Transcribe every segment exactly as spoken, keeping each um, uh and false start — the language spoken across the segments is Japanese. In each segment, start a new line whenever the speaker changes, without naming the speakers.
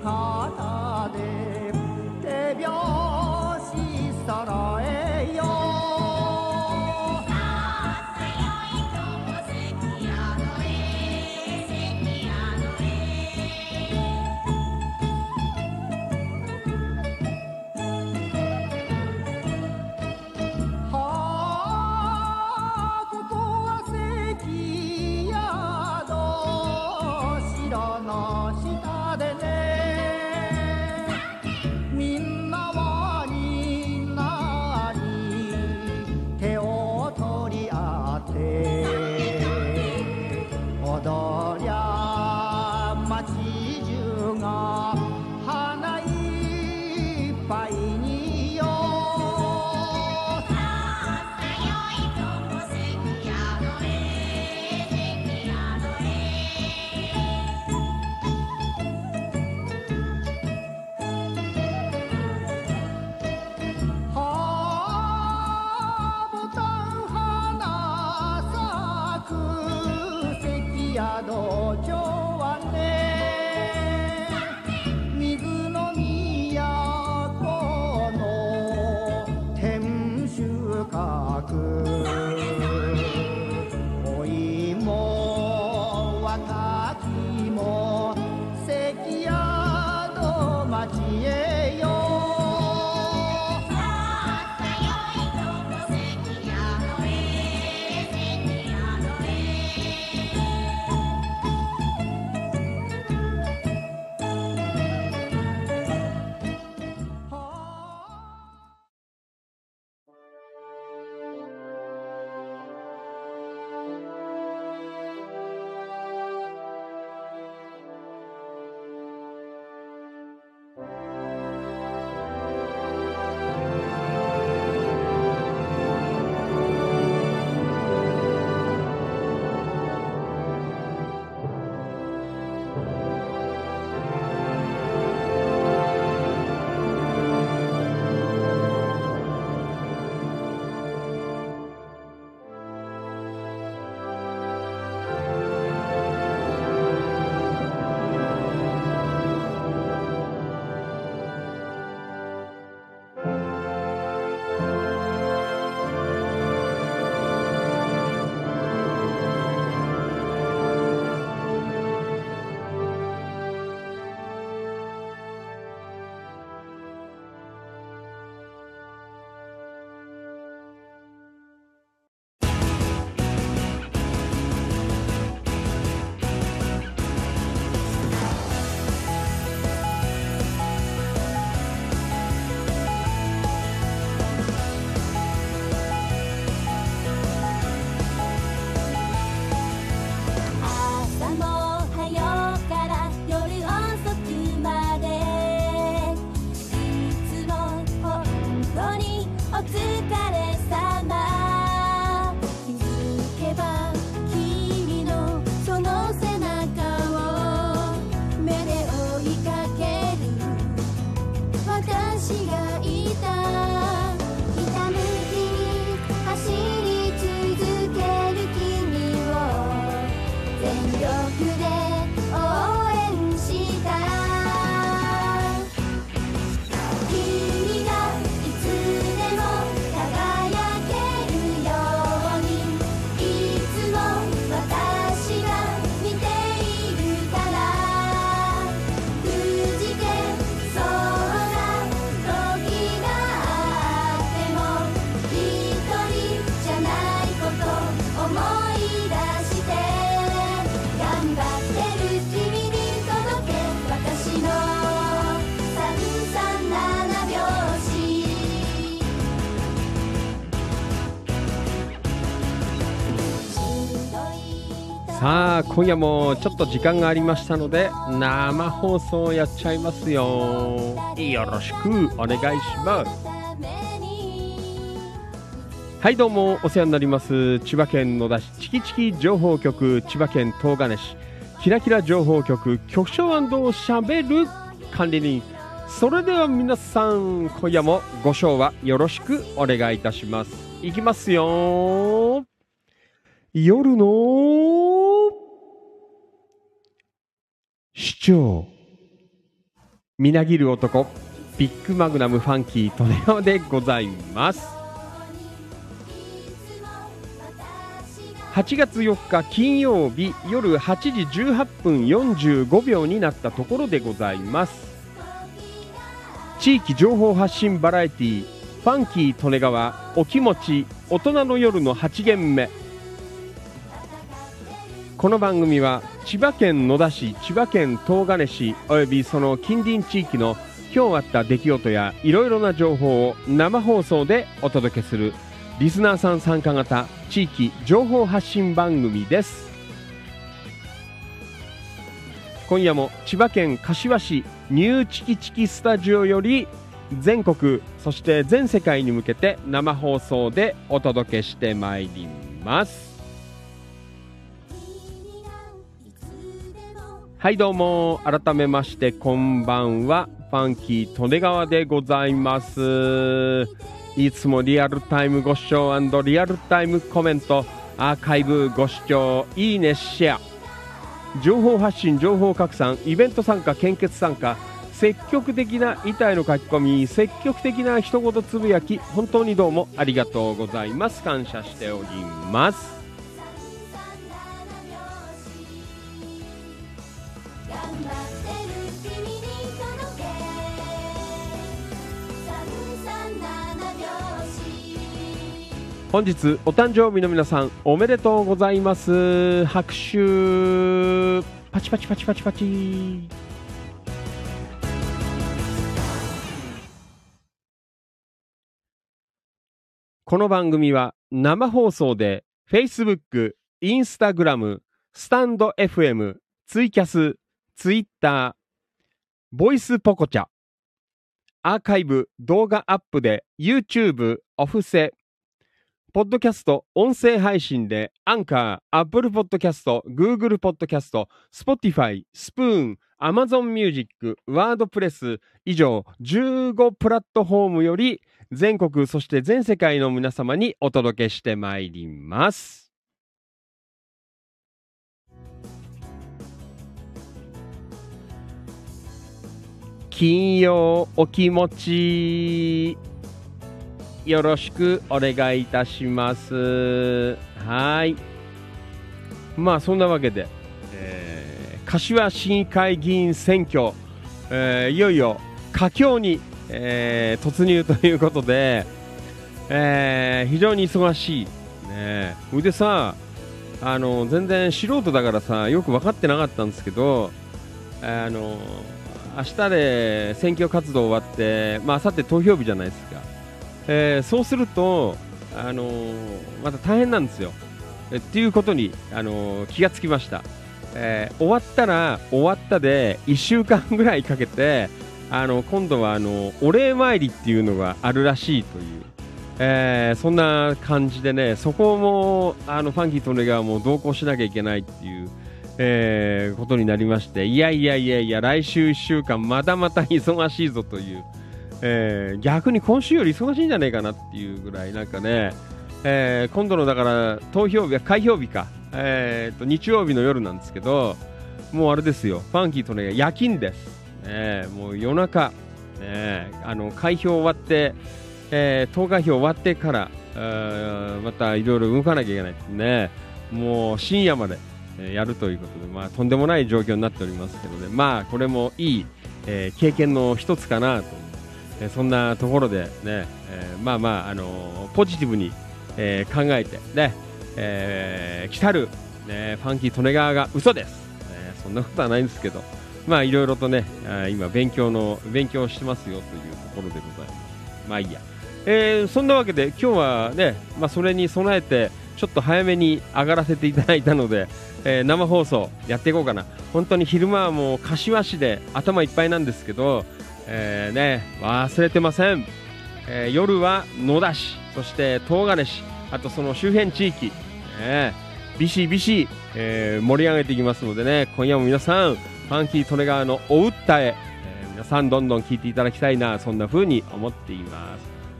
肩で手拍子揃えよう
さあ今夜もちょっと時間がありましたので生放送やっちゃいますよ。よろしくお願いします。はいどうもお世話になります。千葉県野田市チキチキ情報局、千葉県東金市キラキラ情報局局長しゃべる管理人。それでは皆さん今夜もご唱和よろしくお願いいたします。いきますよ。夜の市長。 みなぎる男ビッグマグナムファンキー利根川でございます。はちがつよっか金曜日夜はちじじゅうはっぷんよんじゅうごびょうになったところでございます。地域情報発信バラエティファンキー利根川お気持ち大人の夜のはち限目。この番組は千葉県野田市、千葉県東金市およびその近隣地域の今日あった出来事やいろいろな情報を生放送でお届けするリスナーさん参加型地域情報発信番組です。今夜も千葉県柏市ニューチキチキスタジオより全国そして全世界に向けて生放送でお届けしてまいります。はいどうも、改めましてこんばんは、ファンキー利根川でございます。いつもリアルタイムご視聴&リアルタイムコメント、アーカイブご視聴、いいね、シェア、情報発信、情報拡散、イベント参加、献血参加、積極的な遺体の書き込み、積極的な一言つぶやき、本当にどうもありがとうございます。感謝しております。本日お誕生日の皆さんおめでとうございます。拍手パチパチパチパチパチ。この番組は生放送で Facebook、Instagram、スタンド エフエム、ツイキャス、Twitter、ボイスポコチャ、アーカイブ動画アップで YouTube、オフセ、ポッドキャスト、音声配信で、アンカー、アップルポッドキャスト、グーグルポッドキャスト、スポティファイ、スプーン、アマゾンミュージック、ワードプレス、以上、じゅうごプラットフォームより、全国、そして全世界の皆様にお届けしてまいります。金曜お気持ち、よろしくお願いいたします。はい。まあそんなわけで、えー、柏市議会議員選挙、えー、いよいよ佳境に、えー、突入ということで、えー、非常に忙しい。ね、それでさ、あの全然素人だからさ、よく分かってなかったんですけど、あの明日で選挙活動終わって、まあ明後日投票日じゃないですか。えー、そうすると、あのー、また大変なんですよ。えっていうことに、あのー、気がつきました。えー、終わったら終わったでいっしゅうかんぐらいかけて、あの今度はあのお礼参りっていうのがあるらしいという、えー、そんな感じでね、そこもあのファンキー利根川も同行しなきゃいけないっていう、えー、ことになりまして、いやいやいやいや、来週いっしゅうかんまだまた忙しいぞという、えー、逆に今週より忙しいんじゃないかなっていうぐらい、なんかね、えー、今度のだから投票日は開票日か、えー、と日曜日の夜なんですけど、もうあれですよ、ファンキーとね夜勤です、ね、もう夜中、ね、あの開票終わって、えー、投開票終わってから、えー、またいろいろ動かなきゃいけないですね。もう深夜まで、えー、やるということで、まあ、とんでもない状況になっておりますけどね、まあこれもいい、えー、経験の一つかなと、えー、そんなところでね、えー、まあまあ、あのー、ポジティブに、えー、考えてね、えー、来たる、ね、ファンキー利根川が嘘です、ね、そんなことはないんですけど、まあいろいろとね、今勉強の勉強してますよというところでございます。まあいいや、えー、そんなわけで今日はね、まあ、それに備えてちょっと早めに上がらせていただいたので、えー、生放送やっていこうかな。本当に昼間はもう柏市で頭いっぱいなんですけど、えーね、忘れてません、えー、夜は野田市、そして東金市、あとその周辺地域、ね、ビシビシ、えー、盛り上げていきますのでね、今夜も皆さんファンキー利根川のお訴え、えー、皆さんどんどん聞いていただきたいな、そんな風に思っています。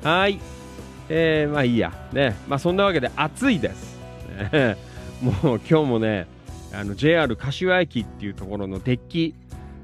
はい、えー、まあいいやね、まあそんなわけで暑いです、ね、もう今日もね、あの ジェイアール 柏駅っていうところのデッキ、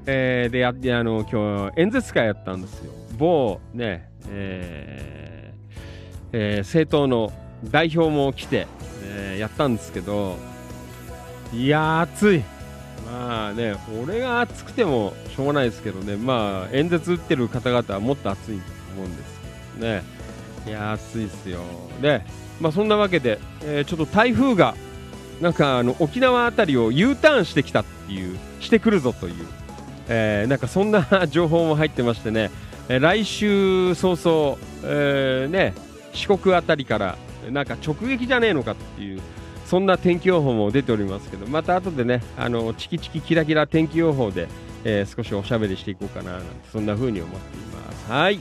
えー、でやってあの今日演説会やったんですよ。某ね、えーえー、政党の代表も来て、えー、やったんですけど、いやー暑い。まあね、俺が暑くてもしょうがないですけどね、まあ演説打ってる方々はもっと暑いと思うんですけどね。いやー暑いですよ。で、まあそんなわけで、えー、ちょっと台風がなんかあの沖縄あたりを U ターンしてきたっていう、してくるぞという、えー、なんかそんな情報も入ってましてね、えー、来週早々、えー、ね、四国あたりからなんか直撃じゃねえのかっていう、そんな天気予報も出ておりますけど、また後でね、あのチキチキキラキラ天気予報で、えー、少しおしゃべりしていこうかななんて、そんな風に思っています。はい、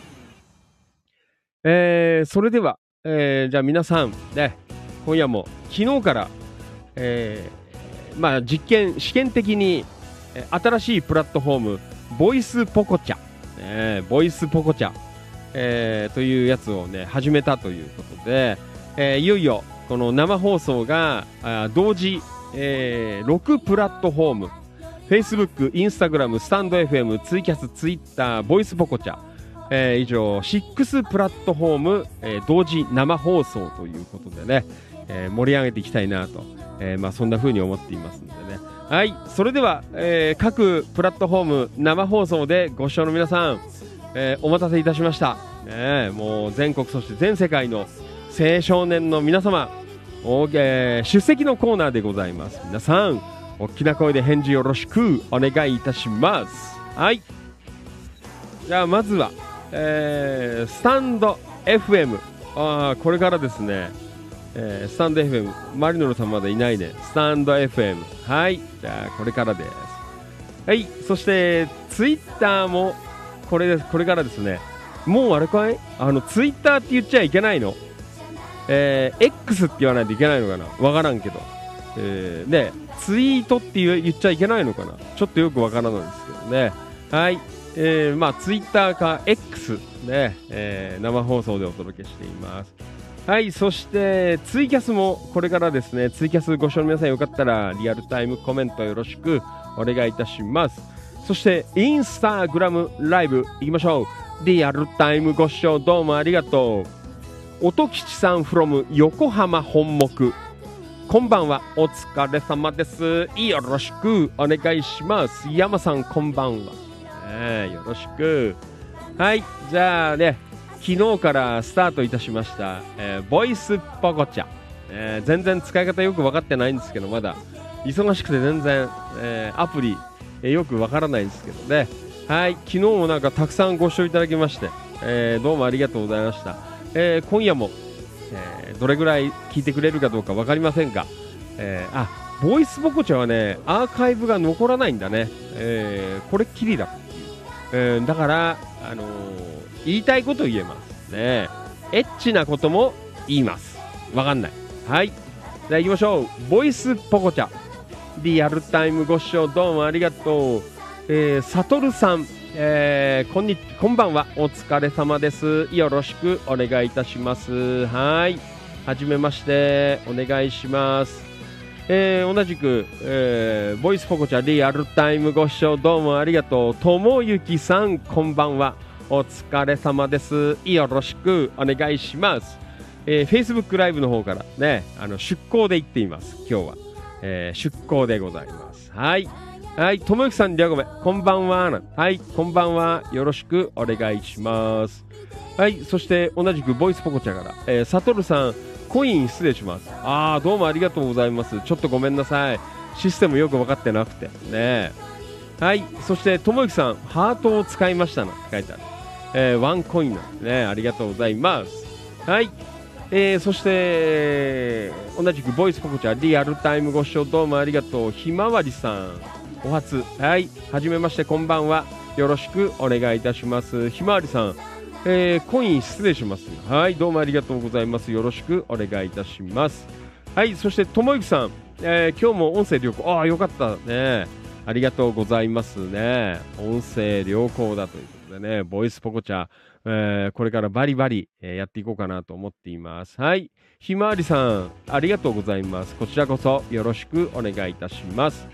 えー、それでは、えー、じゃあ皆さんね、今夜も昨日から、えー、まあ実験試験的に新しいプラットフォームボイスポコチャ、えー、ボイスポコチャ、えー、というやつをね始めたということで、えー、いよいよこの生放送が同時、えー、ろくプラットフォーム Facebook、Instagram、スタンド エフエム、ツイキャス、Twitter、ボイスポコチャ、えー、以上ろくプラットフォーム、えー、同時生放送ということでね、えー、盛り上げていきたいなと、えーまあ、そんな風に思っていますのでね。はい、それでは、えー、各プラットフォーム生放送でご視聴の皆さん、えー、お待たせいたしました、ね、もう全国そして全世界の青少年の皆様、お、えー、出席のコーナーでございます。皆さん大きな声で返事よろしくお願いいたします。はい、じゃあまずは、えー、スタンド エフエム、 あこれからですね、えー、スタンド エフエム、 マリノルさんまだいないね。スタンド エフエム、 はい、じゃあこれからです。はい、そしてツイッターもこれです。これからですね。もうあれかい、あのツイッターって言っちゃいけないの、えー、X って言わないといけないのかな、わからんけど、えー、ね、ツイートって言っちゃいけないのかな、ちょっとよくわからないですけどね。はい、えー、まあツイッターか X ね、えー、生放送でお届けしています。はい、そしてツイキャスもこれからですね。ツイキャスご視聴の皆さんよかったらリアルタイムコメントよろしくお願いいたします。そしてインスタグラムライブ行きましょう。リアルタイムご視聴どうもありがとう。音吉さん from 横浜本木、こんばんは、お疲れ様です。よろしくお願いします。山さんこんばんは、えー、よろしく。はい、じゃあね、昨日からスタートいたしました、えー、ボイスポコチャ、えー、全然使い方よく分かってないんですけど、まだ忙しくて全然、えー、アプリ、えー、よく分からないんですけどね。はい、昨日もなんかたくさんご視聴いただきまして、えー、どうもありがとうございました。えー、今夜も、えー、どれぐらい聞いてくれるかどうか分かりませんが、えー、あ、ボイスポコチャはねアーカイブが残らないんだね、えー、これっきりだっていう、えー、だから、あのー、言いたいこと言えますね。エッチなことも言います。わかんない。はい、じゃあ行きましょう。ボイスポコチャリアルタイムご視聴どうもありがとう。えー、サトルさん、えー、こんにこんばんは、お疲れ様です。よろしくお願いいたします。はい、はじめまして、お願いします。えー、同じく、えー、ボイスポコチャリアルタイムご視聴どうもありがとう。ともゆきさんこんばんは、お疲れ様です。よろしくお願いします。えー、Facebook ライブの方からね、あの出向で行っています。今日は、えー、出向でございます。はいはい、ともゆきさん、りゃごめん、こんばんは。はい、こんばんは、よろしくお願いします。はい、そして同じくボイスポコチャから、えー、サトルさん、コイン失礼します。あー、どうもありがとうございます。ちょっとごめんなさい、システムよく分かってなくてね。はい、そしてともゆきさん、ハートを使いましたなって書いてある、えー、ワンコインなんですね。ありがとうございます。はい、えー、そして同じくボイスポコチャリアルタイムご視聴どうもありがとう。ひまわりさん、お初、はい、はじめまして、こんばんは、よろしくお願いいたします。ひまわりさん、えー、コイン失礼します。はい、どうもありがとうございます。よろしくお願いいたします。はい、そしてともゆきさん、えー、今日も音声良好、ああよかったね、ありがとうございますね。音声良好だということでね、ボイスポコチャ、えー、これからバリバリ、えー、やっていこうかなと思っています。はい、ひまわりさん、ありがとうございます。こちらこそよろしくお願いいたします。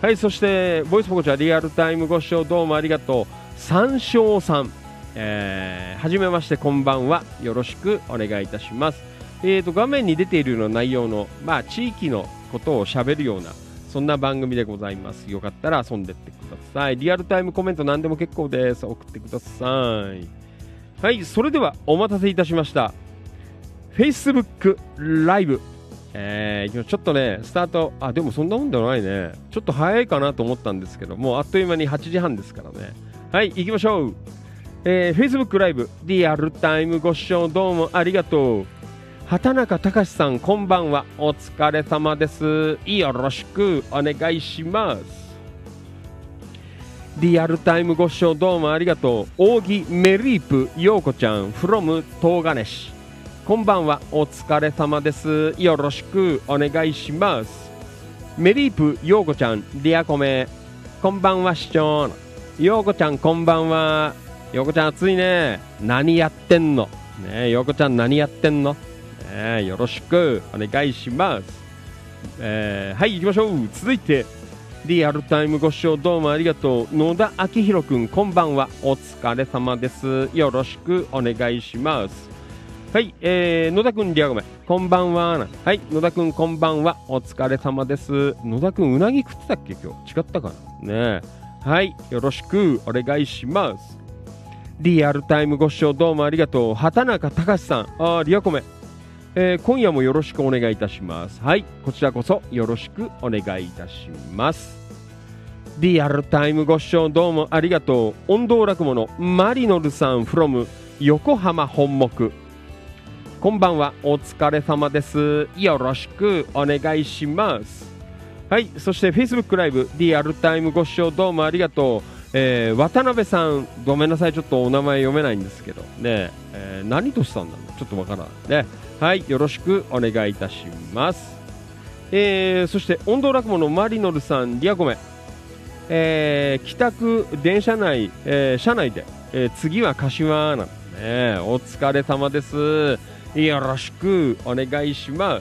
はい、そしてボイスポコチャリアルタイムご視聴どうもありがとう。三章さん、えー、はじめましてこんばんは、よろしくお願いいたします。えーと画面に出ているような内容の、まあ、地域のことをしゃべるようなそんな番組でございます。よかったら遊んでってください。リアルタイムコメント何でも結構です。送ってください。はい、それではお待たせいたしました。Facebook ライブ、えー、ちょっとねスタート、あでもそんなもんではないね。ちょっと早いかなと思ったんですけども、あっという間にはちじはんですからね。はい、行きましょう。えー、Facebook ライブリアルタイムご視聴どうもありがとう。畑中隆さん、こんばんは。お疲れ様です。よろしくお願いします。リアルタイムご視聴どうもありがとう。扇メリープようこちゃん from 東金市、こんばんは。お疲れ様です。よろしくお願いします。メリープようこちゃん、リアコメ、こんばんは。市長ようこちゃん、こんばんは。ようこちゃん暑いね。何やってんのねえ、ようこちゃん何やってんの、えー、よろしくお願いします。えー、はい行きましょう。続いてリアルタイムご視聴どうもありがとう。野田明宏くん、こんばんは。お疲れ様です。よろしくお願いします。はい、えー、野田くんリアゴメ、こんばんは。はい、野田くんこんばんは。お疲れ様です。野田くんうなぎ食ってたっけ今日。違ったかなねえ。はい、よろしくお願いします。リアルタイムご視聴どうもありがとう。畑中隆さん、あーリアコメ、えー、今夜もよろしくお願いいたします。はい、こちらこそよろしくお願いいたします。リアルタイムご視聴どうもありがとう。音頭落語のマリノルさん from 横浜本木、こんばんは。お疲れ様です。よろしくお願いします。はい、そして Facebook ライブリアルタイムご視聴どうもありがとう。えー、渡辺さん、ごめんなさい、ちょっとお名前読めないんですけどね、えー、何としさんなのちょっとわからないね。はい、よろしくお願いいたします。えー、そして音頭落語のマリノルさん、リアコメ、えー、帰宅電車内、えー、車内で、えー、次は柏なんですね。お疲れ様です。よろしくお願いします。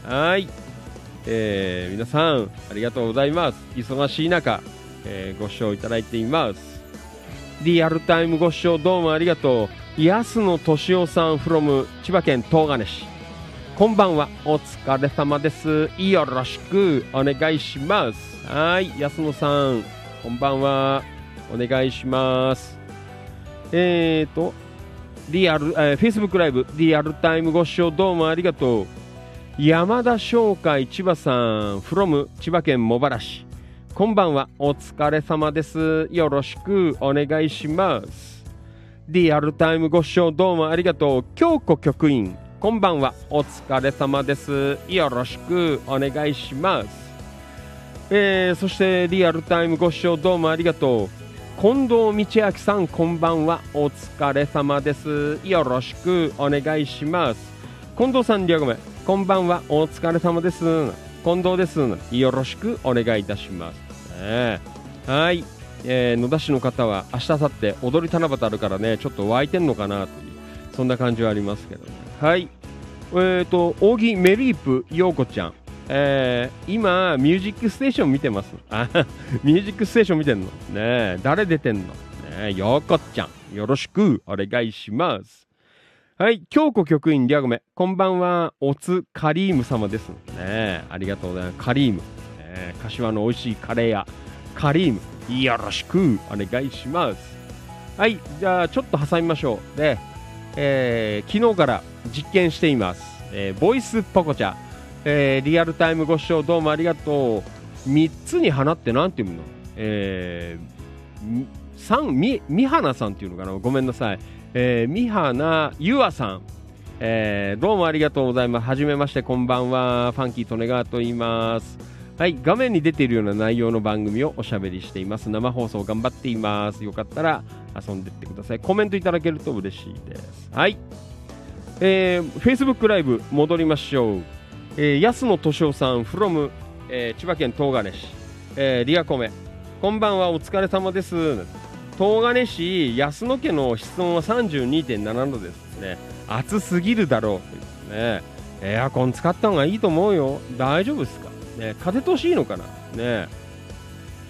はい、えー、皆さんありがとうございます。忙しい中、えー、ご視聴いただいています。リアルタイムご視聴どうもありがとう。安野俊夫さん from 千葉県東金市、こんばんは。お疲れ様です。よろしくお願いします。はい、安野さんこんばんは。お願いします。えーとリアル、えー、Facebook ライブリアルタイムご視聴どうもありがとう。山田商会千葉さん from 千葉県茂原市、こんばんは。お疲れ様です。よろしくお願いします。リアルタイムご視聴どうもありがとう。京子局員、こんばんは。お疲れ様です。よろしくお願いします。えー、そしてリアルタイムご視聴どうもありがとう。近藤道明さん、こんばんは。お疲れ様です。よろしくお願いします。近藤さん、リアゴメ、こんばんは。お疲れ様です。近藤です。よろしくお願いいたします。ね、はい、えー、野田市の方は明日明後日踊り七夕あるからね、ちょっと湧いてんのかなというそんな感じはありますけどね。はい、えーと扇メリープようこちゃん、えー、今ミュージックステーション見てます。あミュージックステーション見てんのね。誰出てんのね。ようこちゃん、よろしくお願いします。はい、京子局員リアゴメ、こんばんは。おつカリーム様ですね。ありがとうございます。カリーム、えー、柏の美味しいカレー屋カリーム、よろしくお願いします。はい、じゃあちょっと挟みましょう。で、えー、昨日から実験しています。えー、ボイスポコチャ、えー、リアルタイムご視聴どうもありがとう。みっつに花ってなんていうの、えー、さんみみはなさんっていうのかな、ごめんなさい。えー、みはなゆあさん、えー、どうもありがとうございます。はじめまして、こんばんは。ファンキー利根川と言います。はい、画面に出ているような内容の番組をおしゃべりしています。生放送頑張っています。よかったら遊んでってください。コメントいただけると嬉しいです。はい、えー、Facebook ライブ戻りましょう。えー、安野俊夫さん from、えー、千葉県東金市、えー、リアコメ、こんばんは。お疲れ様です。東金市安野家の室温は さんじゅうにてんななどですね。暑すぎるだろうというね。エアコン使った方がいいと思うよ。大丈夫ですかね。風通しいいのかなね。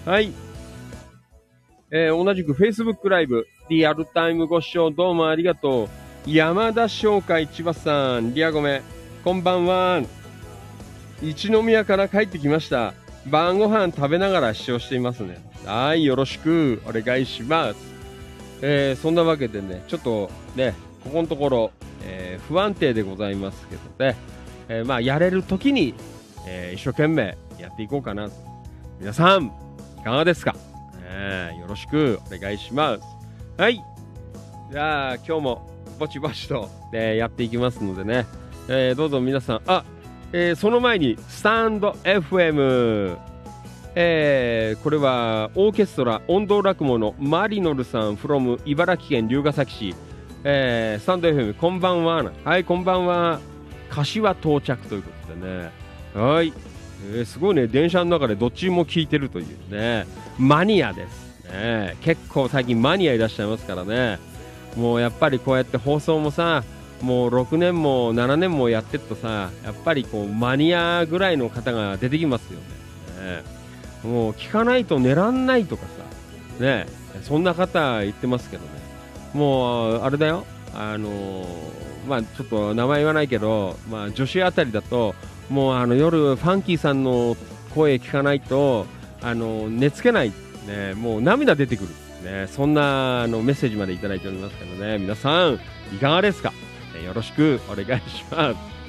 はい。えー、同じく Facebook ライブ、リアルタイムご視聴どうもありがとう。山田商会千葉さん、リアゴメ、こんばんは。一宮から帰ってきました。晩ご飯食べながら視聴していますね。はい、よろしくお願いします。えー、そんなわけでね、ちょっとね、ここのところ、えー、不安定でございますけどね、えー、まあ、やれるときに、えー、一生懸命やっていこうかな。皆さん、いかがですか？えー、よろしくお願いします。はい。じゃあ、今日もぼちぼちと、えー、やっていきますのでね、えー、どうぞ皆さん、あ、えー、その前に、スタンド エフエム、えー、これはオーケストラ音頭落語のマリノルさん from 茨城県龍ケ崎市、えー、スタンド エフエム こんばんは。はい、こんばんは。柏到着ということでね、はい、えー、すごいね、電車の中でどっちも聞いてるというね、マニアですね。結構最近マニアいらっしゃいますからね。もうやっぱりこうやって放送もさ、もうろくねんもななねんもやってるとさ、やっぱりこうマニアぐらいの方が出てきますよね。ね、もう聞かないと寝らんないとかさ、ね、そんな方言ってますけどね。もうあれだよ、あのー、まあちょっと名前言わないけど、まあ女子あたりだと、もうあの夜ファンキーさんの声聞かないと、あの寝つけない、ね、もう涙出てくる、ね、そんなあのメッセージまでいただいておりますからね、皆さんいかがですか？よろしくお願いします。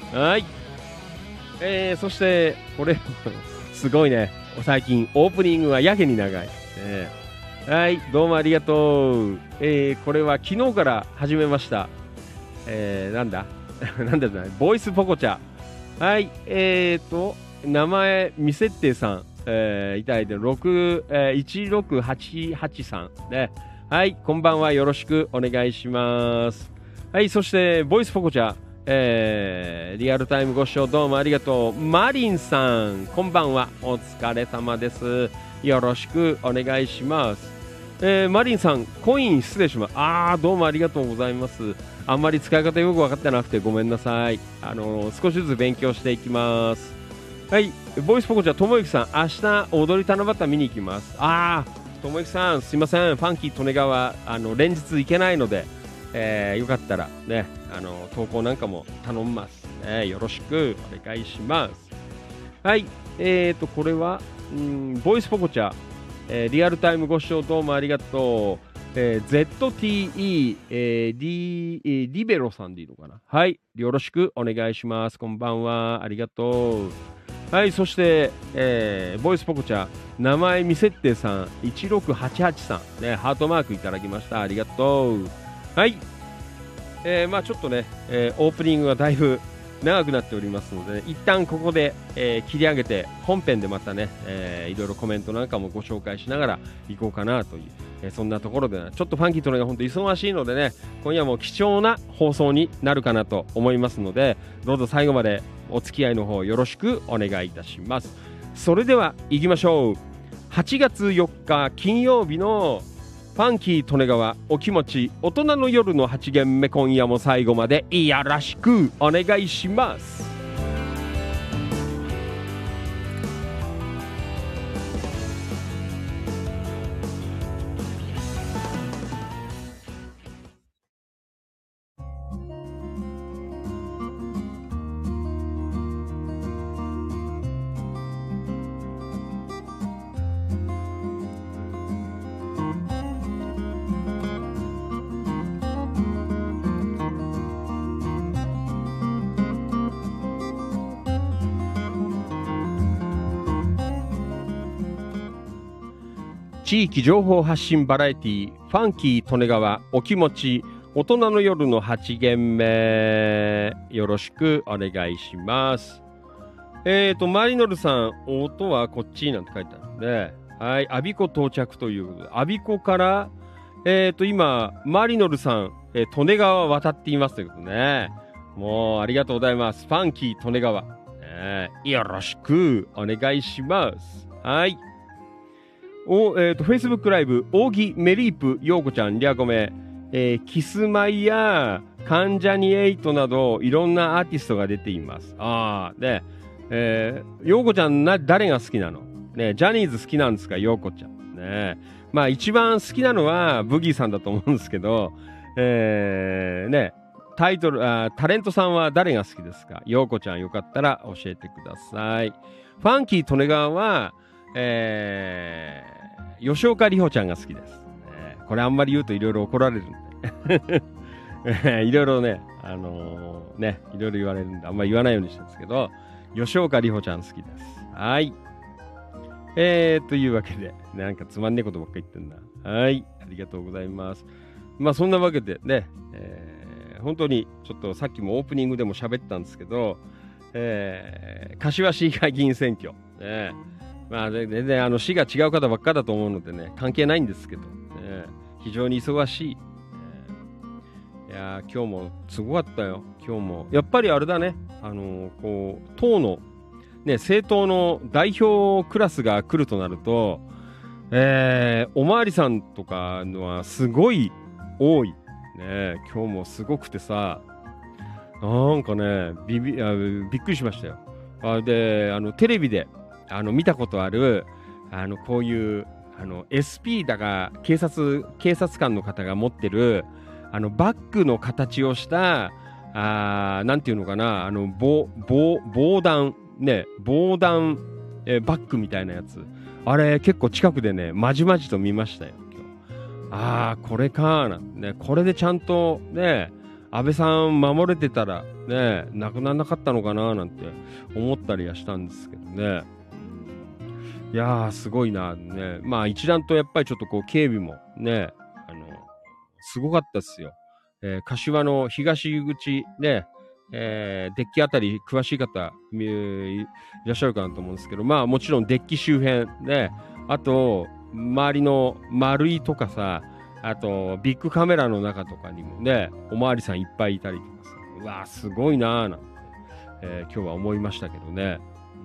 はい、えー、そしてこれすごいね、最近オープニングはやけに長い、ね、はい、どうもありがとう。えー、これは昨日から始めました、えー、なんだなんだろう、ボイスポコチャ。はい、えーと名前未設定さん、えー、いただいてろく、えー、いちろくはちはちさんね。はい、こんばんは、よろしくお願いします。はい、そしてボイスポコチャ、えー、リアルタイムご視聴どうもありがとう。マリンさん、こんばんは、お疲れ様です。よろしくお願いします。えー、マリンさん、コイン失礼します。あー、どうもありがとうございます。あんまり使い方よく分かってなくてごめんなさい。あのー、少しずつ勉強していきます。はい、ボイスポコチャ、ともゆきさん、明日踊り七夕見に行きます。あー、ともゆきさん、すいません、ファンキー利根川、あの連日行けないので、えー、よかったらね、あの投稿なんかも頼みます、ね、よろしくお願いします。はい、えーとこれはんボイスポコチャ、えー、リアルタイムご視聴どうもありがとう。えー、ゼットティーイー、えー、D、えー、リベロさんでいいのかな。はい、よろしくお願いします。こんばんは、ありがとう。はい、そして、えー、ボイスポコチャ、名前未設定さん、いちろくはちはちさん、ね、ハートマークいただきました。ありがとう。はい、えー、まあちょっとね、えー、オープニングがだいぶ長くなっておりますので、ね、一旦ここで、えー、切り上げて本編でまたね、えー、いろいろコメントなんかもご紹介しながら行こうかなという、えー、そんなところで、ね、ちょっとファンキーとのが本当忙しいのでね、今夜も貴重な放送になるかなと思いますので、どうぞ最後までお付き合いの方よろしくお願いいたします。それでは行きましょう。はちがつよっか金曜日のファンキー利根川お気持ち大人の夜のはち限目、今夜も最後までいやらしくお願いします。地域情報発信バラエティファンキー利根川お気持ち大人の夜のはち限目、よろしくお願いします。えーとマリノルさん、音はこっちなんて書いてあるんで、はい、我孫子到着ということで、我孫子からえーと今マリノルさん、えー、利根川渡っていますということね。もうありがとうございます。ファンキー利根川、えー、よろしくお願いします。はい、お、えーと、Facebook ライブ、扇メリープ、ようこちゃん、りゃごめ、えー、キスマイや関ジャニエイトなど、いろんなアーティストが出ています。ああ、で、えー、ようこちゃんな、誰が好きなの？ ね、ジャニーズ好きなんですか、陽子ちゃん。ね、まあ一番好きなのはブギーさんだと思うんですけど、えー、ね、タイトルあ、タレントさんは誰が好きですか？陽子ちゃんよかったら教えてください。ファンキー利根川は、えー、吉岡里帆ちゃんが好きです。えー、これあんまり言うといろいろ怒られるんで。いろいろね、あのー、ね、いろいろ言われるんで、あんまり言わないようにしてるんですけど、吉岡里帆ちゃん好きです。はい。えー、というわけで、なんかつまんねえことばっかり言ってんな。はい。ありがとうございます。まあ、そんなわけでね、えー、本当にちょっとさっきもオープニングでも喋ったんですけど、えー、柏市議会議員選挙。ね、まあ、全然、あの、市が違う方ばっかだと思うのでね、関係ないんですけど、ね、非常に忙しい。いやー、今日もすごかったよ。今日も。やっぱりあれだね。あのー、こう、党の、ね、政党の代表クラスが来るとなると、えー、おまわりさんとかのはすごい多い。ね、今日もすごくてさ、なんかね、ビビ、あびっくりしましたよ。あで、あの、テレビで、あの、見たことある、あの、こういう、あの、エスピー だが、警察、警察官の方が持ってる、あのバッグの形をしたあなんていうのかなあの防防防弾ね防弾、えー、バッグみたいなやつあれ結構近くでねまじまじと見ましたよ今日。ああこれかーなんてねこれでちゃんとね安倍さん守れてたらね亡くならなかったのかななんて思ったりはしたんですけどね。いやーすごいなねまあ一段とやっぱりちょっとこう警備もねあのすごかったっすよ。えー、柏の東口ね、えー、デッキあたり詳しい方いらっしゃるかなと思うんですけど、まあもちろんデッキ周辺ね、あと周りの丸いとかさ、あとビッグカメラの中とかにもね、おまわりさんいっぱいいたりとかさ、うわーすごいなーなんて、えー、今日は思いましたけどね。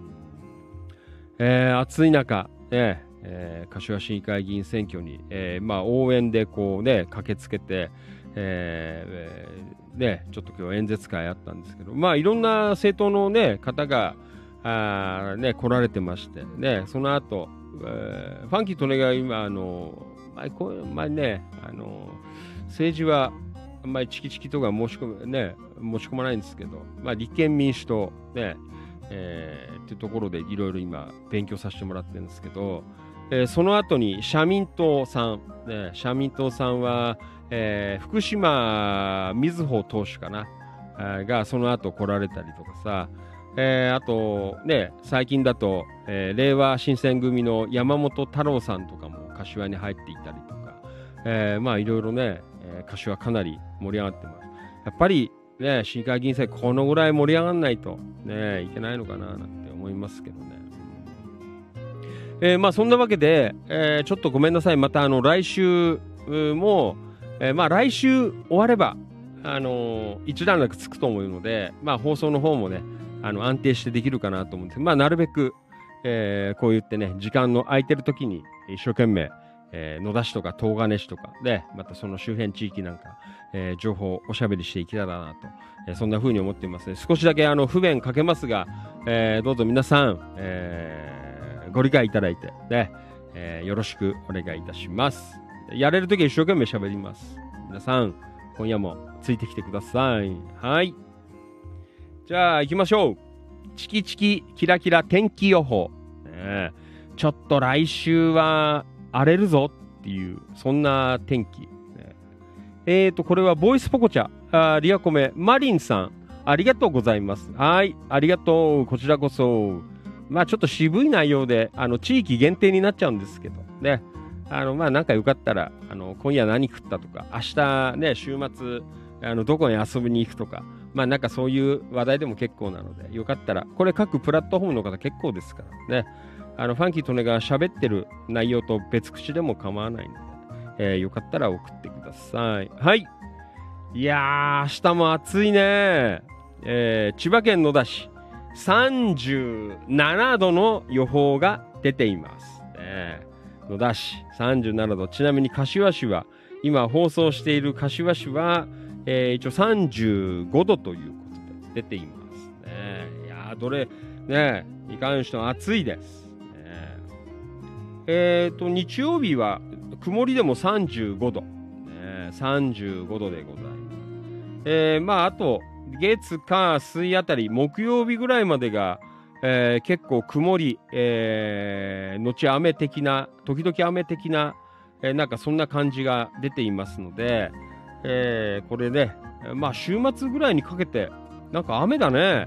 えー、暑い中、ね、えー、柏市議会議員選挙に、えーまあ、応援でこう、ね、駆けつけて、えーね、ちょっと今日演説会あったんですけど、まあ、いろんな政党の、ね、方があ、ね、来られてまして、ね、その後、えー、ファンキー利根川今あの前こう前ねあの政治はあんまりチキチキとか申し込む、ね、申し込まないんですけど、まあ、立憲民主党ねえー、っていうところでいろいろ今勉強させてもらってるんですけど、えー、その後に社民党さん、ね、社民党さんは、えー、福島みずほ党首かな、えー、がその後来られたりとかさ、えー、あとね最近だと、えー、令和新選組の山本太郎さんとかも柏に入っていたりとか、えー、まあいろいろね、えー、柏かなり盛り上がってます。やっぱりね、市議会議員選このぐらい盛り上がらないとねいけないのかななんて思いますけどね。えー、まあそんなわけで、えー、ちょっとごめんなさいまたあの来週も、えー、まあ来週終わればあのー、一段落つくと思うので、まあ放送の方もねあの安定してできるかなと思うんですけど、まあなるべく、えー、こう言ってね時間の空いてる時に一生懸命えー、野田市とか東金市とかでまたその周辺地域なんか、えー、情報をおしゃべりしていけたらなと、えー、そんな風に思っていますね。少しだけあの不便かけますが、えー、どうぞ皆さん、えー、ご理解いただいて、ねえー、よろしくお願いいたします。やれるときは一生懸命しゃべります。皆さん今夜もついてきてください。はい、じゃあ行きましょう。チキチキキラキラ天気予報、ね、ちょっと来週は荒れるぞっていうそんな天気、ね、えーとこれはボイスポコチャあリアコメマリンさんありがとうございます。はいありがとうこちらこそ。まあちょっと渋い内容であの地域限定になっちゃうんですけどねあのまあなんかよかったらあの今夜何食ったとか明日ね週末あのどこに遊びに行くとかまあなんかそういう話題でも結構なのでよかったらこれ各プラットフォームの方結構ですからねあのファンキー利根川が喋ってる内容と別口でも構わないので、えー、よかったら送ってください。はい。いやー、明日も暑いね、えー。千葉県野田市、さんじゅうななどの予報が出ています。ね、野田市、さんじゅうななど。ちなみに柏市は、今放送している柏市は、えー、一応さんじゅうごどということで出ています。ね、いやー、どれ、ね、いかんしても暑いです。 えっと、日曜日は曇りでもさんじゅうごど、ね、さんじゅうごどでございます。えー、まあ、あと、月、火、水あたり、木曜日ぐらいまでが、えー、結構曇り、えー、後雨的な、時々雨的な、えー、なんかそんな感じが出ていますので、えー、これね、まあ週末ぐらいにかけて、なんか雨だね。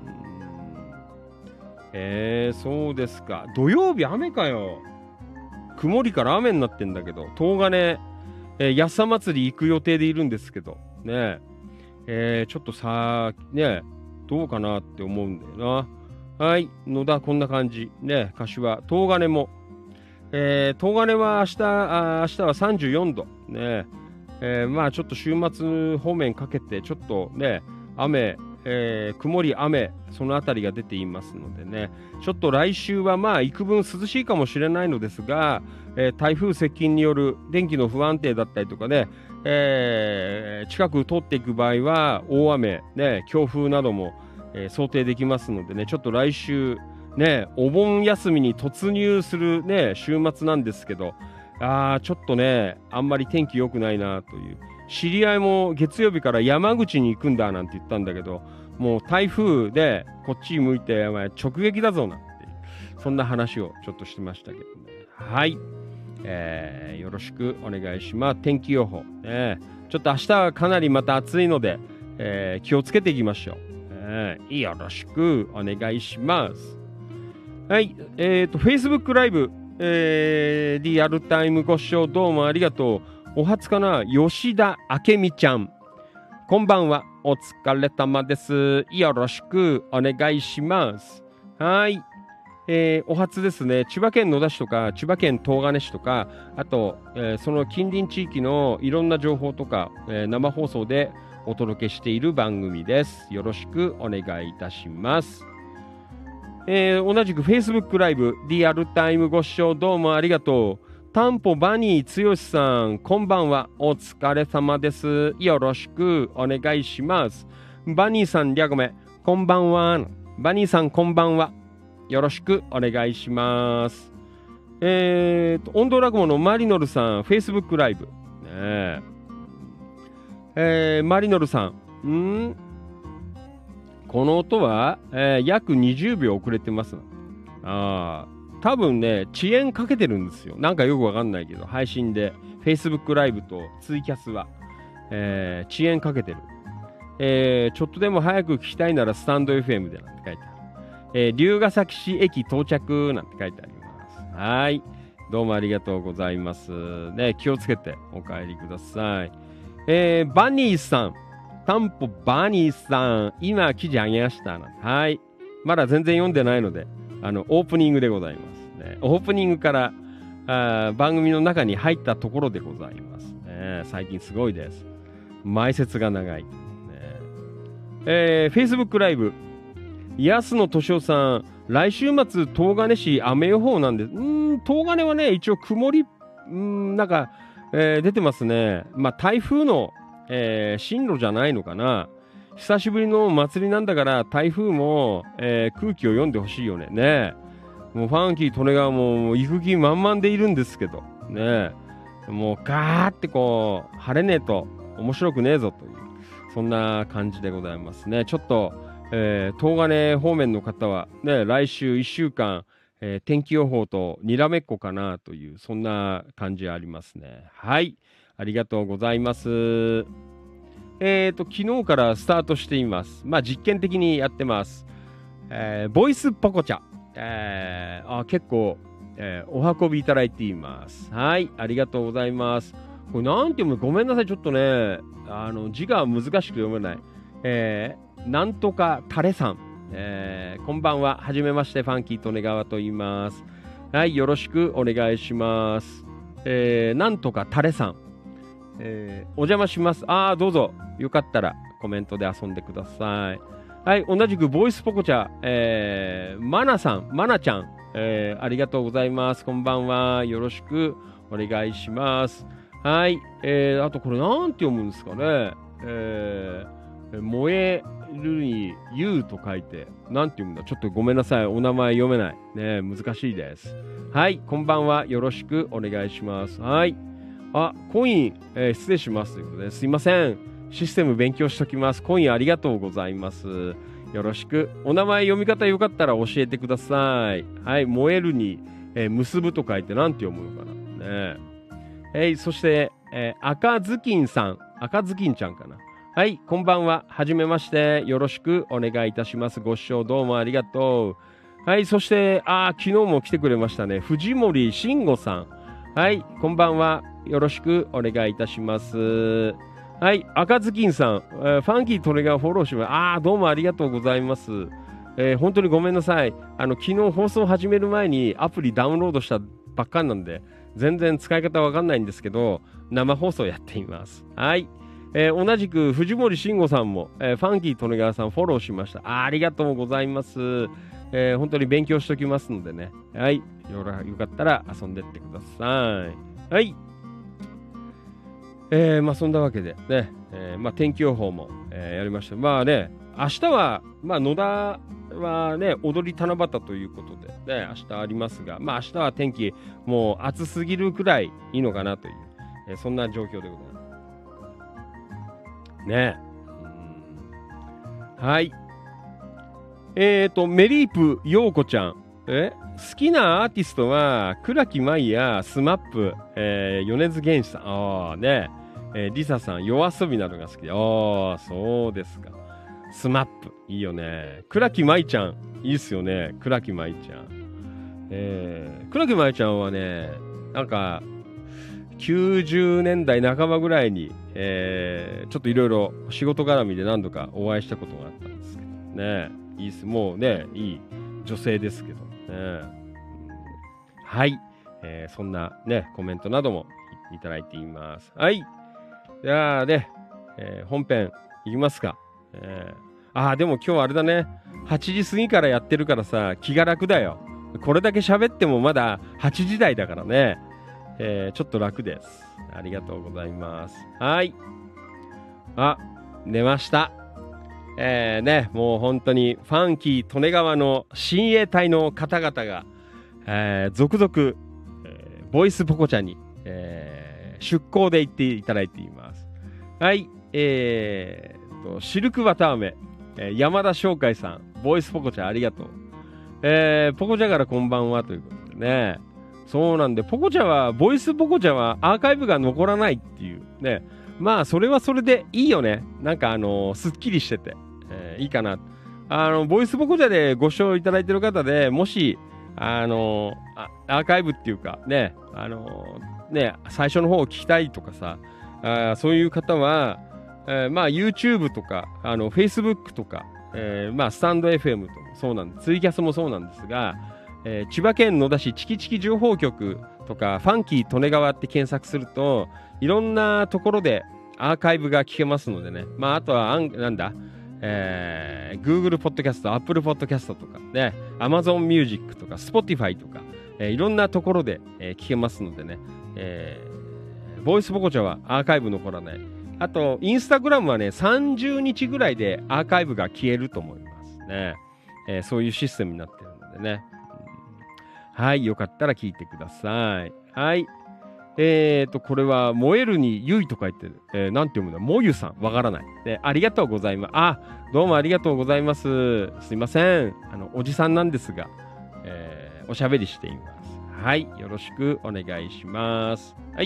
えー、そうですか。土曜日雨かよ。曇りから雨になってんだけど、東金、えー、安さ祭り行く予定でいるんですけど、ねえー、ちょっとさ、ねどうかなって思うんだよな。はい、野田こんな感じ。ね、柏、東金も。えー、東金は明日、あ明日はさんじゅうよんど。ねえー、まあちょっと週末方面かけて、ちょっとね、雨、えー、曇り、雨、そのあたりが出ていますのでね、ちょっと来週はまあ幾分涼しいかもしれないのですが、えー、台風接近による電気の不安定だったりとかね、えー、近く通っていく場合は大雨、ね、強風なども、えー、想定できますのでね、ちょっと来週、ね、お盆休みに突入する、ね、週末なんですけど、あーちょっとね、あんまり天気良くないなという。知り合いも月曜日から山口に行くんだなんて言ったんだけど、もう台風でこっち向いて直撃だぞなんて、そんな話をちょっとしてましたけどね。はい。えー、よろしくお願いします。天気予報。ね、ちょっと明日はかなりまた暑いので、えー、気をつけていきましょう。えー、よろしくお願いします。はい。えっと、Facebook ライブ、えー、リアルタイムご視聴どうもありがとう。お初かな、吉田明美ちゃん。こんばんは。お疲れ様です。よろしくお願いします。はい。えー、お初ですね。千葉県野田市とか、千葉県東金市とか、あと、えー、その近隣地域のいろんな情報とか、えー、生放送でお届けしている番組です。よろしくお願いいたします。えー、同じく Facebook ライブ、リアルタイムご視聴どうもありがとう。タンポバニー剛さん、こんばんは。お疲れ様です。よろしくお願いします。バニーさん、りゃごめ、こんばんは。バニーさん、こんばんは。よろしくお願いします。えーと、オンドラゴモのマリノルさん、Facebook ライブ。ねえ。えー、マリノルさん、んこの音は、えー、約にじゅうびょう遅れてます。ああ。多分ね、遅延かけてるんですよ。なんかよくわかんないけど、配信で、Facebook ライブとツイキャスは、えー、遅延かけてる。えー、ちょっとでも早く聞きたいならスタンド エフエム でなんて書いてある。えー、龍ヶ崎市駅到着なんて書いてあります。はい。どうもありがとうございます。ね、気をつけてお帰りください。えー、バニーさん。タンポバニーさん。今記事あげましたなんて。はい。まだ全然読んでないので、あの、オープニングでございます。ね、オープニングからあ番組の中に入ったところでございます、ね。最近すごいです。前説が長い。ねえー、Facebook ライブ。安野敏夫さん、来週末、東金市雨予報なんで、うーん、東金はね、一応曇り、うーん、なんか、えー、出てますね。まあ、台風の、えー、進路じゃないのかな。久しぶりの祭りなんだから、台風も、えー、空気を読んでほしいよね。ねもうファンキー・利根川も行く気満々でいるんですけど、ねもうガーってこう、晴れねえと面白くねえぞという、そんな感じでございますね。ちょっと、えー、東金方面の方は、ね、来週いっしゅうかん、えー、天気予報とにらめっこかなという、そんな感じありますね。はい。ありがとうございます。えーと、昨日からスタートしています。まあ、実験的にやってます。えー、ボイスポコチャ。えー、あ結構、えー、お運びいただいています。はい。ありがとうございます。これなんて読むごめんなさい。ちょっとね、あの、字が難しく読めない。えー、なんとかタレさん。えー、こんばんは。はじめまして、ファンキー・利根川と言います。はい。よろしくお願いします。えー、なんとかタレさん。えー、お邪魔します。ああ、どうぞ。よかったらコメントで遊んでください。はい、同じくボイスポコチャ、えー、マナさん、マナちゃん、えー、ありがとうございます。こんばんは。よろしくお願いします。はい、えー、あとこれなんて読むんですかね。えー、 燃えるに U と書いて、なんて読むんだ、ちょっとごめんなさい。お名前読めない。ね、難しいです。はい、こんばんは。よろしくお願いします。はい。あ、コイン、えー、失礼しますということで、すいません。システム勉強しときます。コインありがとうございます。よろしく。お名前読み方よかったら教えてください。はい、燃えるに、えー、結ぶと書いて、なんて読むのかな。ね。えー、そして、えー、赤ずきんさん。赤ずきんちゃんかな。はい、こんばんは。はじめまして。よろしくお願いいたします。ご視聴どうもありがとう。はい、そして、あ、昨日も来てくれましたね。藤森慎吾さん。はい、こんばんは。よろしくお願いいたします。はい、赤ずきんさん。えー、ファンキートレガーフォローします。あー、どうもありがとうございます。えー、本当にごめんなさい。あの、昨日放送始める前にアプリダウンロードしたばっかりなんで、全然使い方わかんないんですけど、生放送やっています。はい。えー、同じく藤森慎吾さんも、えー、ファンキートネガーさんフォローしました。あ, ありがとうございます、えー。本当に勉強しておきますのでね。はい。よかったら遊んでってください。はい。えー、まあそんなわけでね、えー、まあ天気予報も、えー、やりました。まあね、明日は、まあ野田はね、踊り七夕ということで、ね、明日ありますが、まあ明日は天気もう暑すぎるくらいいいのかなという、えー、そんな状況でございます。ねうんはい。えーと、メリープヨーコちゃん。え好きなアーティストは、倉木舞やスマップ、えー、米津玄師さん。ああね。えー、リサさん、夜遊びなどが好きで。ああ、そうですか。スマップ、いいよね。倉木舞ちゃん、いいっすよね。倉木舞ちゃん。えー、倉木舞ちゃんはね、なんか、きゅうじゅうねんだいなかばぐらいに、えー、ちょっといろいろ仕事絡みで何度かお会いしたことがあったんですけどね。いいっす。もうね、いい女性ですけどね。うん、はい、えー。そんなね、コメントなどもいただいています。はい。じゃあね、えー、本編いきますか。えー、ああ、でも今日あれだね。はちじ過ぎからやってるからさ、気が楽だよ。これだけ喋ってもまだはちじ台だからね。えー、ちょっと楽です。ありがとうございます。はい。あ、寝ました。えー、ね、もう本当にファンキー利根川の親衛隊の方々が、えー、続々、えー、ボイスポコちゃんに、えー、出向で行っていただいています。はい。えー、と、シルクバターメ、えー、山田翔海さん、ボイスポコちゃんありがとう。えー、ポコちゃんからこんばんはということでね。そうなんで、ポコチャは、ボイスポコチャはアーカイブが残らないっていうね。まあ、それはそれでいいよね。なんかあのー、すっきりしてて、えー、いいかな。あの、ボイスポコチャでご視聴いただいてる方で、もし、あのー、アーカイブっていうか、ね、あのー、ね、最初の方を聞きたいとかさ、あそういう方は、えー、まあ、YouTube とか、あの、Facebook とか、えー、まあ、スタンド エフエム とかそうなんです。ツイキャスもそうなんですが、えー、千葉県野田市チキチキ情報局とかファンキー利根川って検索するといろんなところでアーカイブが聞けますのでね。まああとはあんなんだ、えー、Google ポッドキャスト、Apple ポッドキャストとかね、Amazon Music とか Spotify とか、えー、いろんなところで、えー、聞けますのでね。えー、ボイスポコチャはアーカイブ残らない。あとインスタグラムはねさんじゅうにちぐらいでアーカイブが消えると思いますね。えー、そういうシステムになってるのでね。はい、よかったら聞いてください。はい。えーと、これは、燃えるにゆいと書いてる。えー、なんて読むんだもゆさん。わからない。で、ありがとうございます。あ、どうもありがとうございます。すいません。あの、おじさんなんですが、えー、おしゃべりしています。はい。よろしくお願いします。はい。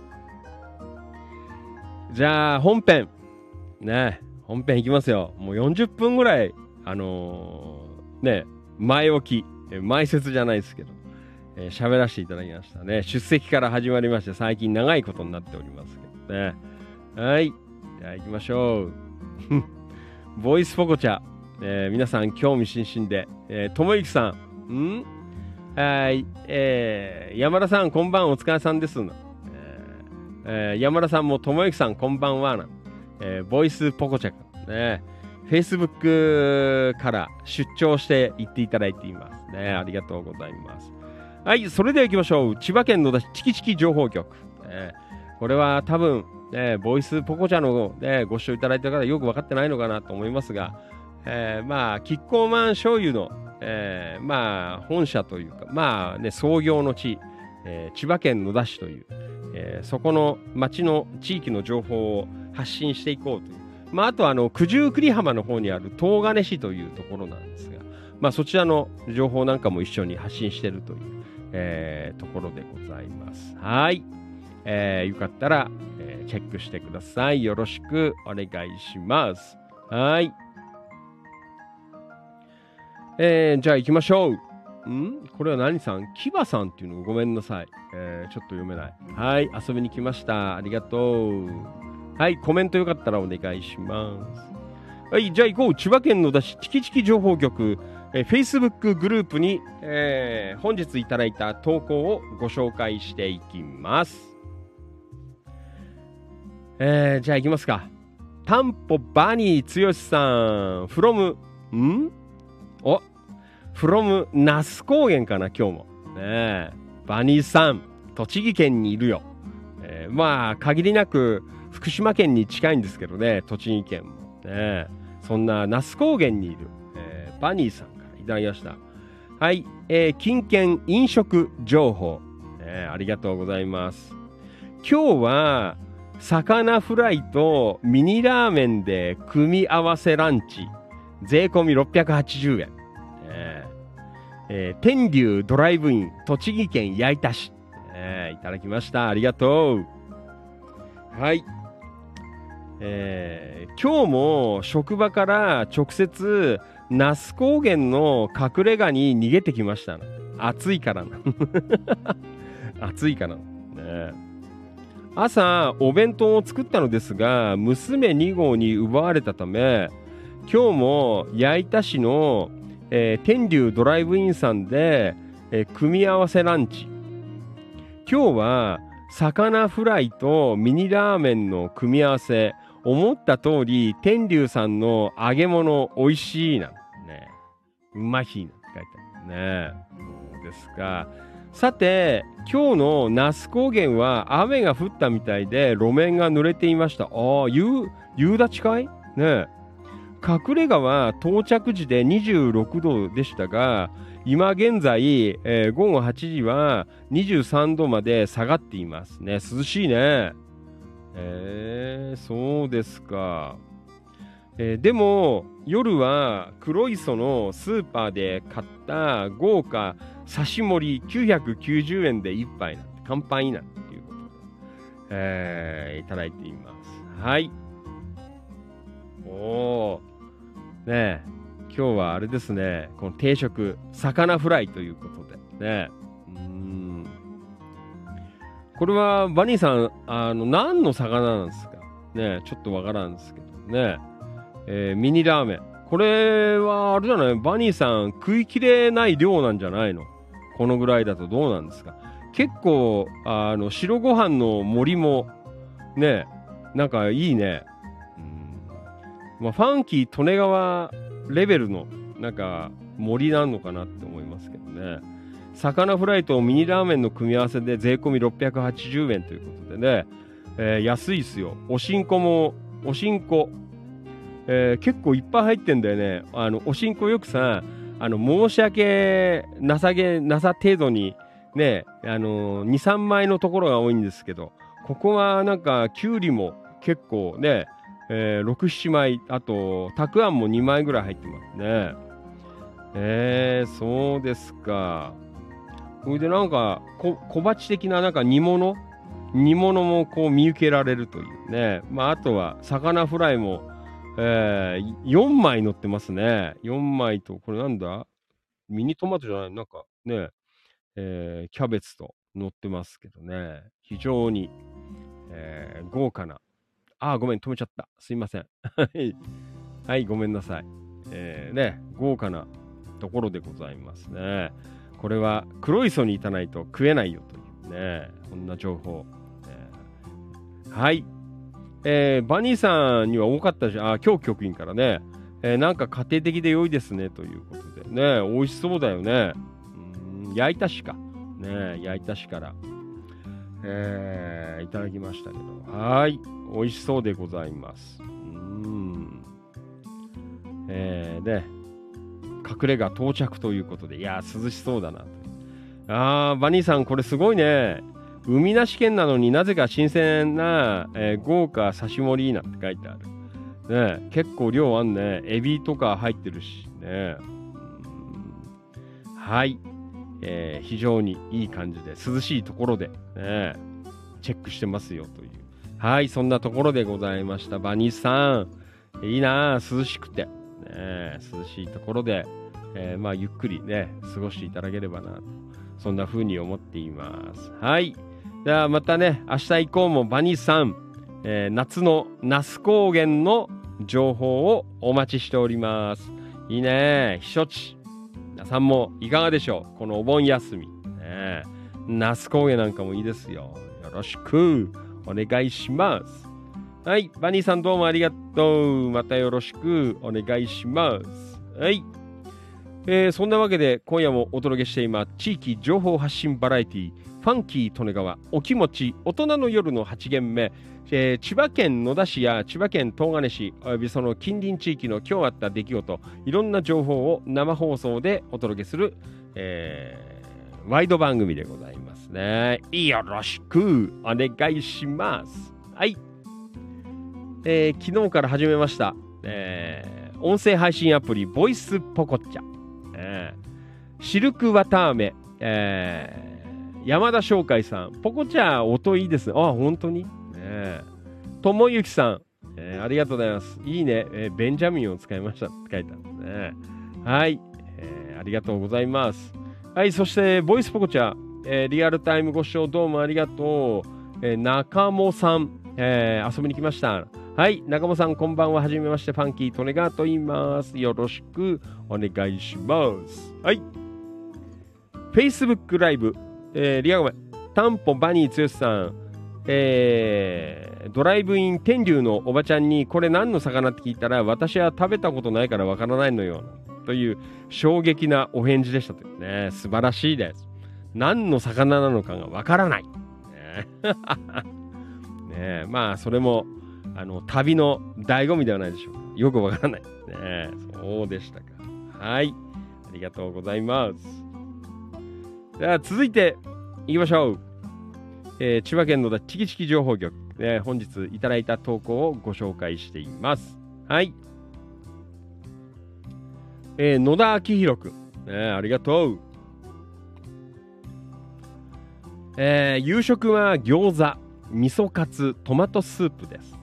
じゃあ、本編。ね、本編いきますよ。もうよんじゅっぷんぐらい、あのー、ね、前置き。前説じゃないですけど、えー、喋らせていただきましたね。出席から始まりまして、最近長いことになっておりますけどね。はい。じゃあ行きましょう。ボイスポコチャ、えー、皆さん興味津々で、えー、ともゆきさん、んはい、えー、山田さん、こんばんお疲れさんですの。えーえー、山田さんもともゆきさん、こんばんはな。えー、ボイスポコチャね。Facebook から出張して行っていただいていますね。ありがとうございます。はい、それでは行きましょう。千葉県野田市チキチキ情報局。ね、これは多分、 ね、ボイスポコチャの、ね、ご視聴いただいた方よく分かってないのかなと思いますが、えー、まあキッコーマン醤油の、えー、まあ本社というかまあね創業の地、えー、千葉県野田市という、えー、そこの町の地域の情報を発信していこうという、まああとあの九十九里浜の方にある東金市というところなんですが、まあそちらの情報なんかも一緒に発信しているという、えー、ところでございます。はい。えー、よかったら、えー、チェックしてください。よろしくお願いします。はい。えー、じゃあ行きましょう。んこれは何さん？キバさんっていうのごめんなさい。えー、ちょっと読めない。はい。遊びに来ました。ありがとう。はい。コメントよかったらお願いします。はい。じゃあ行こう。千葉県野田市チキチキ情報局、えー、Facebook グループに、えー、本日いただいた投稿をご紹介していきます。えー、じゃあ行きますか。タンポバニーつよしさん from んお from 那須高原かな今日もねえバニーさん栃木県にいるよ、えー、まあ限りなく福島県に近いんですけどね栃木県もねそんな那須高原にいる、えー、バニーさんからいただきました。はい、えー、近県飲食情報、ね、ありがとうございます。今日は魚フライとミニラーメンで組み合わせランチ税込みろっぴゃくはちじゅうえん、えーえー、天竜ドライブイン栃木県矢板市、えー、いただきました。ありがとう。はい、えー、今日も職場から直接那須高原の隠れ家に逃げてきましたな。暑いからな暑いからな、ね、朝お弁当を作ったのですが娘に号に奪われたため今日も矢板市の、えー、天竜ドライブインさんで、えー、組み合わせランチ。今日は魚フライとミニラーメンの組み合わせ。思った通り天竜さんの揚げ物美味しいなんね。うまひなんて書いてあるね。そうですか。さて今日の那須高原は雨が降ったみたいで路面が濡れていました。ああ、夕夕立かいね。隠れ家は到着時でにじゅうろくどでしたが今現在、えー、午後はちじはにじゅうさんどまで下がっていますね。涼しいね。えー、そうですか。えー、でも夜は黒磯のスーパーで買った豪華刺し盛りきゅうひゃくきゅうじゅうえんで一杯なんて乾杯なんていうことで、えー、いただいています。はい。おーねえ今日はあれですねこの定食魚フライということでね。うーんこれはバニーさんあの何の魚なんですかね。ちょっとわからんですけどね、えー、ミニラーメンこれはあれじゃないバニーさん食いきれない量なんじゃないの。このぐらいだとどうなんですか。結構あの白ご飯の盛りもねなんかいいね。まあ、ファンキー利根川レベルのなんか森なのかなって思いますけどね。魚フライとミニラーメンの組み合わせで税込みろっぴゃくはちじゅうえんということでね、えー、安いっすよ。おしんこもおしんこ、えー、結構いっぱい入ってんだよね。あのおしんこよくさあの申し訳なさげなさ程度にねあのにさんまいのところが多いんですけどここはなんかきゅうりも結構ねえー、ろく、ななまいあとたくあんもにまいぐらい入ってますね。えー、そうですか。それでなんかこ小鉢的ななんか煮物煮物もこう見受けられるというね。まああとは魚フライも、えー、よんまい乗ってますね。よんまいとこれなんだミニトマトじゃないなんかね、えー、キャベツと乗ってますけどね。非常に、えー、豪華なあーごめん止めちゃったすいませんはいごめんなさい、えー、ね豪華なところでございますね。これは黒磯に行かないと食えないよというねこんな情報、えー、はい、えー、バニーさんには多かったしあ今日局員からね、えー、なんか家庭的で良いですねということでね美味しそうだよね。うーん焼いたしかね焼いたしからえー、いただきましたけど、はい、美味しそうでございます。うーん。えー、で、隠れ家到着ということで、いやー、涼しそうだなと。あー、バニーさん、これすごいね。海なし県なのになぜか新鮮な、えー、豪華刺し盛りなんて書いてある。ね、結構量あんね。エビとか入ってるしね。はい、えー、非常にいい感じで涼しいところで、ね、チェックしてますよという。はい、そんなところでございました。バニーさん、いいなぁ、涼しくて、ね、涼しいところで、えー、まあゆっくりね過ごしていただければなと、そんな風に思っています。はい、じゃあまたね、明日以降もバニーさん、えー、夏の那須高原の情報をお待ちしております。いいね、避暑地、皆さんもいかがでしょう。このお盆休み、ね、那須高原なんかもいいですよ。よろしくお願いします。はい、バニーさんどうもありがとう。またよろしくお願いします。はい、えー、そんなわけで今夜もお届けしています地域情報発信バラエティファンキー利根川お気持ち大人の夜のはち限目、えー、千葉県野田市や千葉県東金市およびその近隣地域の今日あった出来事、いろんな情報を生放送でお届けする、えー、ワイド番組でございますね。よろしくお願いします。はい、えー、昨日から始めました、えー、音声配信アプリボイスポコッチャ、えー、シルクワタアメ、えー山田翔海さん、ポコチャ音いいですね。あ、本当にね。ともゆきさん、えー、ありがとうございます。いいね、えー、ベンジャミンを使いましたって書いてあるんですね。はい、えー、ありがとうございます。はい、そしてボイスポコチャ、えー、リアルタイムご視聴どうもありがとう。えー、中もさん、えー、遊びに来ました。はい、中もさんこんばんは。はじめまして、ファンキー利根川と言います。よろしくお願いします。はい、Facebook ライブ、えー、リアゴメタンポバニーつよしさん、えー、ドライブイン天竜のおばちゃんにこれ何の魚って聞いたら、私は食べたことないからわからないのよという衝撃なお返事でしたというね。素晴らしいです。何の魚なのかがわからない、ねね、まあそれもあの旅の醍醐味ではないでしょうか。よくわからない、ね、そうでしたか。はい、ありがとうございます。じゃあ続いていきましょう。えー、千葉県のチキチキ情報局、ね、本日いただいた投稿をご紹介しています。はい、えー、野田明宏くん、ね、ありがとう。えー、夕食は餃子、味噌カツ、トマトスープです。ね、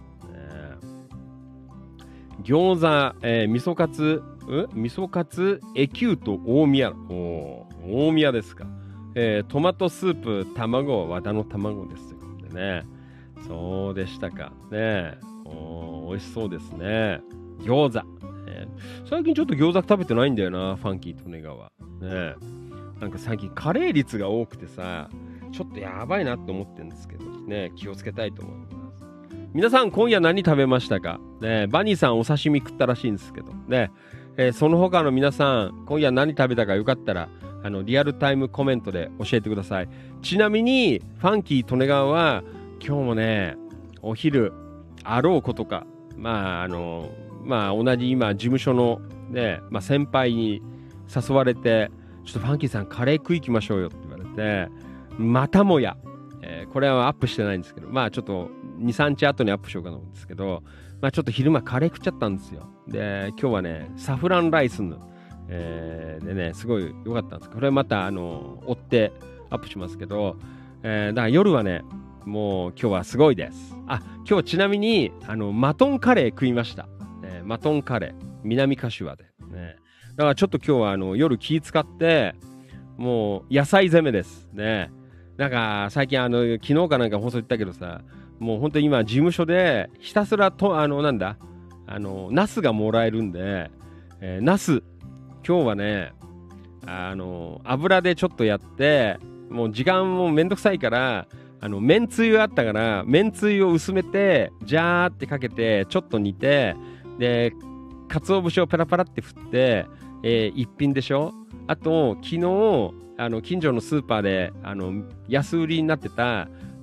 餃子、えー、味噌カツ、ん味噌カツ、エキュート大宮、お大宮ですか。えー、トマトスープ、卵は和田の卵ですよ。でね、そうでしたか。ね、お美味しそうですね。餃子、ね。最近ちょっと餃子食べてないんだよな、ファンキー利根川。ね、なんか最近カレー率が多くてさ、ちょっとやばいなって思ってるんですけど、ね、気をつけたいと思います。皆さん今夜何食べましたか。ね、バニーさんお刺身食ったらしいんですけど、ね、えー、その他の皆さん今夜何食べたかよかったらあのリアルタイムコメントで教えてください。ちなみにファンキー利根川は今日もね、お昼あろうことか、まああのまあ同じ今事務所のね、まあ、先輩に誘われて、ちょっとファンキーさんカレー食い行きましょうよって言われて、またもや、えー、これはアップしてないんですけど、まあちょっとにさんにち後にアップしようかと思うんですけど、まあちょっと昼間カレー食っちゃったんですよ。で今日はねサフランライスのえー、でね、すごい良かったんです。これまたあの追ってアップしますけど、えー、だから夜はね、もう今日はすごいです。あ、今日ちなみにあのマトンカレー食いました。えー、マトンカレー、南柏で、ね。だからちょっと今日はあの夜気使ってもう野菜攻めですね。なんか最近あの昨日かなんか放送言ったけどさ、もう本当に今事務所でひたすらとあのなんだあのナスがもらえるんで、えー、ナス今日はね、あの油でちょっとやって、もう時間もめんどくさいから、あのめんつゆあったからめんつゆを薄めてジャーってかけてちょっと煮て、で鰹節をパラパラって振って、えー、一品でしょ。あと昨日あの近所のスーパーであの安売りになってた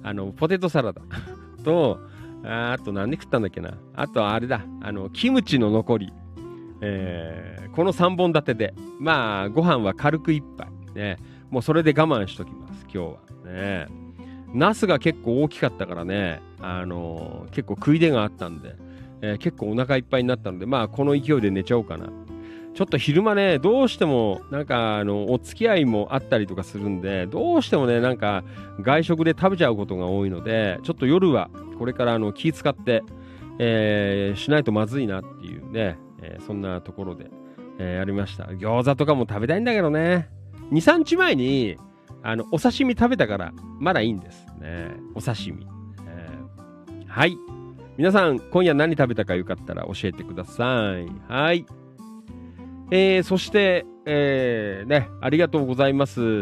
あのポテトサラダと、あ, あと何で食ったんだっけな、あとあれだ、あのキムチの残り、えー、このさんぼん立てで、まあご飯は軽く一杯ね、もうそれで我慢しときます今日はね。ナスが結構大きかったからね、あのー、結構食い出があったんで、えー、結構お腹いっぱいになったので、まあこの勢いで寝ちゃおうかな。ちょっと昼間ね、どうしてもなんかあのお付き合いもあったりとかするんで、どうしてもね、なんか外食で食べちゃうことが多いので、ちょっと夜はこれからあの気使って、えー、しないとまずいなっていうね、えー、そんなところで、えー、やりました。餃子とかも食べたいんだけどね、に、さんにちまえにあのお刺身食べたからまだいいんですね。お刺身、えー、はい、皆さん今夜何食べたかよかったら教えてください。はい、えー、そして、えー、ね、ありがとうございます、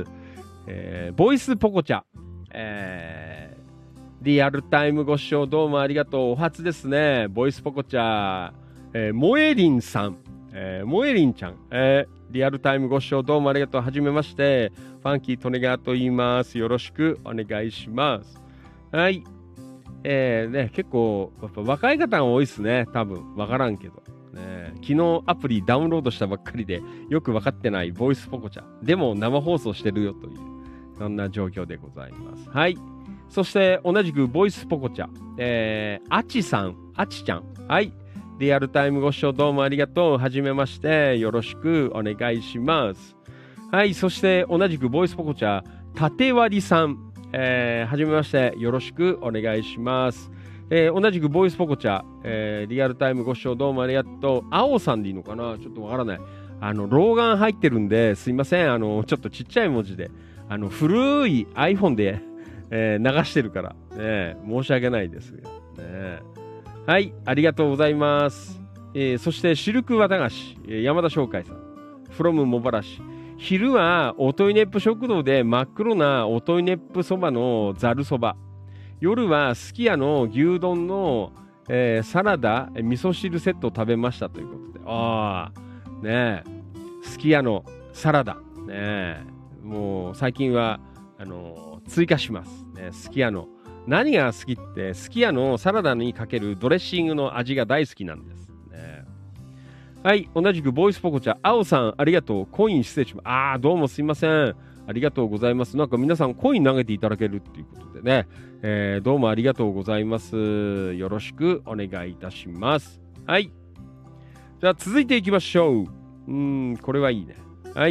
えー、ボイスポコチャ、えー、リアルタイムご視聴どうもありがとう。お初ですね、ボイスポコチャ、えー、モエリンさん、えー、モエリンちゃん、えー、リアルタイムご視聴どうもありがとう。はじめまして、ファンキートネガーと言います。よろしくお願いします。はい、えー、ね、結構やっぱ若い方が多いですね、多分わからんけどね。昨日アプリダウンロードしたばっかりでよく分かってないボイスポコチャでも生放送してるよという、そんな状況でございます。はい、そして同じくボイスポコチャ、えー、あちさん、あちちゃん、はい、リアルタイムご視聴どうもありがとう。はじめまして、よろしくお願いします。はい、そして同じくボイスポコチャ、たてわりさん、えー、はじめまして、よろしくお願いします。えー、同じくボイスポコチャ、えー、リアルタイムご視聴どうもありがとう。青さんでいいのかな、ちょっとわからない。あの老眼入ってるんですいません、あのちょっとちっちゃい文字で、あの古い iPhone で、えー、流してるから、ね、申し訳ないですが、ね。はい、ありがとうございます。えー、そしてシルク綿菓子、えー、山田翔海さん from 茂原市、昼はおといねっぷ食堂で真っ黒なおといねっぷそばのざるそば、夜はすき家の牛丼の、えー、サラダ味噌汁セットを食べましたということで、ああねえ、すき家のサラダねえ、もう最近はあのー、追加しますね。すき家の何が好きって、すき家のサラダにかけるドレッシングの味が大好きなんですね。はい、同じくボイスポコチャ、青さんありがとう。コイン失礼します。ああ、どうもすいません、ありがとうございます。なんか皆さんコイン投げていただけるっていうことでね、えー、どうもありがとうございます。よろしくお願いいたします。はい、じゃあ続いていきましょう。うーん、これはいいね。はい、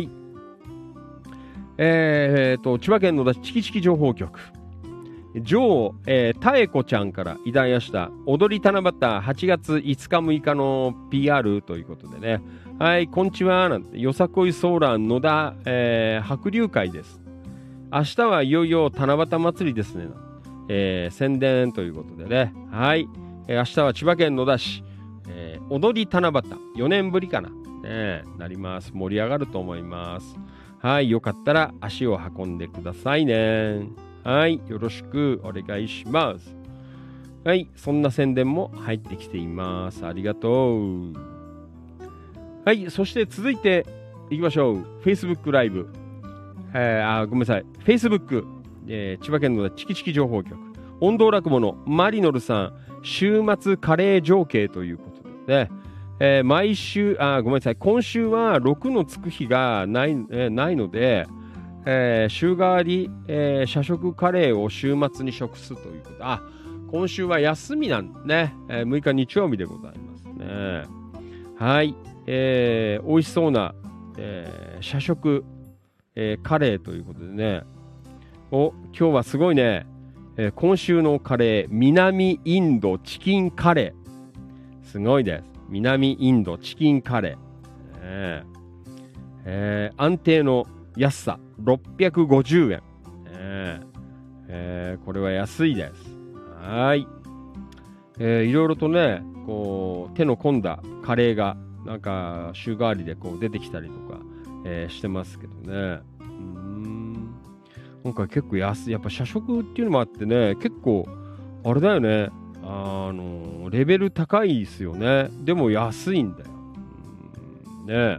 えーと千葉県のチキチキ情報局、ジョー、えー、たえこちゃんからいただきました。踊り七夕はちがついつかむいかの ピーアール ということでね。はい、こんちはなんて、よさこいソーラン野田、えー、白龍会です。明日はいよいよ七夕祭りですね。えー、宣伝ということでね。はい、えー、明日は千葉県野田市、えー、踊り七夕よねんぶりかな、ね、なります。盛り上がると思います。はい、よかったら足を運んでくださいね。はい、よろしくお願いします。はい、そんな宣伝も入ってきています。ありがとう。はい、そして続いていきましょう。Facebook ライブ。えー、あ、ごめんなさい。Facebook、えー、千葉県のチキチキ情報局。音頭落語のマリノルさん、週末カレー情景ということでね。えー、毎週、あ、ごめんなさい。今週はろくのつく日がない、えー、ないので、えー、週替わり、えー、社食カレーを週末に食すということ。あ、今週は休みなんね、えー、むいか日曜日でございますね。はい、えー、美味しそうな、えー、社食、えー、カレーということでね。お、今日はすごいね、えー、今週のカレー、南インドチキンカレー、すごいです。南インドチキンカレー、えーえー、安定の安さろっぴゃくごじゅうえん、えーえー、これは安いです。はい、えー、いろいろとね、こう手の込んだカレーがなんか週替わりでこう出てきたりとか、えー、してますけどね。うーん、今回結構安い、やっぱ社食っていうのもあってね、結構あれだよね、あのレベル高いですよね。でも安いんだよ。うんね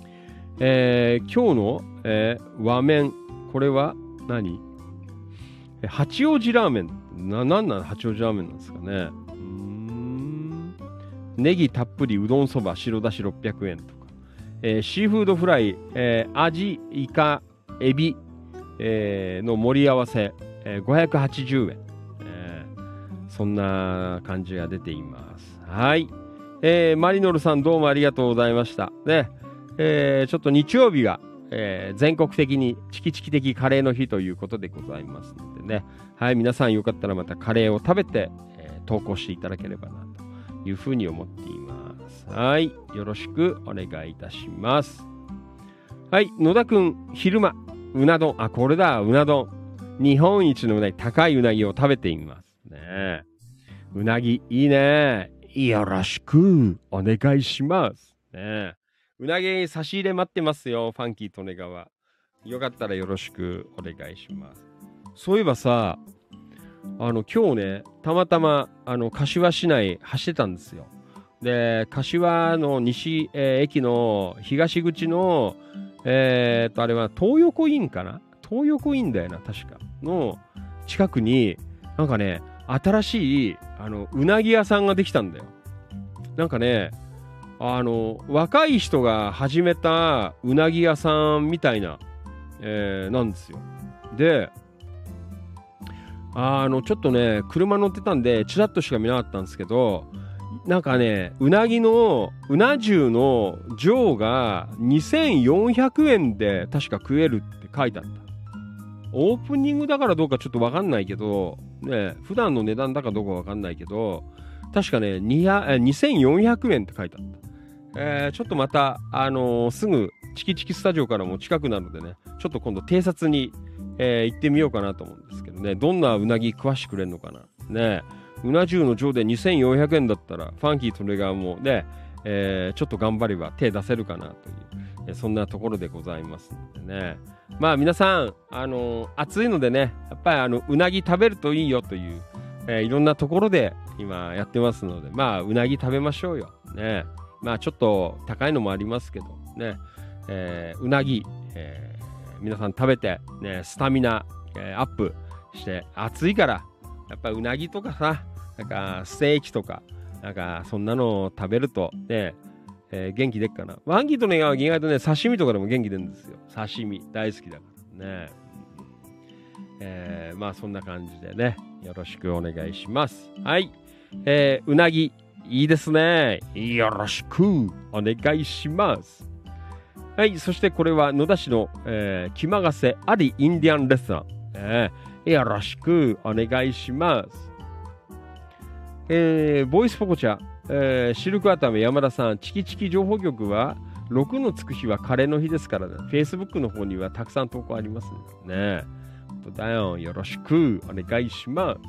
えー、今日の、えー、和麺、これは何？ 八王子ラーメン。な、なんなん八王子ラーメンなんですかね。うーん。ネギたっぷりうどんそば白だしろっぴゃくえんとか。えー、シーフードフライ、えー、アジ、イカ、エビ、えー、の盛り合わせ、えー、ごひゃくはちじゅうえん、えー。そんな感じが出ています。はい。えー、マリノルさんどうもありがとうございました。ね、えー、ちょっと日曜日が、えー、全国的にチキチキ的カレーの日ということでございますのでね。はい、皆さんよかったらまたカレーを食べて、えー、投稿していただければなというふうに思っています。はい、よろしくお願いいたします。はい、野田くん、昼間、うな丼、あ、これだ、うな丼。日本一のうなぎ、高いうなぎを食べていますね。うなぎ、いいね。よろしくお願いしますね。うなぎ差し入れ待ってますよ、ファンキー利根川。よかったらよろしくお願いします。そういえばさ、あの今日ね、たまたまあの柏市内走ってたんですよ。で、柏の西、えー、駅の東口の、えー、っと、あれは東横インかな？東横インだよな、確か。の近くに、なんかね、新しいあのうなぎ屋さんができたんだよ。なんかね、あの若い人が始めたうなぎ屋さんみたいな、えー、なんですよ。で、あのちょっとね車乗ってたんでチラッとしか見なかったんですけど、なんかねうなぎのうな重の上がにせんよんひゃくえんで確か食えるって書いてあった。オープニングだからどうかちょっと分かんないけどね、普段の値段だかどうか分かんないけど確かねにせんよんひゃくえんって書いてあった。えー、ちょっとまた、あのー、すぐチキチキスタジオからも近くなのでね、ちょっと今度偵察に、えー、行ってみようかなと思うんですけどね、どんなうなぎ食わしてくれるのかな。ね、うな重の上でにせんよんひゃくえんだったら、ファンキー利根川もね、えー、ちょっと頑張れば手出せるかなという、えー、そんなところでございますのでね。まあ皆さん、あのー、暑いのでね、やっぱりあのうなぎ食べるといいよという、えー、いろんなところで今やってますので、まあうなぎ食べましょうよ。ね。まあちょっと高いのもありますけどね、えー、うなぎ、えー、皆さん食べて、ね、スタミナ、えー、アップして暑いからやっぱりうなぎとかさ、なんかステーキとかなんかそんなのを食べるとね、えー、元気出っかな。ワンギとね意外とね刺身とかでも元気出るんですよ。刺身大好きだからね、えー、まあそんな感じでねよろしくお願いします。はい、えー、うなぎいいですね。よろしくお願いします。はい、そしてこれは野田市の、えー、気まがせありインディアンレストラン、えー。よろしくお願いします。えー、ボイスポコチャ、えー、シルクアタメ山田さん、チキチキ情報局はろくのつく日はカレーの日ですからね。Facebook の方にはたくさん投稿ありますね。本当だよ。よろしくお願いします。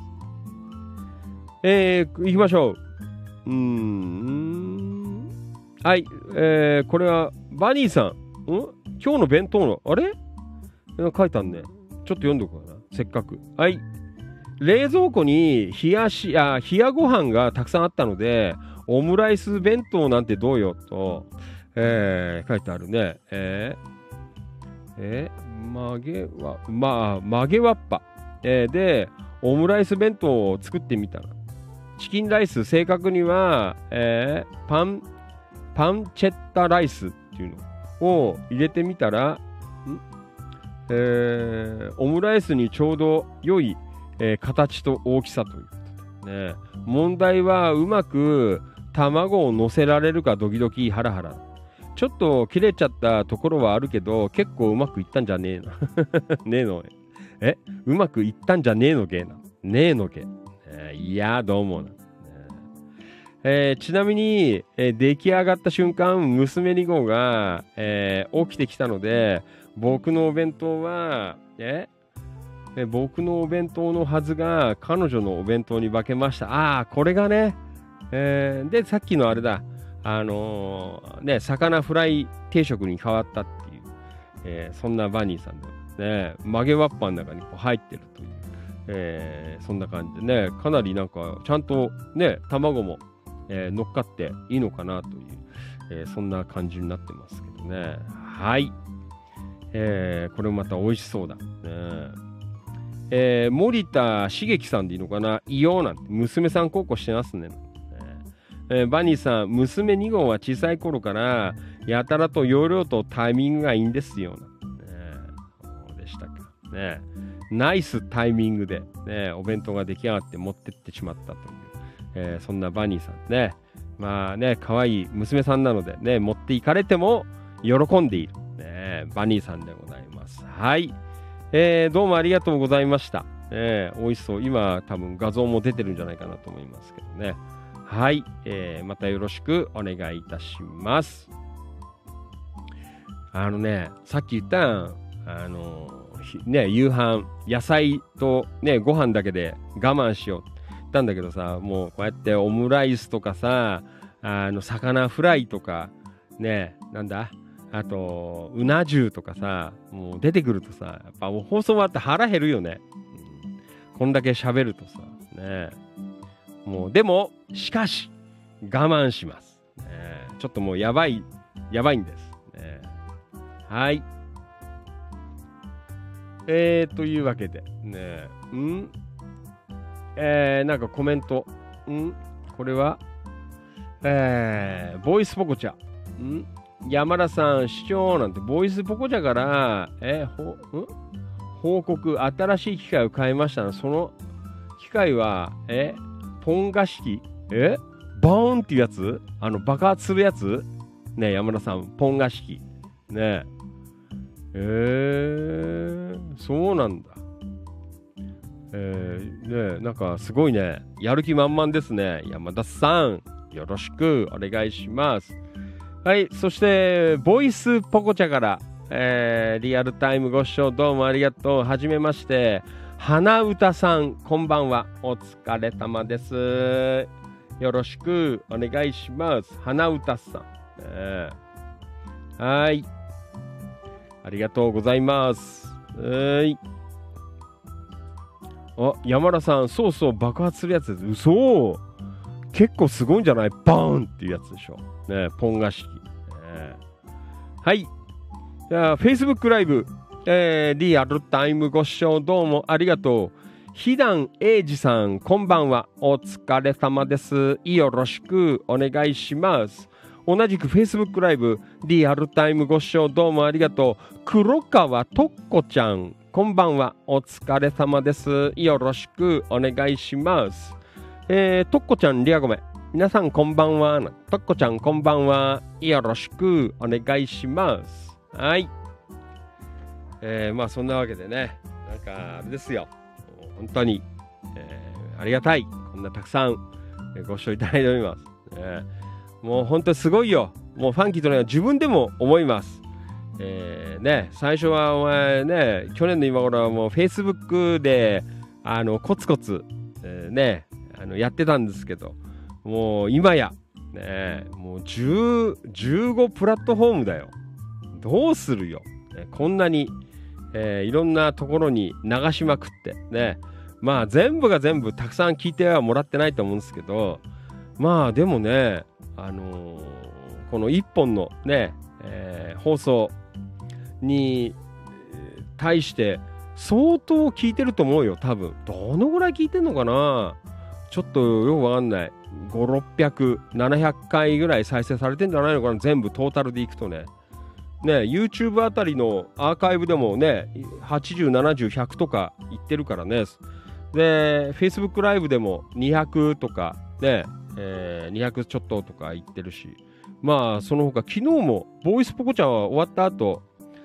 えー、行きましょう。うーんはい、えー、これはバニーさん、ん今日の弁当のあれ書いてあるね。ちょっと読んどこうかな、せっかく。はい、冷蔵庫に冷やしあ冷やご飯がたくさんあったのでオムライス弁当なんてどうよと、えー、書いてあるね。えー、えー、曲げわまあ曲げわっぱ、えー、でオムライス弁当を作ってみたらチキンライス、正確には、えー、パン、パンチェッタライスっていうのを入れてみたら、んえー、オムライスにちょうど良い、えー、形と大きさということで、ね。問題はうまく卵を乗せられるかドキドキハラハラ。ちょっと切れちゃったところはあるけど、結構うまくいったんじゃねえの。ねえの。えうまくいったんじゃねえのげな。ねえのげ。えー、いやどうもな、えー、ちなみに、えー、出来上がった瞬間娘に号が、えー、起きてきたので僕のお弁当は、ええー、僕のお弁当のはずが彼女のお弁当に化けました。ああこれがね、えー、でさっきのあれだあのー、ね魚フライ定食に変わったっていう、えー、そんなバニーさんで、ね、曲げわっぱの中にこう入ってるというえー、そんな感じでね、かなりなんかちゃんとね卵も、えー、乗っかっていいのかなという、えー、そんな感じになってますけどね。はい、えー、これもまた美味しそうだね。 えー、森田茂樹さんでいいのかな、いようなんて、娘さん孝行してますね。えー、バニーさん、娘に号は小さい頃からやたらと容量とタイミングがいいんですよ、ね、そうでしたかね。ナイスタイミングで、ね、お弁当が出来上がって持ってってしまったという、えー、そんなバニーさんね。まあね、可愛い娘さんなのでね、持っていかれても喜んでいる、ね、バニーさんでございます。はい、えー、どうもありがとうございました。えー、美味しそう。今多分画像も出てるんじゃないかなと思いますけどね。はい、えー、またよろしくお願いいたします。あのね、さっき言ったやん、あのね、夕飯野菜とねご飯だけで我慢しようって言ったんだけどさ、もうこうやってオムライスとかさ、あの魚フライとかね、なんだ、あとうな重とかさ、もう出てくるとさ、やっぱもう放送終わって腹減るよね、うん、こんだけ喋るとさね。もうでもしかし我慢します、ね、ちょっともうやばいやばいんです、ね、はい、えー、というわけでね、んえー、なんかコメント、んこれはえー、ボイスポコチャ、ん山田さん視聴なんてボイスポコチャからえー、ほん報告、新しい機械を買いましたな。その機械はえポンガ式、えボーンっていうやつ、あの爆発するやつね。山田さんポンガ式ね。えー、そうなんだ。えー、ね、なんかすごいね、やる気満々ですね。山田さんよろしくお願いします。はい、そしてボイスポコチャから、えー、リアルタイムご視聴どうもありがとう。はじめまして、花歌さん、こんばんは。お疲れ様です。よろしくお願いします。花歌さん、えー、はい、ありがとうございます。はい、あ、山田さん、そうそう、爆発するやつです。嘘、結構すごいんじゃない？バーンっていうやつでしょ。ね、ポンガ式。ね、はい。じゃあ、Facebook ライブ、えー、リアルタイムご視聴どうもありがとう。ひだんえいじさん、こんばんは。お疲れ様です。よろしくお願いします。同じく Facebook ライブ、リアルタイムご視聴どうもありがとう。黒川とっこちゃん、こんばんは。お疲れ様です。よろしくお願いします。えー、とっこちゃん、リアゴメ。皆さんこんばんは。とっこちゃんこんばんは。よろしくお願いします。はい。えー、まあそんなわけでね、なんかあれですよ。本当に、えー、ありがたい。こんなたくさんご視聴いただいております。えー、もう本当にすごいよ。もうファンキーというのは自分でも思います。えー、ね、最初はお前ね、去年の今頃はもう Facebook であのコツコツ、えー、ね、あのやってたんですけど、もう今や、ね、もうじゅう、じゅうごプラットフォームだよ。どうするよ。ね、こんなに、えー、いろんなところに流しまくってね。まあ全部が全部たくさん聞いてはもらってないと思うんですけど、まあでもね、あのー、この一本のね、えー、放送に対して相当聞いてると思うよ。多分どのぐらい聞いてんのかな、ちょっとよくわかんない。ご、ろっぴゃく、ななひゃっかいぐらい再生されてんじゃないのかな、全部トータルでいくとね。ね、YouTube あたりのアーカイブでもね、はちじゅう、ななじゅう、ひゃくとかいってるからね。で、Facebook ライブでもにひゃくとかね、えー、にひゃくちょっととかいってるし、まあその他昨日もボイスポコちゃんは終わった後、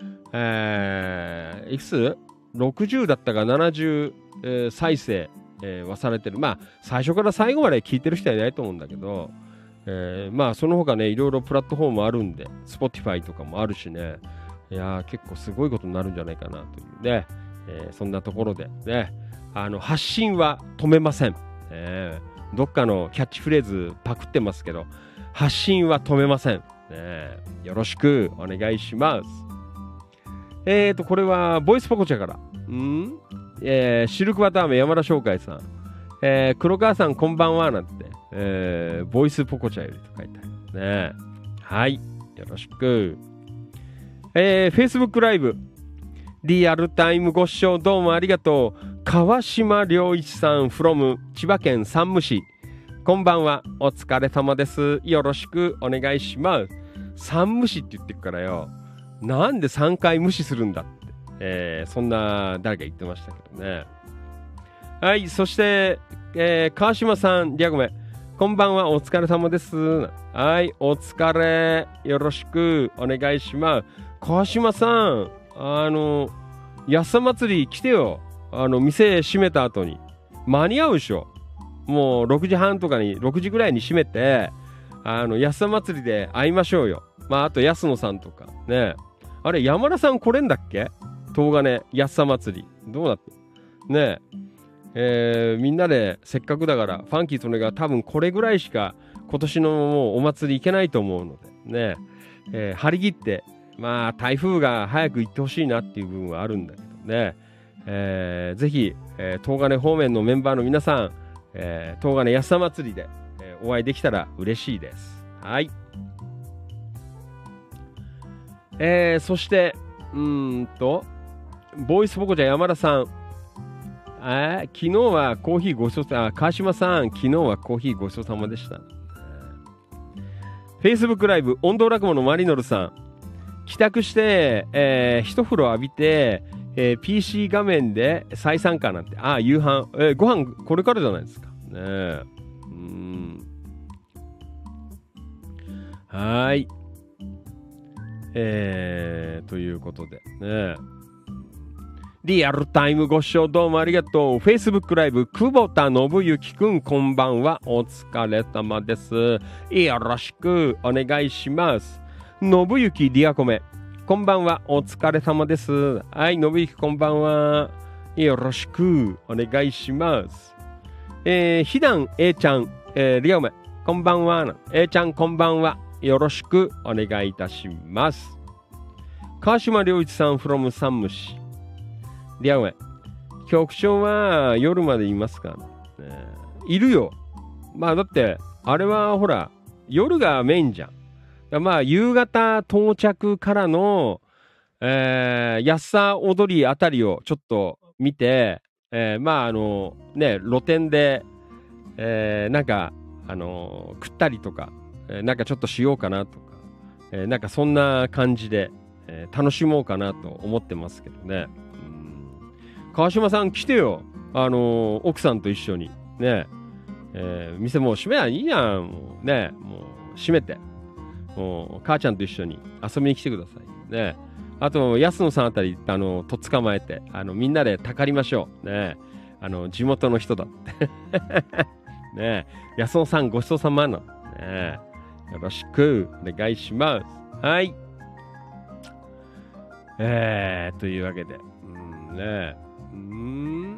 えー、いくつ ?ろくじゅう だったかななじゅう、えー、再生、えー、はされてる。まあ最初から最後まで聞いてる人はいないと思うんだけど、えー、まあその他ね、いろいろプラットフォームあるんで、Spotify とかもあるしね、いやー結構すごいことになるんじゃないかなというね、えー、そんなところでね、あの発信は止めません、えー、どっかのキャッチフレーズパクってますけど、発信は止めません、ね、よろしくお願いします。えーとこれはボイスポコチャからん、えー、シルクバターメ山田翔海さん、えー、黒川さんこんばんはなんて、えー、ボイスポコチャよりと書いてあるね。はい、よろしく。えー、Facebook ライブリアルタイムご視聴どうもありがとう。 川島良一さん from 千葉県山武市。こんばんは。お疲れ様です。よろしくお願いします。山武市って言ってるからよ。なんでさんかい無視するんだって。えー、そんな誰か言ってましたけどね。はい、そして、えー、川島さん、リアゴメ。こんばんは。お疲れ様です。はい、お疲れ。よろしくお願いします。川島さん、あの、安さ祭り来てよ。あの、店閉めた後に。間に合うでしょ。もうろくじはんとかに、ろくじぐらいに閉めて、あの、安さ祭りで会いましょうよ。まあ、あと安野さんとか。ね。あれ、山田さん来れんだっけ？東金安さ祭り。どうなってねえ。えー、みんなでせっかくだから、ファンキーとねが多分これぐらいしか今年のもうお祭り行けないと思うので、ね。えー、張り切って、まあ、台風が早く行ってほしいなっていう部分はあるんだけどね。えー、ぜひ、えー、東金方面のメンバーの皆さん、えー、東金安さ祭りで、えー、お会いできたら嬉しいです。はい。えー、そして、うーんと、ボイスポコちゃん山田さん、あ昨日はコーヒーごちそうさま、川島さん、昨日はコーヒーごちそうさまでした。Facebook ライブ、音頭落語のマリノルさん、帰宅して、えー、一風呂浴びて、えー、ピーシー 画面で再参加なんて、あ、夕飯、えー、ご飯これからじゃないですか。ねえ。うーん。はーい。えー、ということでね。リアルタイムご視聴どうもありがとう。Facebook ライブ、久保田信之くん、こんばんは。お疲れ様です。よろしくお願いします。信之リアコメ。こんばんは。お疲れ様です。はい、信之こんばんは。よろしくお願いします。えー、ひだん A ちゃん、えー、リアコメ。こんばんは。A ちゃんこんばんは。よろしくお願いいたします。川島良一さん from 山武市。リアコメ。局長は夜までいますか、ね、いるよ。まあだって、あれはほら、夜がメインじゃん。まあ、夕方到着からの、えー、安さ踊りあたりをちょっと見て、えー、まあ、あの、ね、露店で、えー、なんか、あのー、食ったりとか、えー、なんかちょっとしようかなとか、えー、なんかそんな感じで、えー、楽しもうかなと思ってますけどね。うん、川島さん来てよ。あのー、奥さんと一緒に。ね、えー、店もう閉めないいやん。もうね、もう閉めて。もう母ちゃんと一緒に遊びに来てくださいね。あと安野さんあたりあのとっ捕まえてあのみんなでたかりましょうね。あの地元の人だってね。安野さんごちそうさまのね。よろしくお願いします。はい。えー、というわけでうんねうん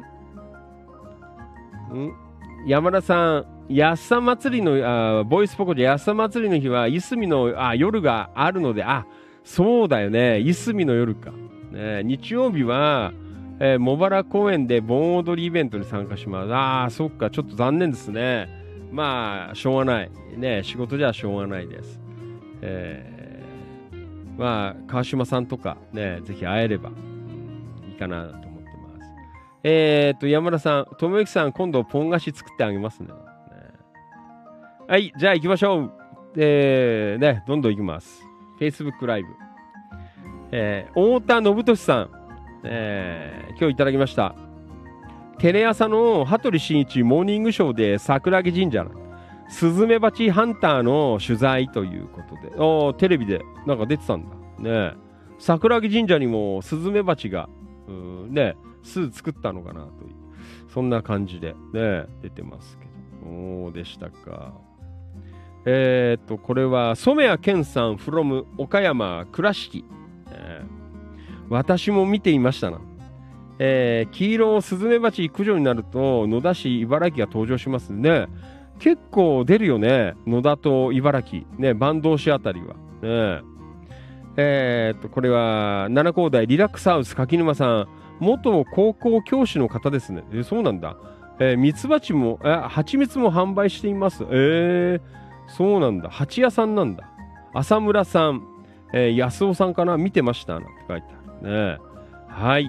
うん山田さん、安さ祭りの、あボイスポコで安さ祭りの日は、いすみのあ夜があるので、あ、そうだよね、いすみの夜か。ね、日曜日は、えー、茂原公園で盆踊りイベントに参加します。ああ、そっか、ちょっと残念ですね。まあ、しょうがない。ね、仕事じゃしょうがないです。えー、まあ、川島さんとか、ね、ぜひ会えれば、うん、いいかなと。えーと、山田さん、ともゆきさん、今度ポン菓子作ってあげますね。ねはい、じゃあ行きましょう。えー、ね、どんどん行きます。Facebook ライブ。えー、太田信俊さん、えー、今日いただきました。テレ朝の羽鳥慎一モーニングショーで桜木神社のスズメバチハンターの取材ということで、おテレビでなんか出てたんだ。ね、桜木神社にもスズメバチが、うーね、巣作ったのかなというそんな感じでね出てますけど、おーでしたか。えー、っとこれは染谷健さん from 岡山倉敷、えー、私も見ていましたな。えー、黄色スズメバチ駆除になると野田市茨城が登場しますね。結構出るよね、野田と茨城ね、坂東市あたりはね。えー、っとこれは七高台リラックスハウス柿沼さん、元高校教師の方ですね。えー、そうなんだ。えー、ミツバチも、えー、蜂蜜も販売しています。えー、そうなんだ。蜂屋さんなんだ。浅村さん、えー、安尾さんかな、見てましたなんて書いてあるね。はい。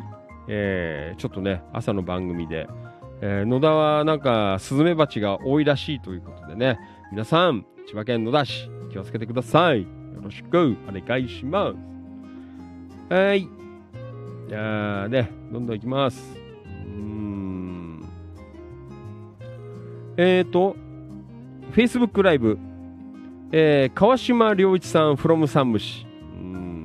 えー、ちょっとね、朝の番組で、えー、野田はなんかスズメバチが多いらしいということでね、皆さん、千葉県野田市、気をつけてください。よろしくお願いします。はい。じゃあね、どんどんいきます。うーん。えーと、Facebook ライブ、えー、川島良一さん from 山武市。うん。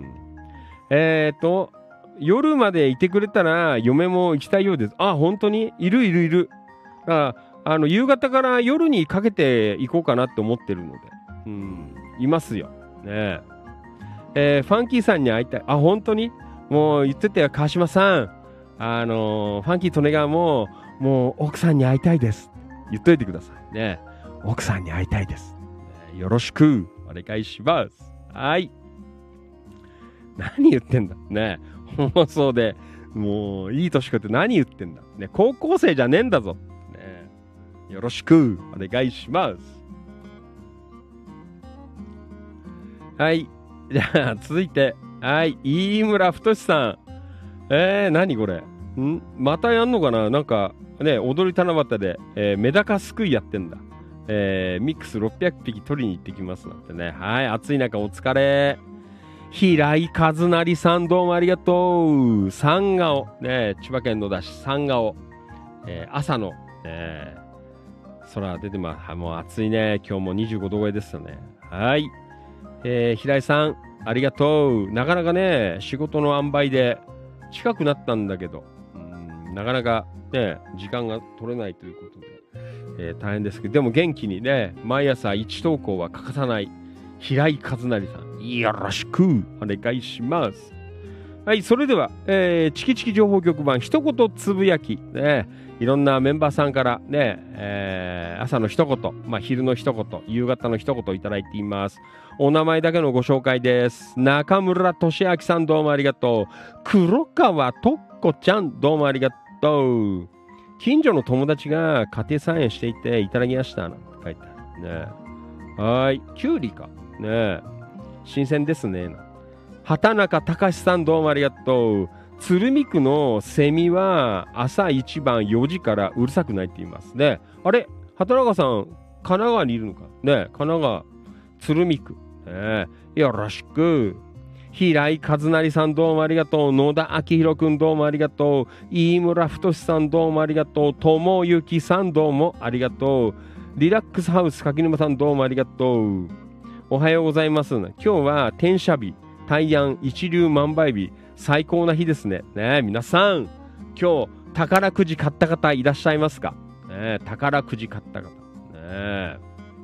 えーと、夜までいてくれたら嫁も行きたいようです。あ、本当にいるいるいる。あ、あの、夕方から夜にかけて行こうかなって思ってるので。うん、いますよ。ねえー、ファンキーさんに会いたい。あ、本当にもう言ってたよ、川島さん。あのー、ファンキー利根川も、もう奥さんに会いたいです。言っといてくださいね。奥さんに会いたいです。ね、よろしくお願いします。はい。何言ってんだね。放送でもういい年こいて何言ってんだね。高校生じゃねえんだぞ。ね、よろしくお願いします。はい。じゃあ続いて、はい、飯村太さん。えー、何これんまたやんのかな。なんかね、踊り七夕で、えー、メダカすくいやってんだ。えー、ミックスろっぴゃくぴき取りに行ってきますなんてね。はい、暑い中お疲れ。平井和成さん、どうもありがとう。三顔、ね、千葉県野田市三顔、えー、朝の、えー、空出てます。もう暑いね。今日もにじゅうごど超えですよね。はい、えー、平井さん、ありがとう。なかなかね、仕事の塩梅で近くなったんだけど、うん、なかなかね、時間が取れないということで、えー、大変ですけど、でも元気にね、毎朝いち投稿は欠かさない平井和成さん。よろしくお願いします。はい、それでは、えー、チキチキ情報局版一言つぶやき、ね、いろんなメンバーさんからね、えー、朝の一言、まあ、昼の一言、夕方の一言いただいています。お名前だけのご紹介です。中村俊明さん、どうもありがとう。黒川とっこちゃん、どうもありがとう。近所の友達が家庭菜園していていただきましたなんて書いてあるね。はい、きゅうりかね、新鮮ですね。畑中隆さん、どうもありがとう。鶴見区のセミは朝一番よじからうるさく鳴いていますね。あれ、畑中さん、神奈川にいるのかね。神奈川鶴見区、ね、よろしく。平井和成さん、どうもありがとう。野田明宏くん、どうもありがとう。飯村太さん、どうもありがとう。友幸さん、どうもありがとう。リラックスハウス柿沼さん、どうもありがとう。おはようございます。今日は天赦日、大安一粒万倍日、最高な日ですね。ねえ、皆さん、今日宝くじ買った方いらっしゃいますか？ねえ、宝くじ買った方。ねえ、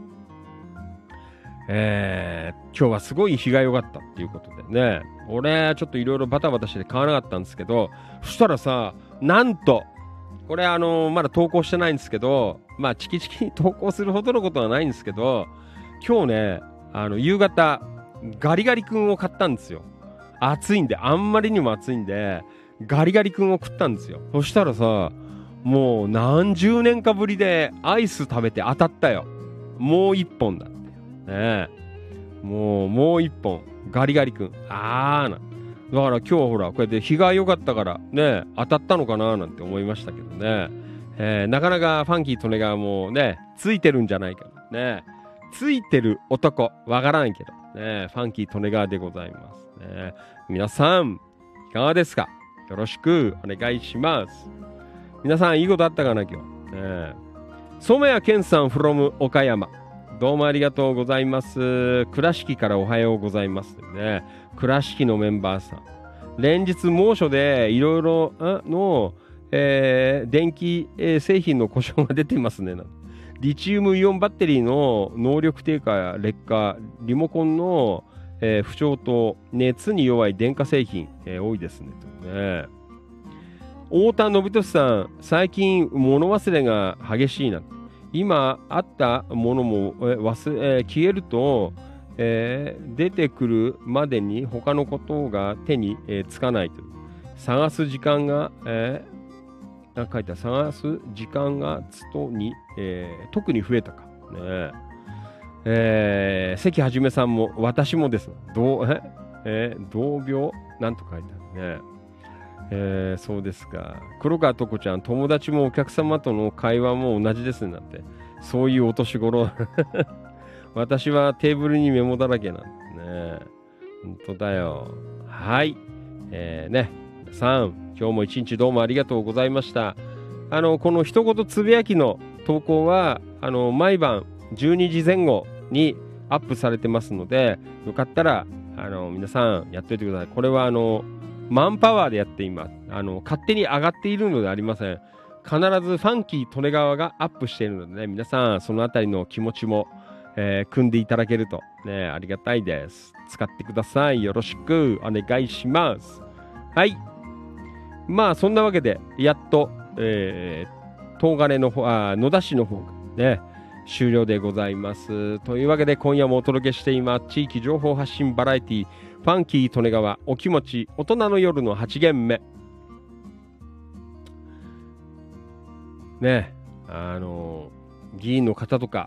えー、今日はすごい日が良かったっていうことでね、俺ちょっといろいろバタバタして買わなかったんですけど、そしたらさ、なんとこれあのー、まだ投稿してないんですけど、まあチキチキに投稿するほどのことはないんですけど、今日ね、あの夕方ガリガリ君を買ったんですよ。暑いんで、あんまりにも暑いんでガリガリ君を食ったんですよ。そしたらさ、もう何十年かぶりでアイス食べて当たったよ。もう一本だってね。もうもう一本ガリガリ君、あーな。だから今日はほらこうやって日が良かったからね、当たったのかななんて思いましたけどね、えー、なかなかファンキー利根川もねついてるんじゃないかね。ついてる男わからんけどね、ファンキー利根川でございますね。皆さんいかがですか？よろしくお願いします。皆さんいいことあったかな今日ね。染谷健さん from 岡山、どうもありがとうございます。倉敷からおはようございますね。倉敷のメンバーさん、連日猛暑でいろいろの、えー、電気、えー、製品の故障が出ていますね。リチウムイオンバッテリーの能力低下や劣化、リモコンの、えー、不調と熱に弱い電化製品、えー、多いですね。とね、太田信俊さん、最近物忘れが激しいな。今あったものも、えー忘れえー、消えると、えー、出てくるまでに他のことが手に、えー、つかないという。探す時間が、えーなんか書いてある、探す時間がつとに、えー、特に増えたか。ねえー、関はじめさんも、私もです。どう、ええー、同病なんと書いてあるね。 えー、そうですか。黒川とこちゃん、友達もお客様との会話も同じですね。なんて。そういうお年頃。私はテーブルにメモだらけなんですね。本当だよ。はい。えー、ね。皆さん、今日も一日どうもありがとうございました。あの、この一言つぶやきの投稿は、あの、毎晩じゅうにじぜん後にアップされてますので、よかったら、あの、皆さんやっておいてください。これは、あの、マンパワーでやっています。あの、勝手に上がっているのではありません。必ずファンキー利根川がアップしているのでね、皆さん、そのあたりの気持ちも、えー、組んでいただけると、ね、ありがたいです。使ってください。よろしくお願いします。はい。まあ、そんなわけで、やっと、えー、東金の方、あ、野田市の方がね、終了でございます。というわけで、今夜もお届けしています、地域情報発信バラエティ、ファンキー利根川、お気持ち、大人の夜のはち限目。ね、あのー、議員の方とか、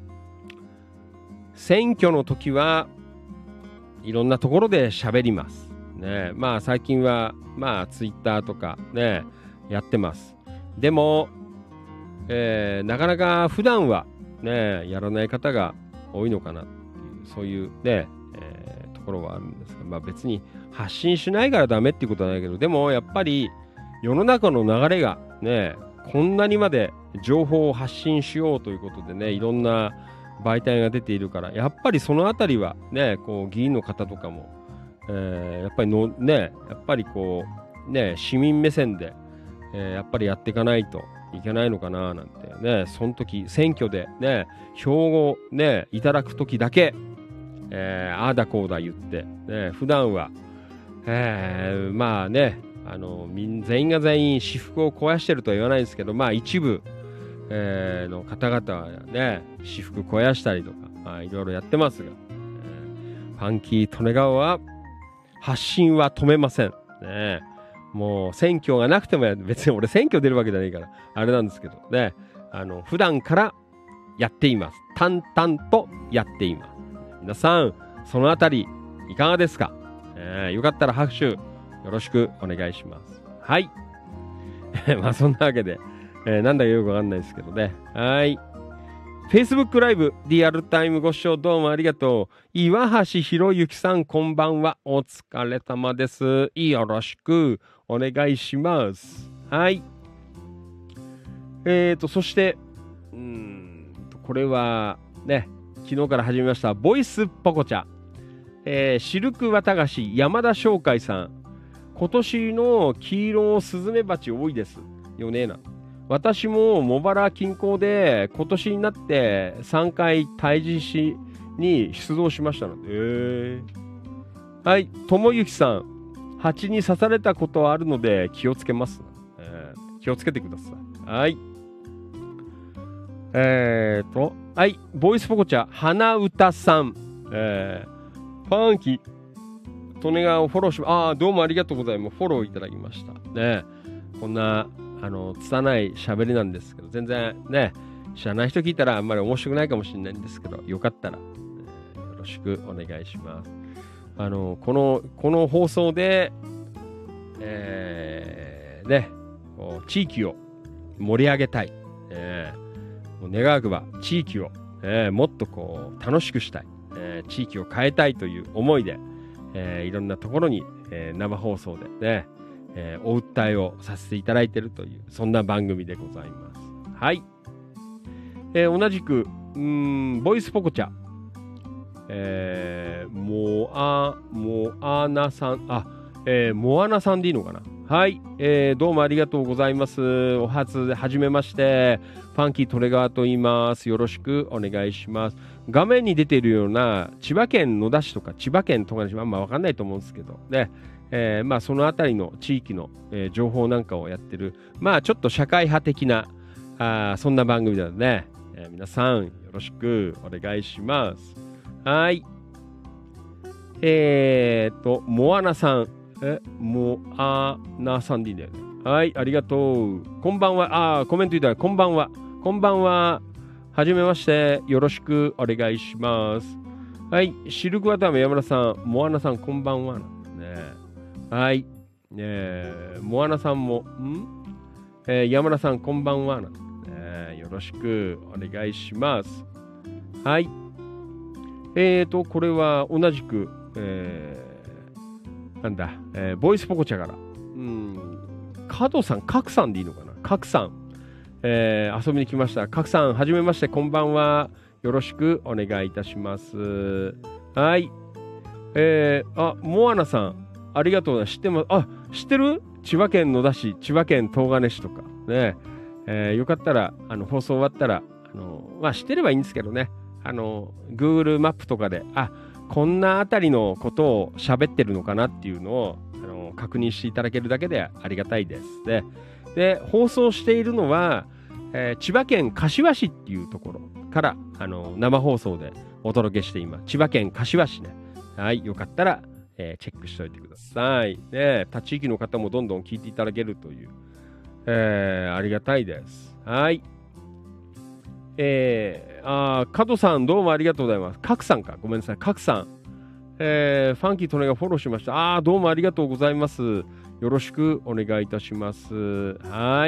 選挙の時はいろんなところで喋ります。ね、まあ最近は、まあツイッターとかね、やってます。でも、えー、なかなか普段はね、やらない方が多いのかなっていう、そういうね、えー、ところはあるんですが、まあ別に発信しないからダメっていうことはないけど、でもやっぱり世の中の流れがね、こんなにまで情報を発信しようということでね、いろんな媒体が出ているから、やっぱりそのあたりはね、こう議員の方とかも、えー、やっぱりのね、やっぱりこうね、市民目線で、えー、やっぱりやっていかないといけないのかななんてね、その時選挙でね、票をねいただく時だけ、えー、ああだこうだ言ってね、普段は、えー、まあね、あの全員が全員私服を肥やしてるとは言わないんですけど、まあ一部えー、の方々はね、私服肥やしたりとか、まあ、いろいろやってますが、えー、ファンキー利根川は発信は止めません。ね、もう選挙がなくてもや、別に俺選挙出るわけじゃないから、あれなんですけどね、あの、普段からやっています。淡々とやっています。皆さん、そのあたり、いかがですか？えー、よかったら拍手、よろしくお願いします。はい。まあ、そんなわけで、えー、なんだかよくわかんないですけどね。はい。Facebook ライブ、リアルタイムご視聴どうもありがとう。岩橋博之さん、こんばんは。お疲れ様です。よろしくお願いします。はい。えーと、そして、うーんと、これは、ね、昨日から始めました、ボイスポコチャ。えー、シルク綿菓子、山田商会さん。今年の黄色スズメバチ多いですよね、な。私も茂原近郊で今年になってさんかい退治しに出動しましたので、えー、はい、友幸さん、蜂に刺されたことはあるので気をつけます、えー、気をつけてください。はい、えーとはい、ボイスポコチャ花歌さん、えー、ファンキー利根川をフォローしまああ、どうもありがとうございます。フォローいただきましたね。こんなあの拙い喋りなんですけど、全然ね、知らない人聞いたらあんまり面白くないかもしれないんですけど、よかったら、えー、よろしくお願いします。あのこのこの放送で、えー、ね、こう地域を盛り上げたい、えー、もう願わくば地域を、えー、もっとこう楽しくしたい、えー、地域を変えたいという思いで、えー、いろんなところに、えー、生放送でね、えー、お訴えをさせていただいているという、そんな番組でございます。はい。えー、同じく、うーん、ボイスポコチャ、えー、モア、モアナさん、あ、えー、モアナさんでいいのかな。はい、えー、どうもありがとうございます。お初ではじめまして、ファンキー利根川と言います。よろしくお願いします。画面に出ているような千葉県野田市とか千葉県十和田市、あんま分かんないと思うんですけどね、えー、まあそのあたりの地域の、えー、情報なんかをやってる、まあちょっと社会派的なあそんな番組なので、ね、えー、皆さんよろしくお願いします。はい。えーと、モアナさん、え、モアナさんでいいんだよね。はい、ありがとう。こんばんは。あー、コメントいただいて、こんばんは。こんばんは。はじめまして。よろしくお願いします。はい、シルクワタメ山田さん、モアナさん、こんばんは。ね、はい。 えー、モアナさんも、んえー、山田さん、こんばんは。えー、よろしくお願いします。はい。えーと、これは同じく、えー、なんだ、えー、ボイスポコチャから、うん、加藤さん、カクさんでいいのかな、カクさん、えー、遊びに来ました。カクさん、はじめまして、こんばんは。よろしくお願いいたします。はい。えー、あ、モアナさん、ありがとうございます。知ってます。あ、知ってる？千葉県野田市、千葉県東金市とか。ね。えー、よかったら、あの、放送終わったら、あの、まあ、知ってればいいんですけどね。あの、Google マップとかで、あ、こんなあたりのことを喋ってるのかなっていうのを、あの、確認していただけるだけでありがたいです。で、で放送しているのは、えー、千葉県柏市っていうところから、あの、生放送でお届けしています。千葉県柏市ね。はい、よかったら、えー、チェックしておいてください。ね、他地域の方もどんどん聞いていただけるという、えー、ありがたいです。はい。えー、あー、加藤さん、どうもありがとうございます。カクさんか。ごめんなさい。カクさん。えー、ファンキートネがフォローしました。あー、どうもありがとうございます。よろしくお願いいたします。はい。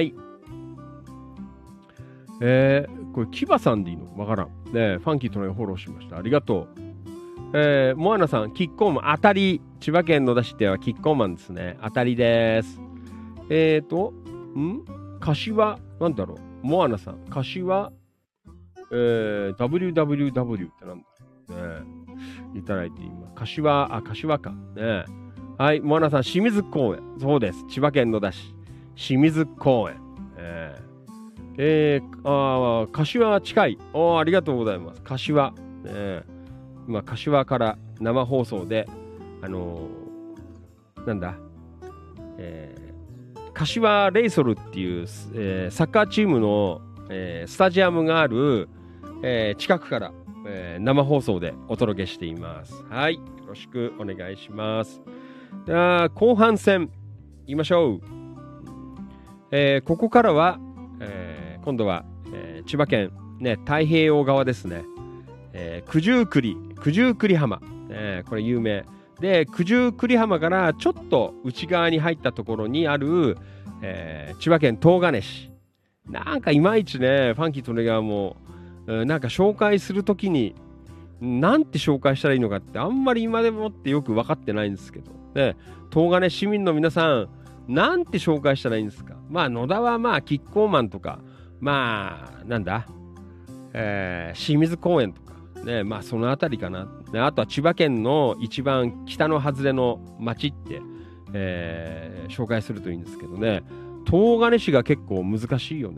えー、これ、キバさんでいいのわからん。ね、ファンキートネがフォローしました。ありがとう。えー、モアナさん、キッコーマン、当たり。千葉県野田市ではキッコーマンですね。当たりです。えーと、ん柏、なんだろう。モアナさん、柏、えー、ダブリューダブリューダブリュー ってなんだね。いただいて今、柏、あ、柏か。ね。はい、モアナさん、清水公園。そうです。千葉県野田市。清水公園。えー、えー、あ柏近い。おー、ありがとうございます。柏。ね、今、柏から生放送で、あのー、なんだ、えー、柏レイソルっていう、えー、サッカーチームの、えー、スタジアムがある、えー、近くから、えー、生放送でお届けしています。はい。よろしくお願いします。では後半戦、言いましょう。えー、ここからは、えー、今度は、えー、千葉県、ね、太平洋側ですね。えー、九十九里、九十九里浜、えー、これ有名。で、九十九里浜からちょっと内側に入ったところにある、えー、千葉県東金市。なんかいまいちね、ファンキートネガーも、なんか紹介するときに、なんて紹介したらいいのかって、あんまり今でもってよく分かってないんですけど、ね、東金市民の皆さん、なんて紹介したらいいんですか。まあ、野田はまあ、キッコーマンとか、まあ、なんだ、えー、清水公園とか、ね、まあ、そのあたりかな。ね、あとは千葉県の一番北の外れの町って、えー、紹介するといいんですけどね、東金市が結構難しいよね。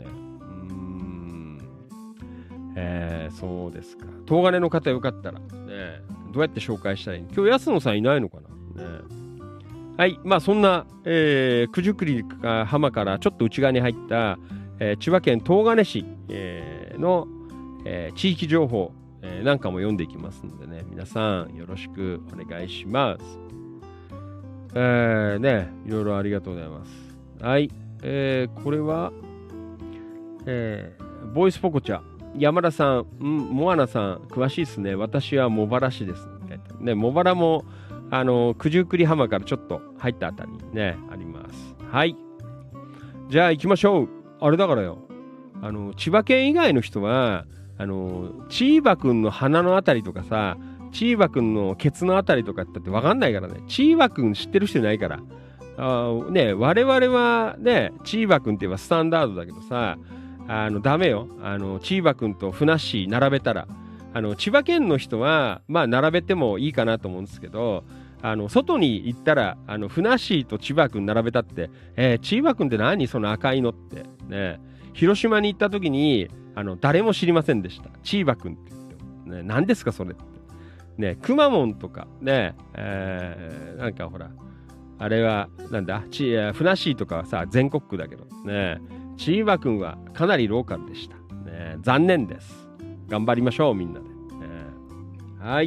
えー、そうですか。東金の方よかったら、ね、どうやって紹介したらいいの？今日安野さんいないのかな、ね、はい。まあそんな、えー、九十九里浜からちょっと内側に入った、えー、千葉県東金市、えー、の、えー、地域情報、えー、なんかも読んでいきますのでね、皆さんよろしくお願いします。えー、ね、いろいろありがとうございます。はい。えー、これは、えー、ボイスポコチャ。山田さん、うん、モアナさん、詳しいですね。私は茂原市です。ね、茂原も、あの、九十九里浜からちょっと入ったあたりにね、あります。はい。じゃあ行きましょう。あれだからよ。あの、千葉県以外の人は、あの、チーバくんの鼻のあたりとかさ、チーバくんのケツのあたりとかってわかんないからね。チーバくん知ってる人いないから。あね、我々はね、チーバくんって言えばスタンダードだけどさ、あのダメよ。あのチーバくんとふなっしー並べたら、あの千葉県の人はまあ並べてもいいかなと思うんですけど、あの外に行ったらあのふなっしーとチーバくん並べたって、えー、チーバくんって何その赤いのってね。広島に行った時にあの誰も知りませんでした。チーバくんって言っても、ね、何ですかそれってね。くまモンとかね、えー、なんかほらあれはなんだチふなっしーとかはさ全国区だけどね。チーバくんはかなりローカルでした、ね。残念です。頑張りましょう、みんなで。ね、はい。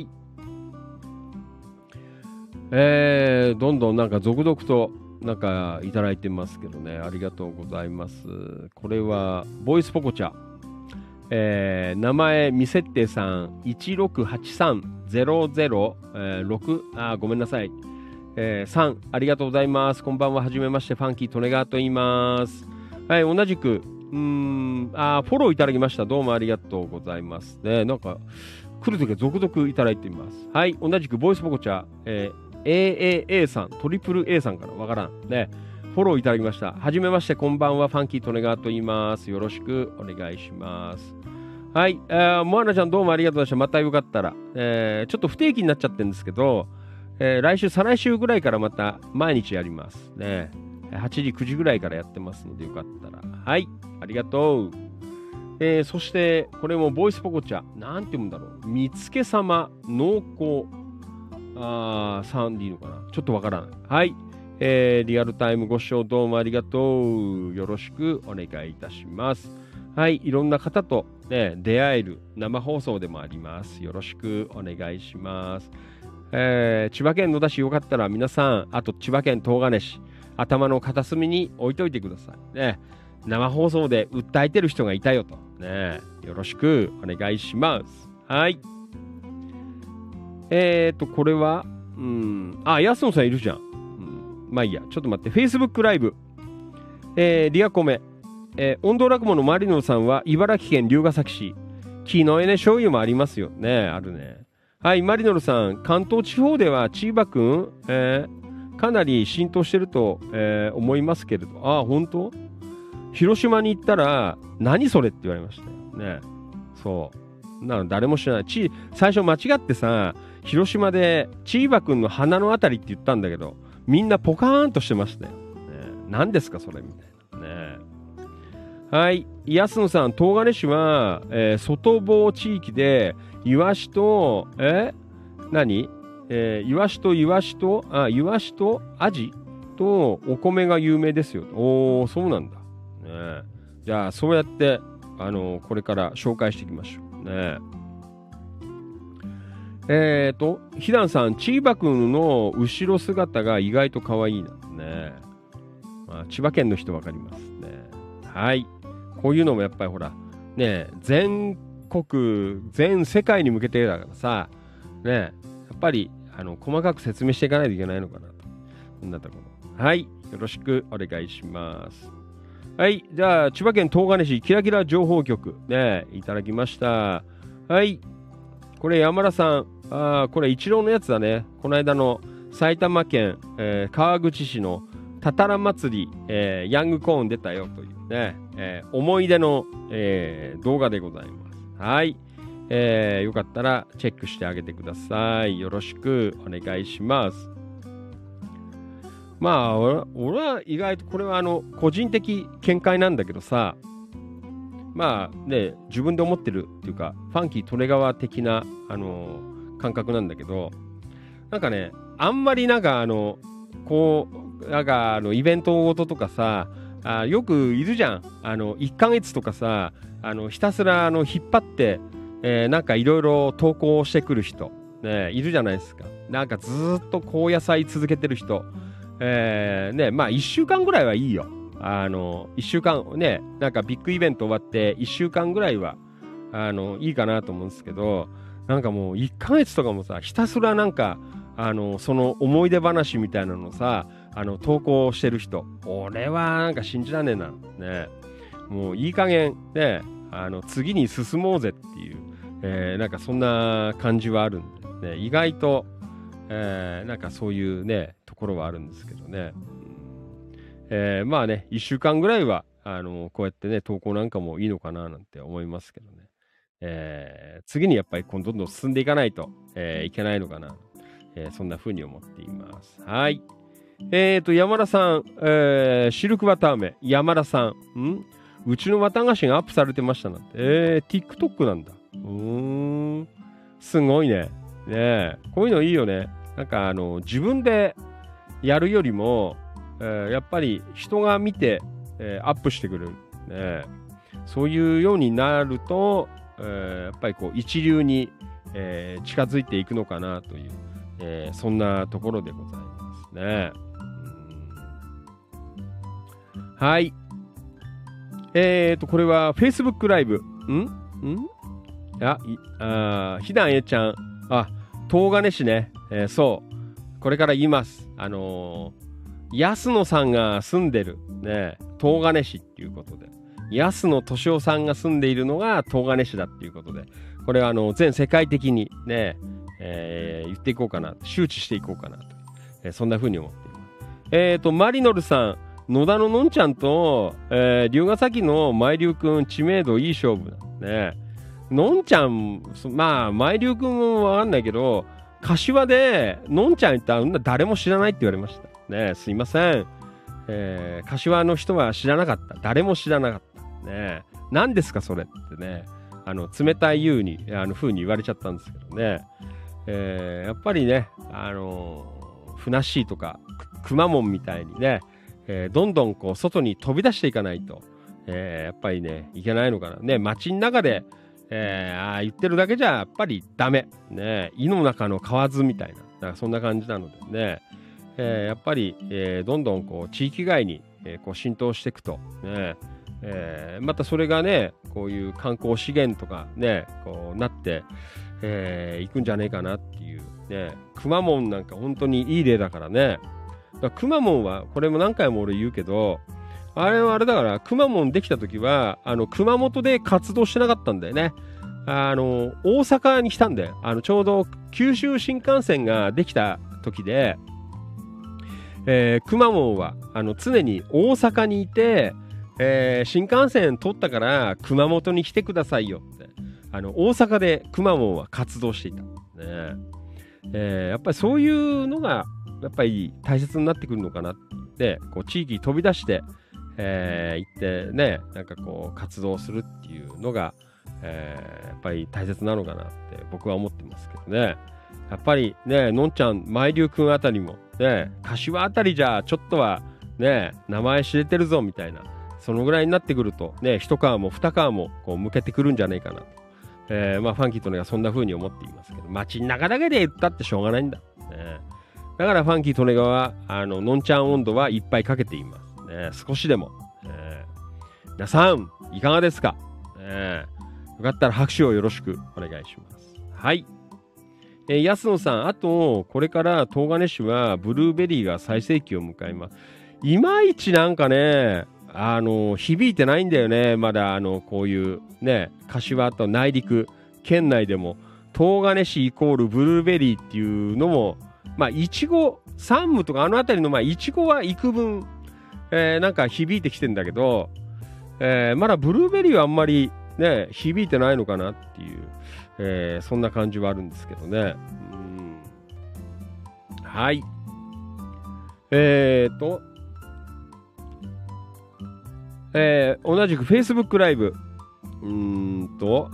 えー、どんどんなんか続々となんかいただいてますけどね。ありがとうございます。これは、ボイスポコチャ。えー、名前、未設定さん、いちろくはちさんゼロゼロろく、あ、ごめんなさい。 えー、さん、ありがとうございます。こんばんは、はじめまして、ファンキートネガーと言います。はい、同じく、うーん、あ、フォローいただきました。どうもありがとうございますね。なんか、来るときは続々いただいています。はい、同じく、ボイスポコチャ、えー、エーエーエー さん、トリプル A さんからわからん。ね、フォローいただきました。はじめまして、こんばんは、ファンキートネガーと言います。よろしくお願いします。はい、えー、モアナちゃんどうもありがとうございました。またよかったら。えー、ちょっと不定期になっちゃってるんですけど、えー、来週、再来週ぐらいからまた毎日やりますね。はちじ、くじぐらいからやってますのでよかったら。はい、ありがとう。えー、そして、これもボイスポコチャ。なんて読むんだろう。見つけ様、濃厚、あー、さんでいいのかな。ちょっとわからない。はい、えー。リアルタイムご視聴どうもありがとう。よろしくお願いいたします。はい、いろんな方と、ね、出会える生放送でもあります。よろしくお願いします。えー、千葉県野田市よかったら皆さん、あと千葉県東金市、頭の片隅に置いといてください。ね、生放送で訴えてる人がいたよと。ね、よろしくお願いします。はい。えーと、これは、うん、あ、安野さんいるじゃん。うん、まあいいや、ちょっと待って、Facebook ライブ。えー、リアコメ。えー、音頭落語のマリノさんは茨城県龍ケ崎市。木の絵ね、醤油もありますよね。あるね。はい、マリノルさん、関東地方では千葉くん、えー、かなり浸透してると、えー、思いますけれど、あ、本当？広島に行ったら、何それって言われましたよね。そう。なの誰も知らない。ち最初間違ってさ、広島で千葉くんの鼻のあたりって言ったんだけど、みんなポカーンとしてましたよ。ね、何ですかそれみたいな。ね、はい、安野さん、東金市は、えー、外房地域で、イワシと、え何えー、イワシとイワシと、あ、イワシとアジとお米が有名ですよ。おー、そうなんだ。ね、じゃあ、そうやって、あのー、これから紹介していきましょう。ね、えーと、ひだんさん、千葉くんの後ろ姿が意外と可愛いな。ね、まあ、千葉県の人わかりますね。はい。こういうのもやっぱりほら、ね、全国、全世界に向けてだからさ、ね、やっぱりあの細かく説明していかないといけないのかなと。そんなところ。はい、よろしくお願いします。はい、じゃあ千葉県東金市キラキラ情報局ね、いただきました。はい、これ山田さん、あ、これ一郎のやつだね。この間の埼玉県、えー、川口市のたたら祭り、えー、ヤングコーン出たよというね、えー、思い出の、えー、動画でございます。はい、えー、よかったらチェックしてあげてください。よろしくお願いします。まあ俺、俺は意外とこれはあの個人的見解なんだけどさ、まあね、自分で思ってるっていうか、ファンキー利根川的な、あのー、感覚なんだけど、なんかね、あんまりなんかあの、こう、なんかあのイベントごととかさ、あよくいるじゃん。あのいっかげつとかさ、あのひたすらあの引っ張って、えー、なんかいろいろ投稿してくる人、ね、いるじゃないですか。なんかずーっと高野菜続けてる人、えー、ね、まあいっしゅうかんぐらいはいいよ。あのいっしゅうかんね、なんかビッグイベント終わっていっしゅうかんぐらいはあのいいかなと思うんですけど、なんかもういっかげつとかもさ、ひたすらなんかあのその思い出話みたいなのさ、あの投稿してる人、俺はなんか信じられねえな。ね、もういい加減ね、あの次に進もうぜっていう、えー、なんかそんな感じはあるんで、ね、意外と、えー、なんかそういうねところはあるんですけどね、えー、まあねいっしゅうかんぐらいはあのこうやってね投稿なんかもいいのかななんて思いますけどね、えー、次にやっぱり今度どんどん進んでいかないと、えー、いけないのかな、えー、そんな風に思っています。はい、えーと山田さん、えー、シルクバター飴山田さん、んうちの綿菓子がアップされてましたなんて、えー、TikTok なんだ。うーん、すごいね。ねえ、こういうのいいよね。なんかあの自分でやるよりも、えー、やっぱり人が見て、えー、アップしてくれる、ね、そういうようになると、えー、やっぱりこう一流に、えー、近づいていくのかなという、えー、そんなところでございますね。うん、はい。えーと、これは Facebook ライブ。んんあ、いあひだんえちゃん。あ、東金市ね。えー、そう。 これから言います。あのー、安野さんが住んでる、ね、東金市っていうことで、安野俊夫さんが住んでいるのが東金市だっていうことで、これはあの全世界的にね、えー、言っていこうかな、周知していこうかなと、えー、そんな風に思っています。えーと、マリノルさん、野田ののんちゃんと、えー、龍ヶ崎の舞龍くん、知名度いい勝負だね。のんちゃん、まあ、舞龍くんもわかんないけど、柏で、のんちゃん言ったら、誰も知らないって言われました。ね、すいません。えー、柏の人は知らなかった。誰も知らなかった。ね、何ですか、それってね。あの、冷たい言うに、あの、風に言われちゃったんですけどね。えー、やっぱりね、あのー、ふなっしーとか、くまモンみたいにね、えー、どんどんこう、外に飛び出していかないと、えー、やっぱりね、いけないのかな。ね、街の中で、えー、あ言ってるだけじゃやっぱりダメ。ね、井の中の蛙みたいな、なんかそんな感じなのでね、えー、やっぱり、えー、どんどんこう地域外に、えー、こう浸透していくと、ね、えー、またそれがね、こういう観光資源とかね、こうなって、えー、行くんじゃねえかなっていうね、くまモンなんか本当にいい例だからね。くまモンはこれも何回も俺言うけど、あれはあれだから、くまモンできた時は、あの、熊本で活動してなかったんだよね。あの、大阪に来たんだよ。あの、ちょうど九州新幹線ができた時で、えー、くまモンは、あの、常に大阪にいて、えー、新幹線取ったから熊本に来てくださいよって、あの、大阪でくまモンは活動していた。ね。えー、やっぱりそういうのが、やっぱり大切になってくるのかなって、こう、地域飛び出して、えー、行ってね、なんかこう活動するっていうのが、えー、やっぱり大切なのかなって僕は思ってますけどね。やっぱりね、のんちゃん、舞龍くんあたりもね、柏あたりじゃちょっとはね、名前知れてるぞみたいな、そのぐらいになってくるとね、一皮も二皮もこう向けてくるんじゃないかなと。えー、まあファンキーとねがそんな風に思っていますけど、街中だけで言ったってしょうがないんだ。ね、だからファンキーとねがは、あの、のんちゃん温度はいっぱいかけています。ね、少しでも、えー、皆さんいかがですか、ね、よかったら拍手をよろしくお願いします。はい、えー、安野さん、あとこれから東金市はブルーベリーが最盛期を迎えます。いまいちなんかね、あの響いてないんだよね。まだあのこういうね、柏と内陸県内でも東金市イコールブルーベリーっていうのも、まあいちご山武とかあの辺りのまあいちごは幾分えー、なんか響いてきてんだけど、えー、まだブルーベリーはあんまりね、響いてないのかなっていう、えー、そんな感じはあるんですけどね。うん、はい。えーと、えー、同じく Facebook ライブ。うーんと、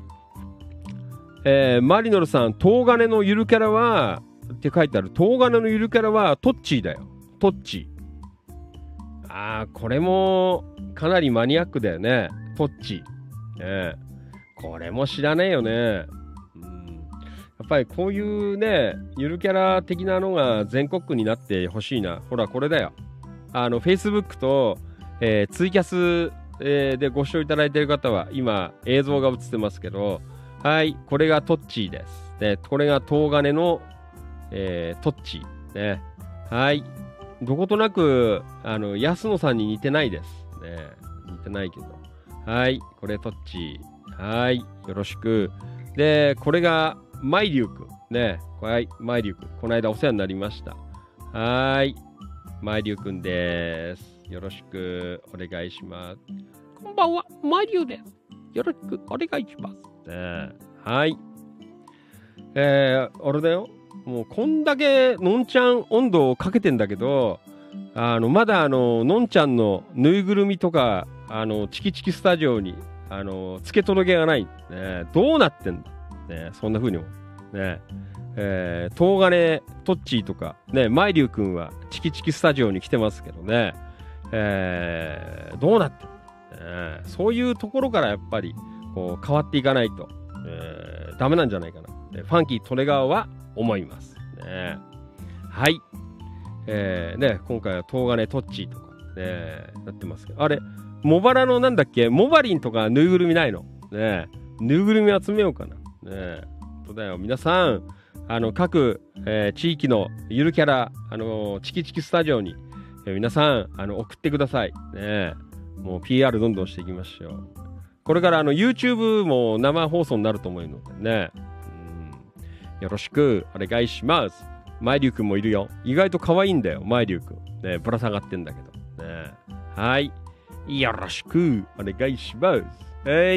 えー、マリノルさん、東金のゆるキャラは、って書いてある、東金のゆるキャラはトッチーだよ。トッチー。ああ、これもかなりマニアックだよね。トッチ。ね、これも知らねえよね。うん、やっぱりこういうね、ゆるキャラ的なのが全国区になってほしいな。ほら、これだよ。あの、Facebook と、えー、ツイキャス、えー、でご視聴いただいている方は、今、映像が映ってますけど、はい、これがトッチです。で、これが東金の、えー、トッチ。ね。はい。どことなく、あの、安野さんに似てないです。ね。似てないけど。はい。これ、トッチ。はい。よろしく。で、これが、マイリュウくん。ね。はい。マイリュウくん。この間お世話になりました。はい。マイリュウくんです。よろしくお願いします。こんばんは。マイリュウです。よろしくお願いします。ね。はい。えー、あれだよ。もうこんだけのんちゃん温度をかけてんだけど、あのまだあののんちゃんのぬいぐるみとかあのチキチキスタジオにあの付け届けがない、ね、どうなってんだ、ね、そんな風に思う、ねえー、東金トッチーとかね、マイリュウくんはチキチキスタジオに来てますけどね、えー、どうなってんだ、ね、そういうところからやっぱりこう変わっていかないと、えー、ダメなんじゃないかな、ファンキー利根川は思いますね。はい、えー、ね、今回は東金トッチーとかねなってますけど、あれ茂原のなんだっけ、モバリンとかぬいぐるみないのね、ぬいぐるみ集めようかなね。 当だよ。皆さん、あの、各、えー地域のゆるキャラ、あのーチキチキスタジオに、えー皆さん、あの、送ってください。ね。もう ピーアール どんどんしていきましょう。これからあの YouTube も生放送になると思うのでね。うん、よろしくお願いします。マイリュウくんもいるよ。意外と可愛いんだよ、マイリュウくん。ね、ぶら下がってんだけど。ね、はい。よろしくお願いします。はい。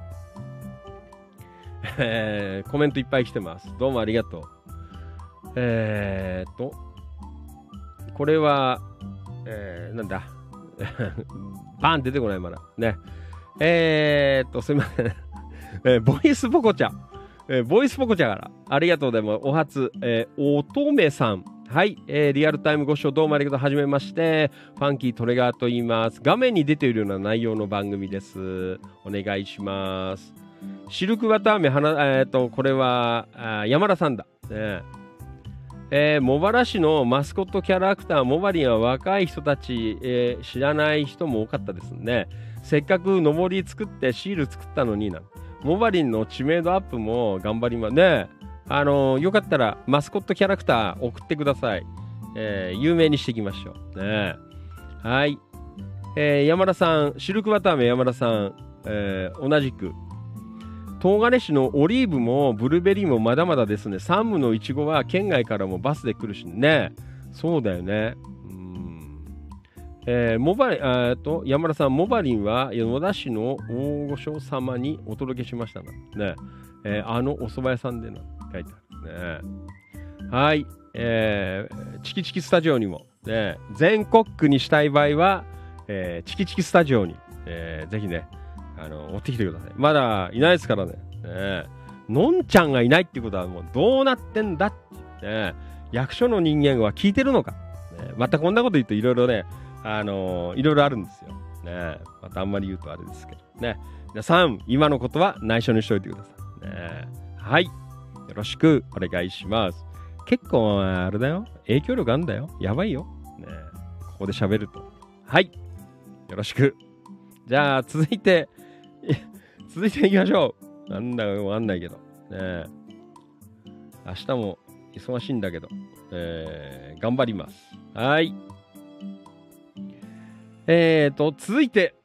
えー、コメントいっぱい来てます。どうもありがとう。えーっと、これは、えー、なんだ。バーン出てこないまだ。ね。えーっと、すいません。えー、ボイスポコちゃん。えー、ボイスポコちゃんから。ありがとうでも、お初。えー、乙女さん。はい、えー。リアルタイムご視聴どうもありがとう。はじめまして。ファンキートレガーと言います。画面に出ているような内容の番組です。お願いします。シルクワタアメ、はな、えーっと、これは、あ山田さんだ。ねえー、茂原市のマスコットキャラクターモバリンは若い人たち、えー、知らない人も多かったですね。せっかくのぼり作ってシール作ったのにな。モバリンの知名度アップも頑張りますね。あのー、よかったらマスコットキャラクター送ってください。えー、有名にしていきましょう。ね、はい、えー。山田さん、シルクワタアメ山田さん、えー、同じく。東金市のオリーブもブルーベリーもまだまだですね。山武のイチゴは県外からもバスで来るしね。そうだよね。うーん、えー、モバリン、えっと、山田さん、モバリンは野田市の大御所様にお届けしましたがね。えー、あのお蕎麦屋さんでの書いてあるね。はい。えー、チキチキスタジオにも、ね、全国区にしたい場合は、えー、チキチキスタジオに、えー、ぜひね、あの持ってきてください。まだいないですからね。ね、のんちゃんがいないってことはもうどうなってんだって、ね、役所の人間は聞いてるのか、ね、またこんなこと言うといろいろね、あのー、いろいろあるんですよ、ね、またあんまり言うとあれですけどね。皆さん今のことは内緒にしておいてください、ね、はい、よろしくお願いします。結構あれだよ、影響力あるんだよ、やばいよ、ね、ここで喋ると。はい、よろしく。じゃあ続いて続いていきましょう。なんだかよくわかんないけど。ね、明日も忙しいんだけど、えー、頑張ります。はい。えーと、続いて、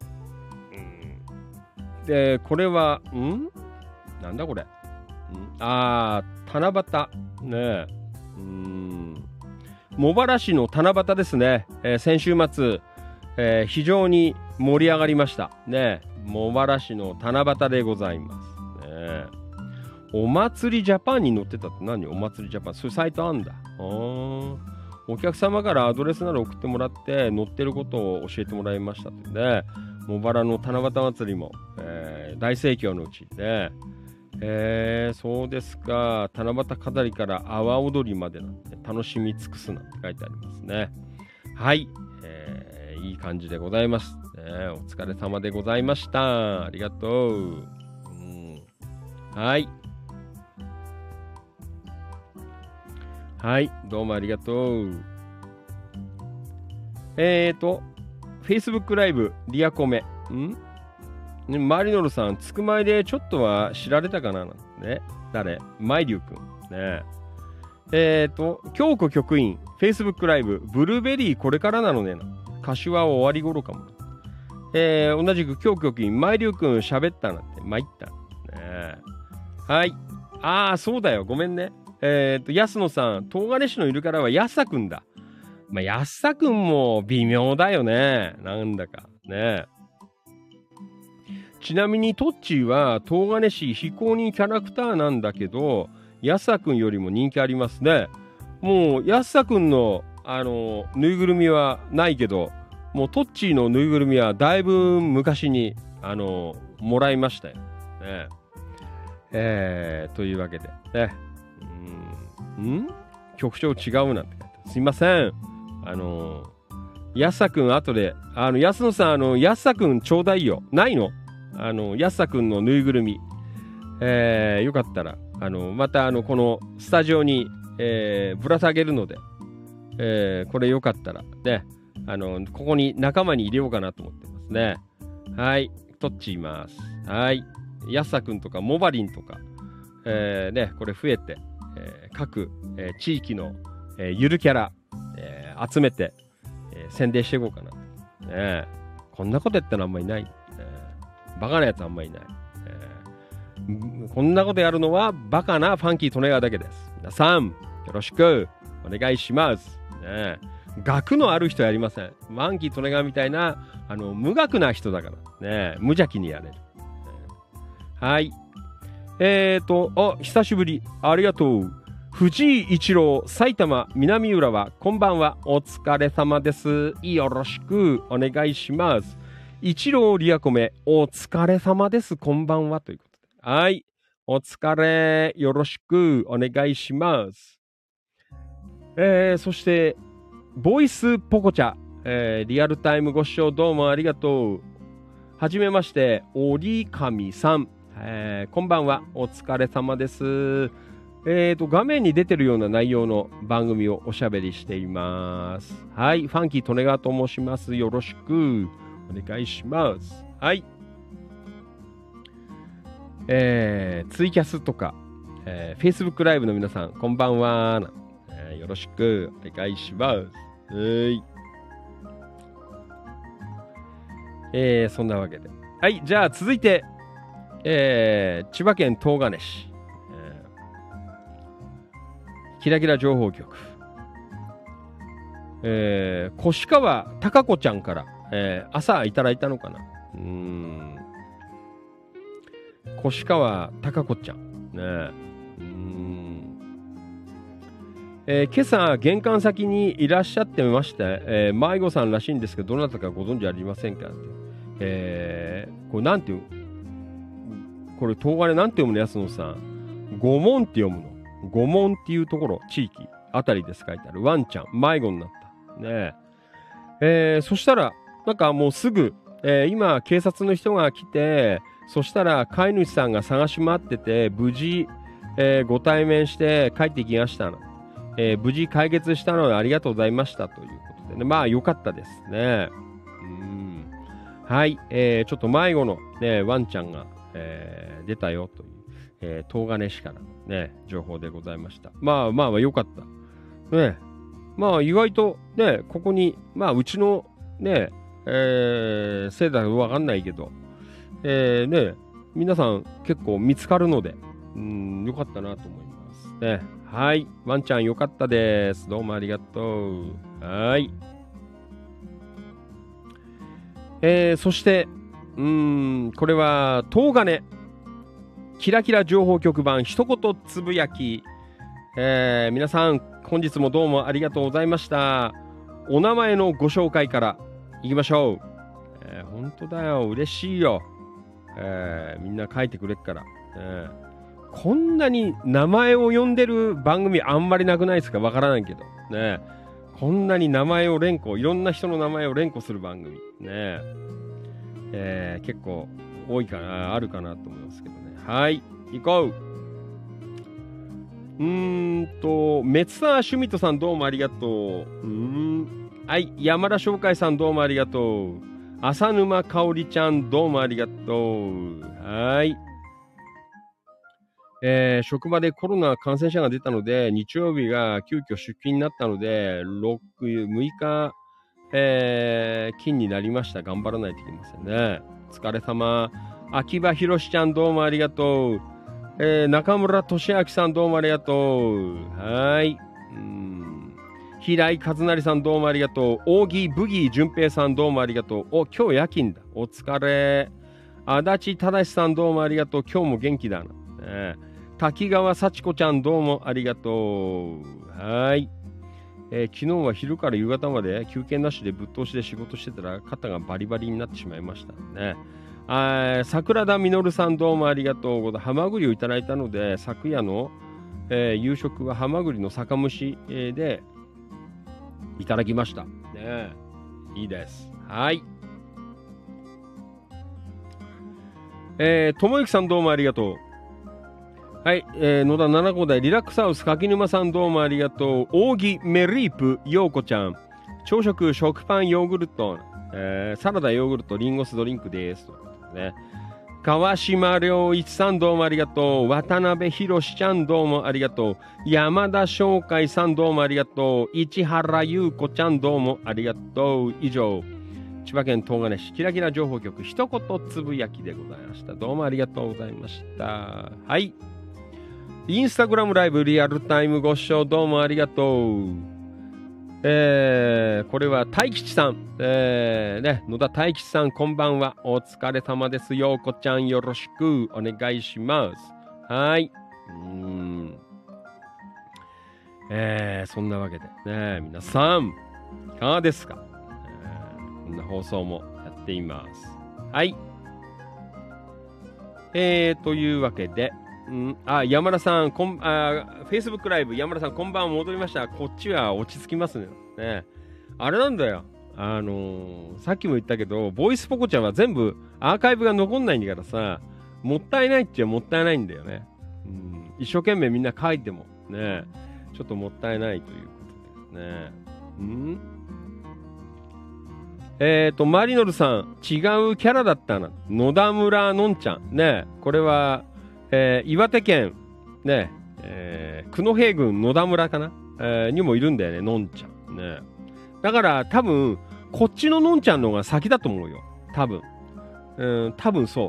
うん、で、これは、んなんだこれ。んあー、七夕。ねうん。茂原市の七夕ですね。えー、先週末、えー、非常に盛り上がりました。ね茂原市の七夕でございます、ね、お祭りジャパンに載ってたって何？お祭りジャパン、そういうサイトあんだ。あお客様からアドレスなど送ってもらって載ってることを教えてもらいましたってね。茂原の七夕祭りも、えー、大盛況のうちね、えー、そうですか。七夕飾りから阿波踊りまでなんて楽しみ尽くすなんて書いてありますね。はい、えー、いい感じでございます。ね、お疲れ様でございました。ありがとう。うん、はい。はい、どうもありがとう。えーと、Facebook ライブ、リアコメ。んね、マリノルさん、つくまいでちょっとは知られたかななんてね。誰？マイリュウくん。ね。えーと、京子局員、Facebook ライブ、ブルーベリーこれからなのねな。歌手は終わり頃かも。えー、同じく京局員、マイリュウくん喋ったなんて、参った。ね、はい。ああ、そうだよ。ごめんね。えーと、安野さん、東金市のいるからは安田くんだ。まあ、安田くんも微妙だよね。なんだか。ね。ちなみにトッチーは東金市非公認キャラクターなんだけど、安田くんよりも人気ありますね。もう安田くんの、あの、ぬいぐるみはないけど、もうトッチーのぬいぐるみはだいぶ昔に、あの、もらいましたよ。ね、えー、というわけで、ね。うん、ん局長違うなんて。すいません。あの、安田くん後で、あの、安野さん、あの、安田くんちょうだいよ。ないの？あの、安田くんのぬいぐるみ。えー、よかったら、あの、また、あの、このスタジオに、えー、ぶら下げるので、えー、これよかったら、ね。あの、ここに仲間に入れようかなと思ってますね。はい。トッチいます。はい。ヤッサくんとか、モバリンとか、 えー、ね、これ増えて、えー、各、えー、地域の、えー、ゆるキャラ、えー、集めて、えー、宣伝していこうかな。ね、こんなことやったらあんまりいない。えー、バカなやつあんまりいない。えー、こんなことやるのはバカなファンキー・トネガーだけです。皆さん、よろしくお願いします。ね、学のある人はやりません。ファンキー・トネガーみたいな、あの、無学な人だから。ね、無邪気にやれる。ね、はい。えーと、あ、久しぶり。ありがとう。藤井一郎、埼玉南浦和、こんばんは。お疲れ様です。よろしくお願いします。一郎リアコメ、お疲れ様です。こんばんは。ということで。はい。お疲れ。よろしくお願いします。えー、そして、ボイスポコチャ、えー、リアルタイムご視聴どうもありがとう。はじめまして、折神さん。えー、こんばんは。お疲れ様です。えーと、画面に出てるような内容の番組をおしゃべりしています。はい。ファンキー・利根川と申します。よろしくお願いします。はい。えー、ツイキャスとか、えー、Facebook ライブの皆さん、こんばんは、えー。よろしくお願いします。はい。えー、そんなわけで。はい。じゃあ、続いて、えー、千葉県東金市、えー、キラキラ情報局、えー、越川貴子ちゃんから、えー、朝いただいたのかな。うーん、越川貴子ちゃん、ね、うーん、えー、今朝玄関先にいらっしゃってまして、えー、迷子さんらしいんですけど、どなたかご存知ありませんかって、えー、これなんていうこれ、東金なんて読むのやつのさ、五門って読むの。五門っていうところ、地域、あたりです書いてある。ワンちゃん、迷子になった。ねえ。えー、そしたら、なんかもうすぐ、えー、今、警察の人が来て、そしたら、飼い主さんが探し回ってて、無事、えー、ご対面して帰ってきましたの。えー、無事解決したのでありがとうございましたということでね。まあ、よかったですね。うん。はい。えー、ちょっと迷子の、ね、ワンちゃんが、えー、出たよという、えー、東金市からのね、情報でございました。まあまあ、よかった。ね、まあ意外とね、ここに、まあうちのね、えー、せいだとわかんないけど、えー、ね、皆さん結構見つかるので、うん、よかったなと思いますね。はい。ワンちゃんよかったです。どうもありがとう。はい。えー、そして、うーん、これは、東金、キラキラ情報局版、一言つぶやき、えー、皆さん、本日もどうもありがとうございました。お名前のご紹介からいきましょう。えー、本当だよ、嬉しいよ。えー、みんな書いてくれっから、えー。こんなに名前を呼んでる番組あんまりなくないですか？わからないけど。ね、こんなに名前を連呼、いろんな人の名前を連呼する番組。ねえー、結構多いかな、あるかなと思いますけどね。はい、行こう。うーんと、メツサーシュミットさんどうもありがとう。うーん。はい、山田翔海さんどうもありがとう。浅沼香織ちゃんどうもありがとう。はい。えー、職場でコロナ感染者が出たので、日曜日が急遽出勤になったので、ろく、むいか、えー、勤になりました。頑張らないといけませんね。お疲れ様。秋葉博ちゃんどうもありがとう。えー、中村俊明さんどうもありがとう。はい。うん。平井和成さんどうもありがとう。扇ブギー淳平さんどうもありがとう。お、今日夜勤だ。お疲れ。足立正さんどうもありがとう。今日も元気だな。ね、滝川幸子ちゃんどうもありがとう。はい。えー、昨日は昼から夕方まで休憩なしでぶっ通しで仕事してたら肩がバリバリになってしまいましたね。あ、桜田実さんどうもありがとう。ハマグリをいただいたので昨夜の、えー、夕食はハマグリの酒蒸し、えー、でいただきましたね。いいです。はい。えー、ともゆきさんどうもありがとう。はい、えー、野田七子台リラックスハウス柿沼さんどうもありがとう。扇メリープようこちゃん、朝食食パンヨーグルト、えー、サラダヨーグルトリンゴ酢ドリンクですと、ね、 川島良一さんどうもありがとう。渡辺博ちゃんどうもありがとう。山田翔海さんどうもありがとう。市原優子ちゃんどうもありがとう。以上、千葉県東金市キラキラ情報局一言つぶやきでございました。どうもありがとうございました。はい。インスタグラムライブリアルタイムご視聴どうもありがとう。えー、これは大吉さん、えー、ね、野田大吉さんこんばんは。お疲れ様です。ようこちゃんよろしくお願いします。はい。うーん。えー、そんなわけでね、皆さん、いかがですか？えー、こんな放送もやっています。はい。えー、というわけで、うん、あ、山田さん、こん、あ、Facebook ライブ、山田さん、こんばんは、戻りました。こっちは落ち着きますね。ね、あれなんだよ。あのー、さっきも言ったけど、ボイスポコちゃんは全部アーカイブが残んないんだからさ、もったいないっちゃもったいないんだよね。うん、一生懸命みんな書いても、ね、ちょっともったいないということですね。うんえーと、マリノルさん、違うキャラだったな。野田村のんちゃん。ね、これは、えー、岩手県、ね、えー、久野平郡野田村かな、えー、にもいるんだよね、のんちゃん。ね。だから多分、こっちののんちゃんの方が先だと思うよ。多分。うん、多分そう。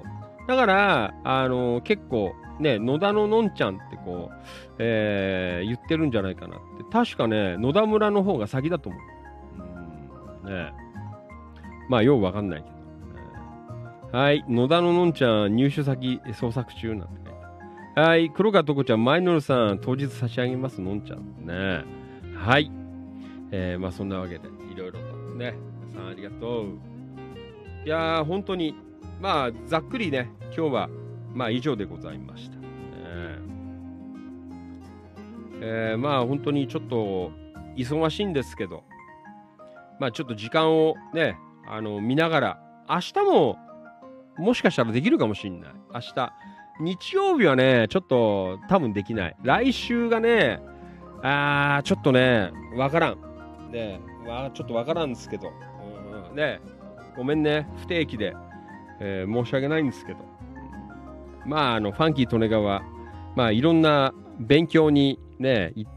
だから、あのー、結構、ね、野田ののんちゃんってこう、えー、言ってるんじゃないかなって。確かね、野田村の方が先だと思う。うん、ね。まあ、ようわかんないけど。はい。野田ののんちゃん、入手先捜索中なんて書いて。はい。黒川とこちゃん、マイノルさん、当日差し上げます、のんちゃん。ね。はい。えー、まあ、そんなわけで、いろいろとね。皆さん、ありがとう。いやー、本当に、まあ、ざっくりね、今日は、まあ、以上でございました。ねえー、まあ、本当にちょっと、忙しいんですけど、まあ、ちょっと時間をね、あの、見ながら、明日も、もしかしたらできるかもしんない。明日。日曜日はね、ちょっと多分できない。来週がね、あー、ちょっとね、わからん。ね、わちょっとわからんですけど。うんうん、ね、ごめんね、不定期で、えー、申し訳ないんですけど。まあ、あの、ファンキー利根川、まあ、いろんな勉強にね、行って、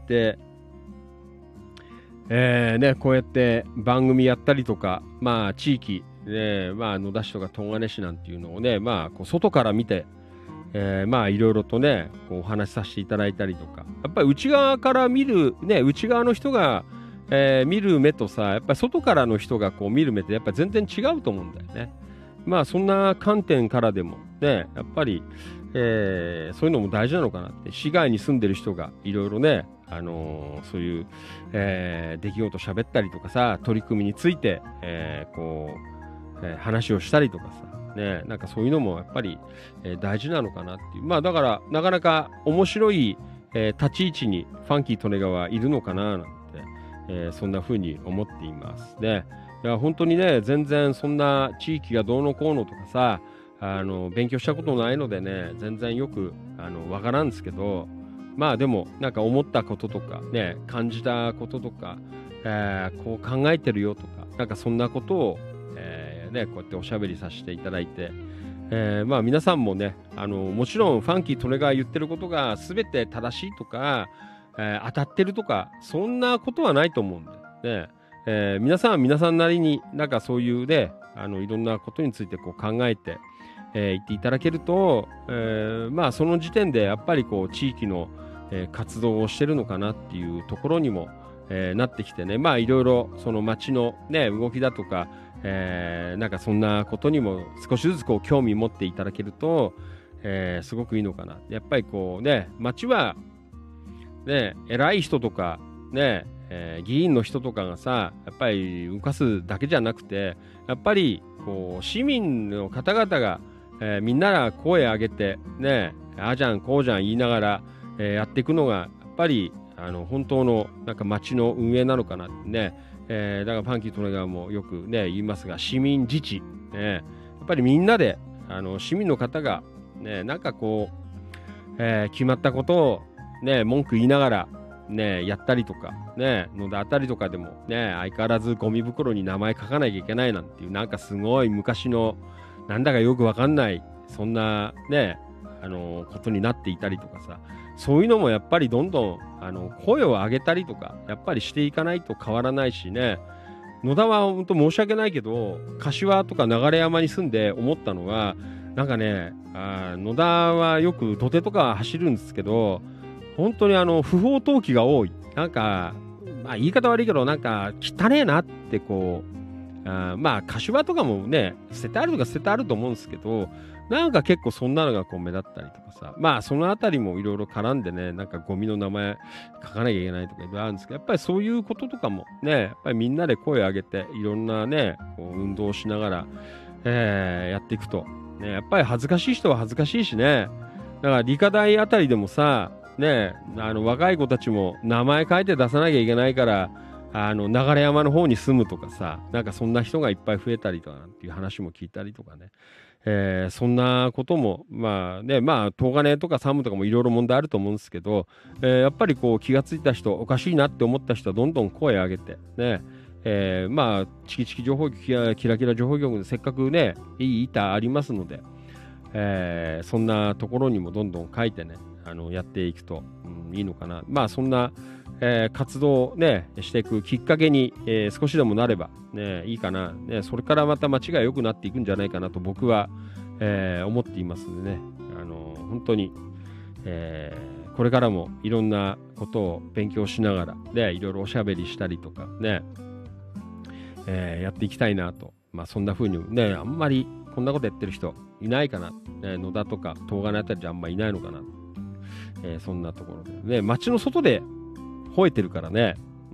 えーね、こうやって番組やったりとか、まあ地域、ね、まあ野田市とか東金市なんていうのをね、まあこう外から見て、えー、まあいろいろとね、こうお話しさせていただいたりとか、やっぱり内側から見る、ね、内側の人が、えー、見る目とさ、やっぱり外からの人がこう見る目ってやっぱり全然違うと思うんだよね。まあそんな観点からでもね、やっぱり、えー、そういうのも大事なのかなって、市外に住んでる人がいろいろね、あのー、そういう、えー、出来事喋ったりとかさ、取り組みについて、えー、こう、えー、話をしたりとかさ、ね、なんかそういうのもやっぱり、えー、大事なのかなっていう。まあだから、なかなか面白い、えー、立ち位置にファンキー利根川いるのかななんて、えー、そんな風に思っていますね。いや、本当にね、全然そんな地域がどうのこうのとかさ、あの、勉強したことないのでね、全然よく、あの、わからんですけど、まあでも、なんか思ったこととか、ね、感じたこととか、えー、こう考えてるよとか、なんかそんなことを、えー、ね、こうやっておしゃべりさせていただいて、えー、まあ皆さんもね、あの、もちろんファンキー利根川言ってることが全て正しいとか、えー、当たってるとか、そんなことはないと思うんだよね。えー、皆さんは皆さんなりになんかそういうね、あの、いろんなことについてこう考えて、えー、言っていただけると、えー、まあその時点でやっぱりこう地域のえー、活動をしてるのかなっていうところにも、えー、なってきてね、まあいろいろその街のね動きだとか、えー、なんかそんなことにも少しずつこう興味持っていただけると、えー、すごくいいのかな。やっぱりこうね、街はね偉い人とかね、えー、議員の人とかがさ、やっぱり動かすだけじゃなくて、やっぱりこう市民の方々が、えー、みんなが声上げてね、ああじゃんこうじゃん言いながらえー、やっていくのがやっぱりあの本当のなんか街の運営なのかなってね、えー、だからファンキー利根川もよくね言いますが、市民自治、ね、やっぱりみんなであの市民の方がねなんかこう、えー、決まったことをね文句言いながらねやったりとかねのであたりとかでもね相変わらずゴミ袋に名前書かなきゃいけないなんていうなんかすごい昔のなんだかよくわかんないそんなね、あのことになっていたりとかさ、そういうのもやっぱりどんどんあの声を上げたりとかやっぱりしていかないと変わらないしね。野田は本当申し訳ないけど、柏とか流山に住んで思ったのは、なんかね、あ野田はよく土手とか走るんですけど、本当にあの不法投棄が多い。なんか、まあ、言い方悪いけど、なんか汚ねえなってこう、あまあ柏とかもね、捨ててあるとか捨ててあると思うんですけど、なんか結構そんなのがこう目立ったりとかさ、まあそのあたりもいろいろ絡んでね、なんかゴミの名前書かなきゃいけないとかいろいろあるんですけど、やっぱりそういうこととかもね、やっぱりみんなで声を上げて、いろんなね、こう運動をしながら、えーやっていくと、ね、やっぱり恥ずかしい人は恥ずかしいしね、だから理科大あたりでもさ、ね、あの若い子たちも名前書いて出さなきゃいけないから、あの流山の方に住むとかさ、なんかそんな人がいっぱい増えたりとかなんていう話も聞いたりとかね、えーそんなこともまあね、まあ東金とかサムとかもいろいろ問題あると思うんですけど、えーやっぱりこう気がついた人、おかしいなって思った人はどんどん声を上げてね、えーまあチキチキ情報局やキラキラ情報局でせっかくねいい板ありますので、えーそんなところにもどんどん書いてね、あのやっていくと、うん、いいのかな。まあそんな、えー活動をねしていくきっかけに、えー少しでもなればねいいかな、ね、それからまた街が良くなっていくんじゃないかなと僕は、えー思っていますのでね、あのー本当に、えーこれからもいろんなことを勉強しながらね、いろいろおしゃべりしたりとかね、えーやっていきたいなと、まあそんな風にね、あんまりこんなことやってる人いないかな、ね、野田とか東金あたりじゃあんまりいないのかな、えーそんなところでね、街の外で吠えてるからね、うん、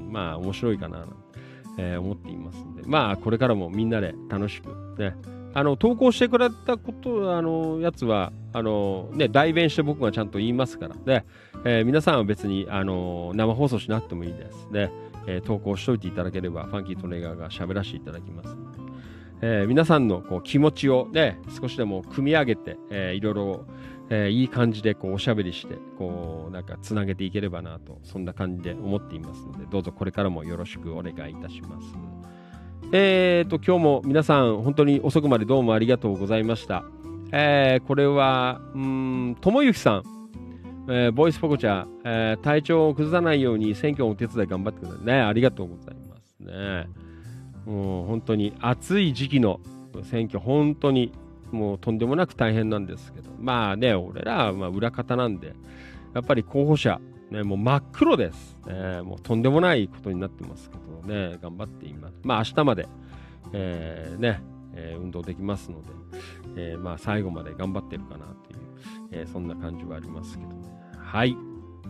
まあ面白いかな、えー思っていますんで、まあこれからもみんなで楽しくね、あの投稿してくれたことあのやつはあのね代弁して僕がちゃんと言いますからね、えー皆さんは別にあの生放送しなくてもいいですね、えー投稿しといていただければファンキートネガーが喋らせていただきますので、えー皆さんのこう気持ちをね少しでも組み上げて、えーいろいろえーいい感じでこうおしゃべりしてこうなんかつなげていければなと、そんな感じで思っていますので、どうぞこれからもよろしくお願いいたします。えーと今日も皆さん本当に遅くまでどうもありがとうございました。えーこれはうーんともゆきさん、えーボイスポコチャ、えー体調を崩さないように選挙のお手伝い頑張ってくださいね。ありがとうございますね。もう本当に暑い時期の選挙、本当にもうとんでもなく大変なんですけど、まあね、俺らはまあ裏方なんで、やっぱり候補者、ね、もう真っ黒です、ね。もうとんでもないことになってますけどね、頑張っています。まあ明日まで、えーね、えー運動できますので、えーまあ最後まで頑張ってるかなという、えーそんな感じはありますけどね。はい。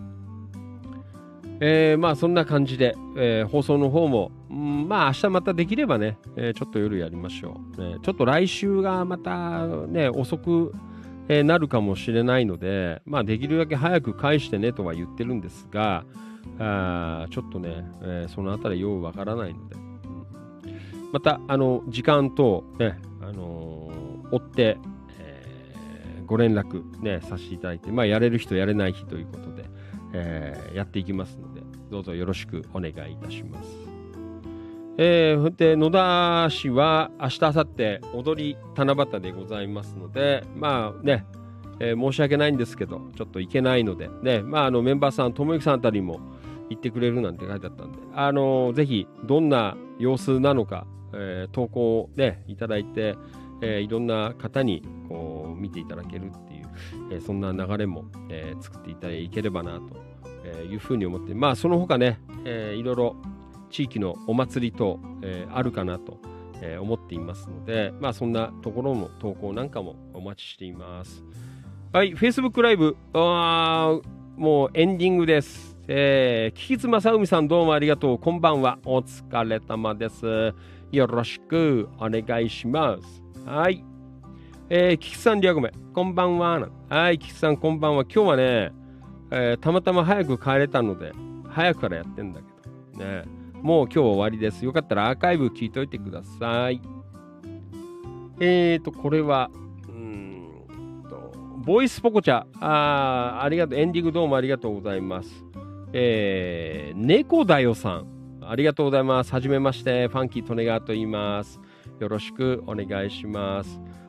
えーまあそんな感じで、えー放送の方も、うんまあ明日またできればね、えーちょっと夜やりましょう、ね。ちょっと来週がまたね、遅く、えーなるかもしれないので、まあできるだけ早く返してねとは言ってるんですが、あーちょっとね、えーそのあたりようわからないので、うんまたあの時間等ね、あのー追って、えーご連絡ね、させていただいて、まあやれる人やれない日ということで、えーやっていきますので、どうぞよろしくお願いいたします。えー、で野田市は明日明後日踊り七夕でございますので、まあね、えー申し訳ないんですけどちょっと行けないのでね、まああのメンバーさんともゆきさんあたりも行ってくれるなんて書いてあったんで、あのーぜひどんな様子なのか、えー投稿をねいただいて、えーいろんな方にこう見ていただけるっていう、えーそんな流れも、えー作っていただければなと、えーいうふうに思って、まあその他ね、えーいろいろ地域のお祭り等、えーあるかなと、えー思っていますので、まあそんなところの投稿なんかもお待ちしています。はい、Facebook ライブ、あーもうエンディングです。えー、キキツマサウミさんどうもありがとう。こんばんは。お疲れ様です。よろしくお願いします。はい。えー、キキさんリアゴメ、こんばんは。はい、キキさんこんばんは。今日はね、えーたまたま早く帰れたので、早くからやってんだけど、ね。もう今日終わりです。よかったらアーカイブ聞いといてください。えーと、これは、うーんと、ボイスポコチャ、あー、ありがとう、エンディングどうもありがとうございます。えー、猫だよさん、ありがとうございます。はじめまして、ファンキートネガーと言います。よろしくお願いします。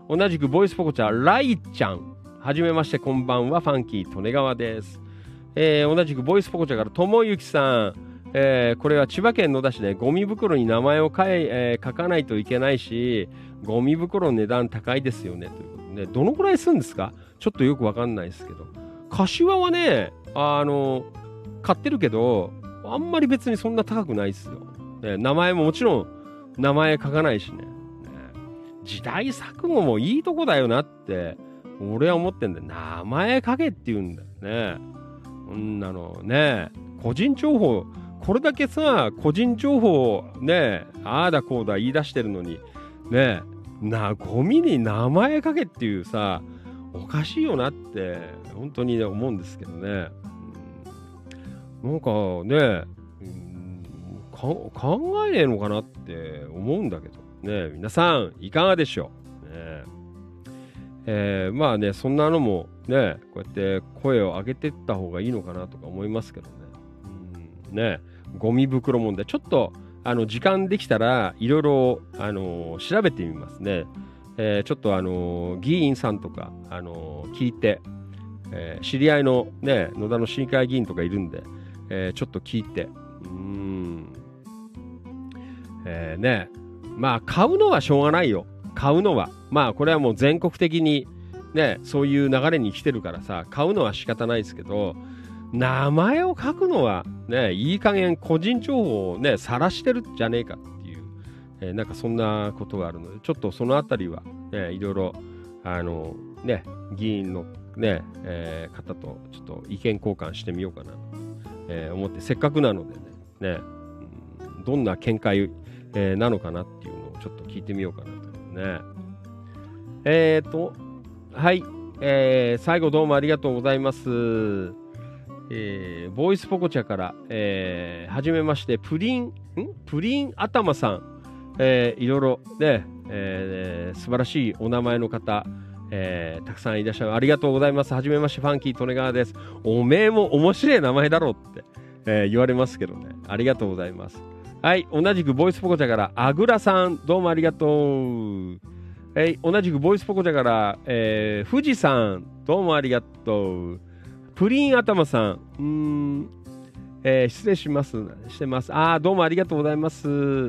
同じくボイスポコチャ、ライちゃん。はじめまして、こんばんは、ファンキー利根川です。えー、同じくボイスポコチャからともゆきさん。えー、これは千葉県野田市でゴミ袋に名前を書い、えー、書かないといけないし、ゴミ袋の値段高いですよね。ということで、どのくらいするんですか？ちょっとよくわかんないですけど。柏はね、あの、買ってるけど、あんまり別にそんな高くないですよ。ね、名前ももちろん名前書かないしね。ね、時代錯誤もいいとこだよなって、俺は思ってんだよ。名前書けって言うんだよね。こんなのね、個人情報、これだけさ、個人情報をね、ああだこうだ言い出してるのに、ね、な、ゴミに名前書けっていうさ、おかしいよなって、本当に、ね、思うんですけどね。うん、なんかね、うん、か考えねえのかなって思うんだけど、ね、皆さん、いかがでしょう。ね、えー、まあね、そんなのもね、こうやって声を上げていった方がいいのかなとか思いますけどね。うん、ね、ゴミ袋問題、ちょっとあの時間できたらいろいろあのー、調べてみますね。えー、ちょっとあのー、議員さんとかあのー、聞いて、えー、知り合いのね、野田の市議会議員とかいるんで、えー、ちょっと聞いて、うーん、えー、ね、まあ買うのはしょうがないよ。買うのはまあこれはもう全国的にね、そういう流れに来てるからさ、買うのは仕方ないですけど、名前を書くのはね、いい加減個人情報をね、晒してるんじゃねえかっていう、えー、なんかそんなことがあるので、ちょっとそのあたりは、ね、いろいろあのね、議員のね、えー、方とちょっと意見交換してみようかなと、えー、思って、せっかくなのでね、ね、うん、どんな見解、えー、なのかなっていうのをちょっと聞いてみようかなとね。えーと、はい、えー、最後どうもありがとうございます。えー、ボイスポコチャから、えー、はじめまして、プリン、んプリン頭さん、えー、いろいろね、えー、素晴らしいお名前の方、えー、たくさんいらっしゃる。ありがとうございます。はじめまして、ファンキー利根川です。おめえも面白い名前だろって、えー、言われますけどね。ありがとうございます。はい、同じくボイスポコチャから、あぐらさん、どうもありがとう。はい、同じくボイスポコチャから、えー、富士山、どうもありがとう。プリン頭さん、うーん、えー、失礼します。してます。あー、どうもありがとうございます。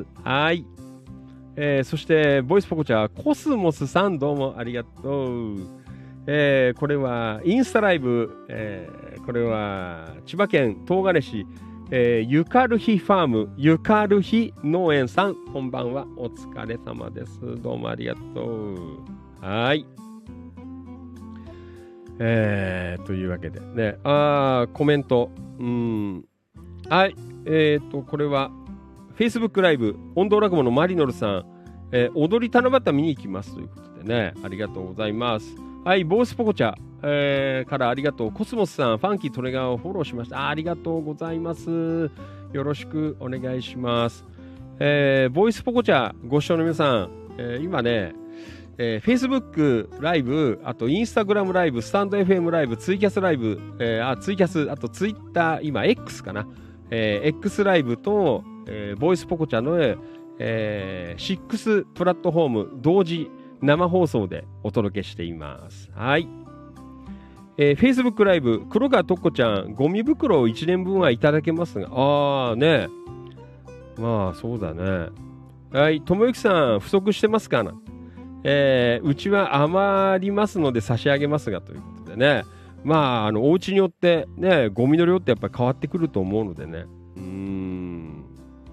はい。えー、そして、ボイスポコチャ、コスモスさん、どうもありがとう。えー、これは、インスタライブ、えー、これは、千葉県東金市、えー、ゆかるひファーム、ゆかるひ農園さん、こんばんは。お疲れ様です。どうもありがとう。はい。えー、というわけでね、あー、コメント。うん。はい。えーと、これは、Facebook ライブ、音頭落語のマリノルさん、えー、踊り七夕見に行きますということでね、ありがとうございます。はい、ボースポコチャ、えー、からありがとう。コスモスさん、ファンキートレガーをフォローしました。あ、ありがとうございます。よろしくお願いします。えー、ボイスポコチャ、ご視聴の皆さん、えー、今ね、えー、Facebook ライブ、あと Instagram ライブ、スタンド エフエム ライブ、ツイキャスライブ、えー、あ、ツイキャス、あと Twitter、今 X かな、えー、X ライブと、えー、ボイスポコチャの、えー、シックスプラットフォーム同時生放送でお届けしています。はい。えー、Facebook ライブ、黒川とっこちゃん、ゴミ袋をいちねんぶんはいただけますが、あーね。まあ、そうだね。はい、ともゆきさん、不足してますかな、えー、うちは余りますので差し上げますが、ということでね。まあ、あの、お家によって、ね、ゴミの量ってやっぱり変わってくると思うのでね。うーん。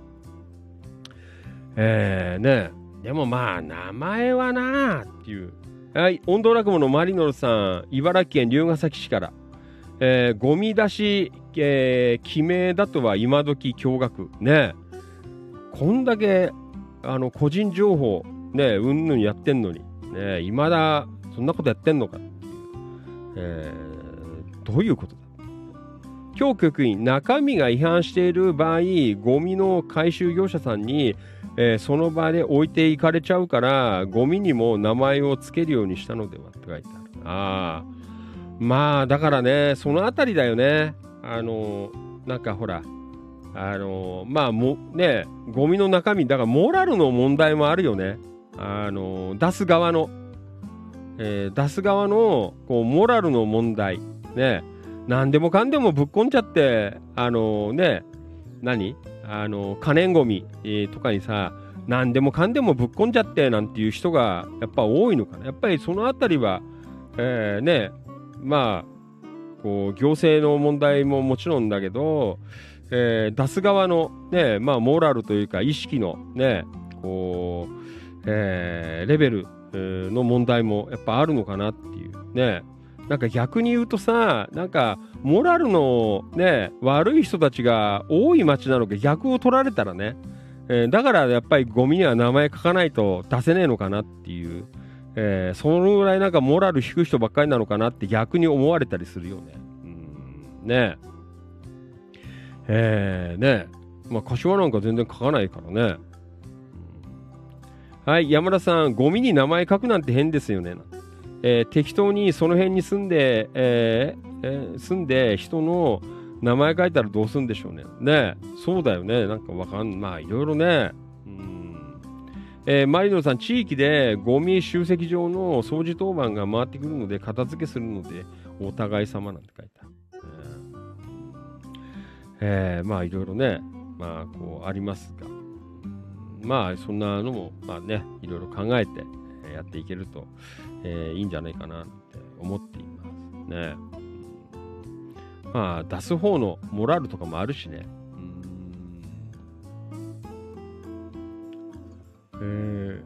えー、ね。でもまあ、名前はなーっていう。はい、音頭落語のマリノルさん、茨城県龍ケ崎市から、えー、ゴミ出し、えー、記名だとは今時驚愕。ね。こんだけ、あの、個人情報、ね、うんぬんやってんのに、ね、いまだそんなことやってんのかっていう、えー、どういうことだ。今日局員、中身が違反している場合、ゴミの回収業者さんに、えー、その場で置いていかれちゃうから、ゴミにも名前をつけるようにしたのではって書いてある。ああ、まあだからね、そのあたりだよね。あのなんかほら、あのまあもね、ゴミの中身だからモラルの問題もあるよね。あの出す側のえー、出す側のこうモラルの問題ね、何でもかんでもぶっこんじゃって、あのー、ね何あのー、可燃ごみ、えー、とかにさ、何でもかんでもぶっこんじゃってなんていう人がやっぱ多いのかな。やっぱりそのあたりは、えー、ねまあこう行政の問題ももちろんだけど、えー、出す側のね、まあモラルというか意識のねこう、えー、レベルの問題もやっぱあるのかなっていうね。なんか逆に言うとさ、なんかモラルのね悪い人たちが多い街なのか逆を取られたらね、えー、だからやっぱりゴミには名前書かないと出せねえのかなっていう、えー、そのぐらいなんかモラル低い人ばっかりなのかなって逆に思われたりするよね。うんねえー、ねまあ柏なんか全然書かないからね。はい、山田さん、ゴミに名前書くなんて変ですよね。えー、適当にその辺に住んで、えーえー、住んで人の名前書いたらどうするんでしょうね。ね、そうだよね。なんかわかん、まあいろいろね。うん。えー、マリノさん、地域でゴミ集積場の掃除当番が回ってくるので片付けするのでお互い様なんて書いた。えー、えー、まあいろいろね、まあこうありますが。まあそんなのもまあねいろいろ考えてやっていけると、えー、いいんじゃないかなって思っていますね。まあ出す方のモラルとかもあるしね。うーんえー、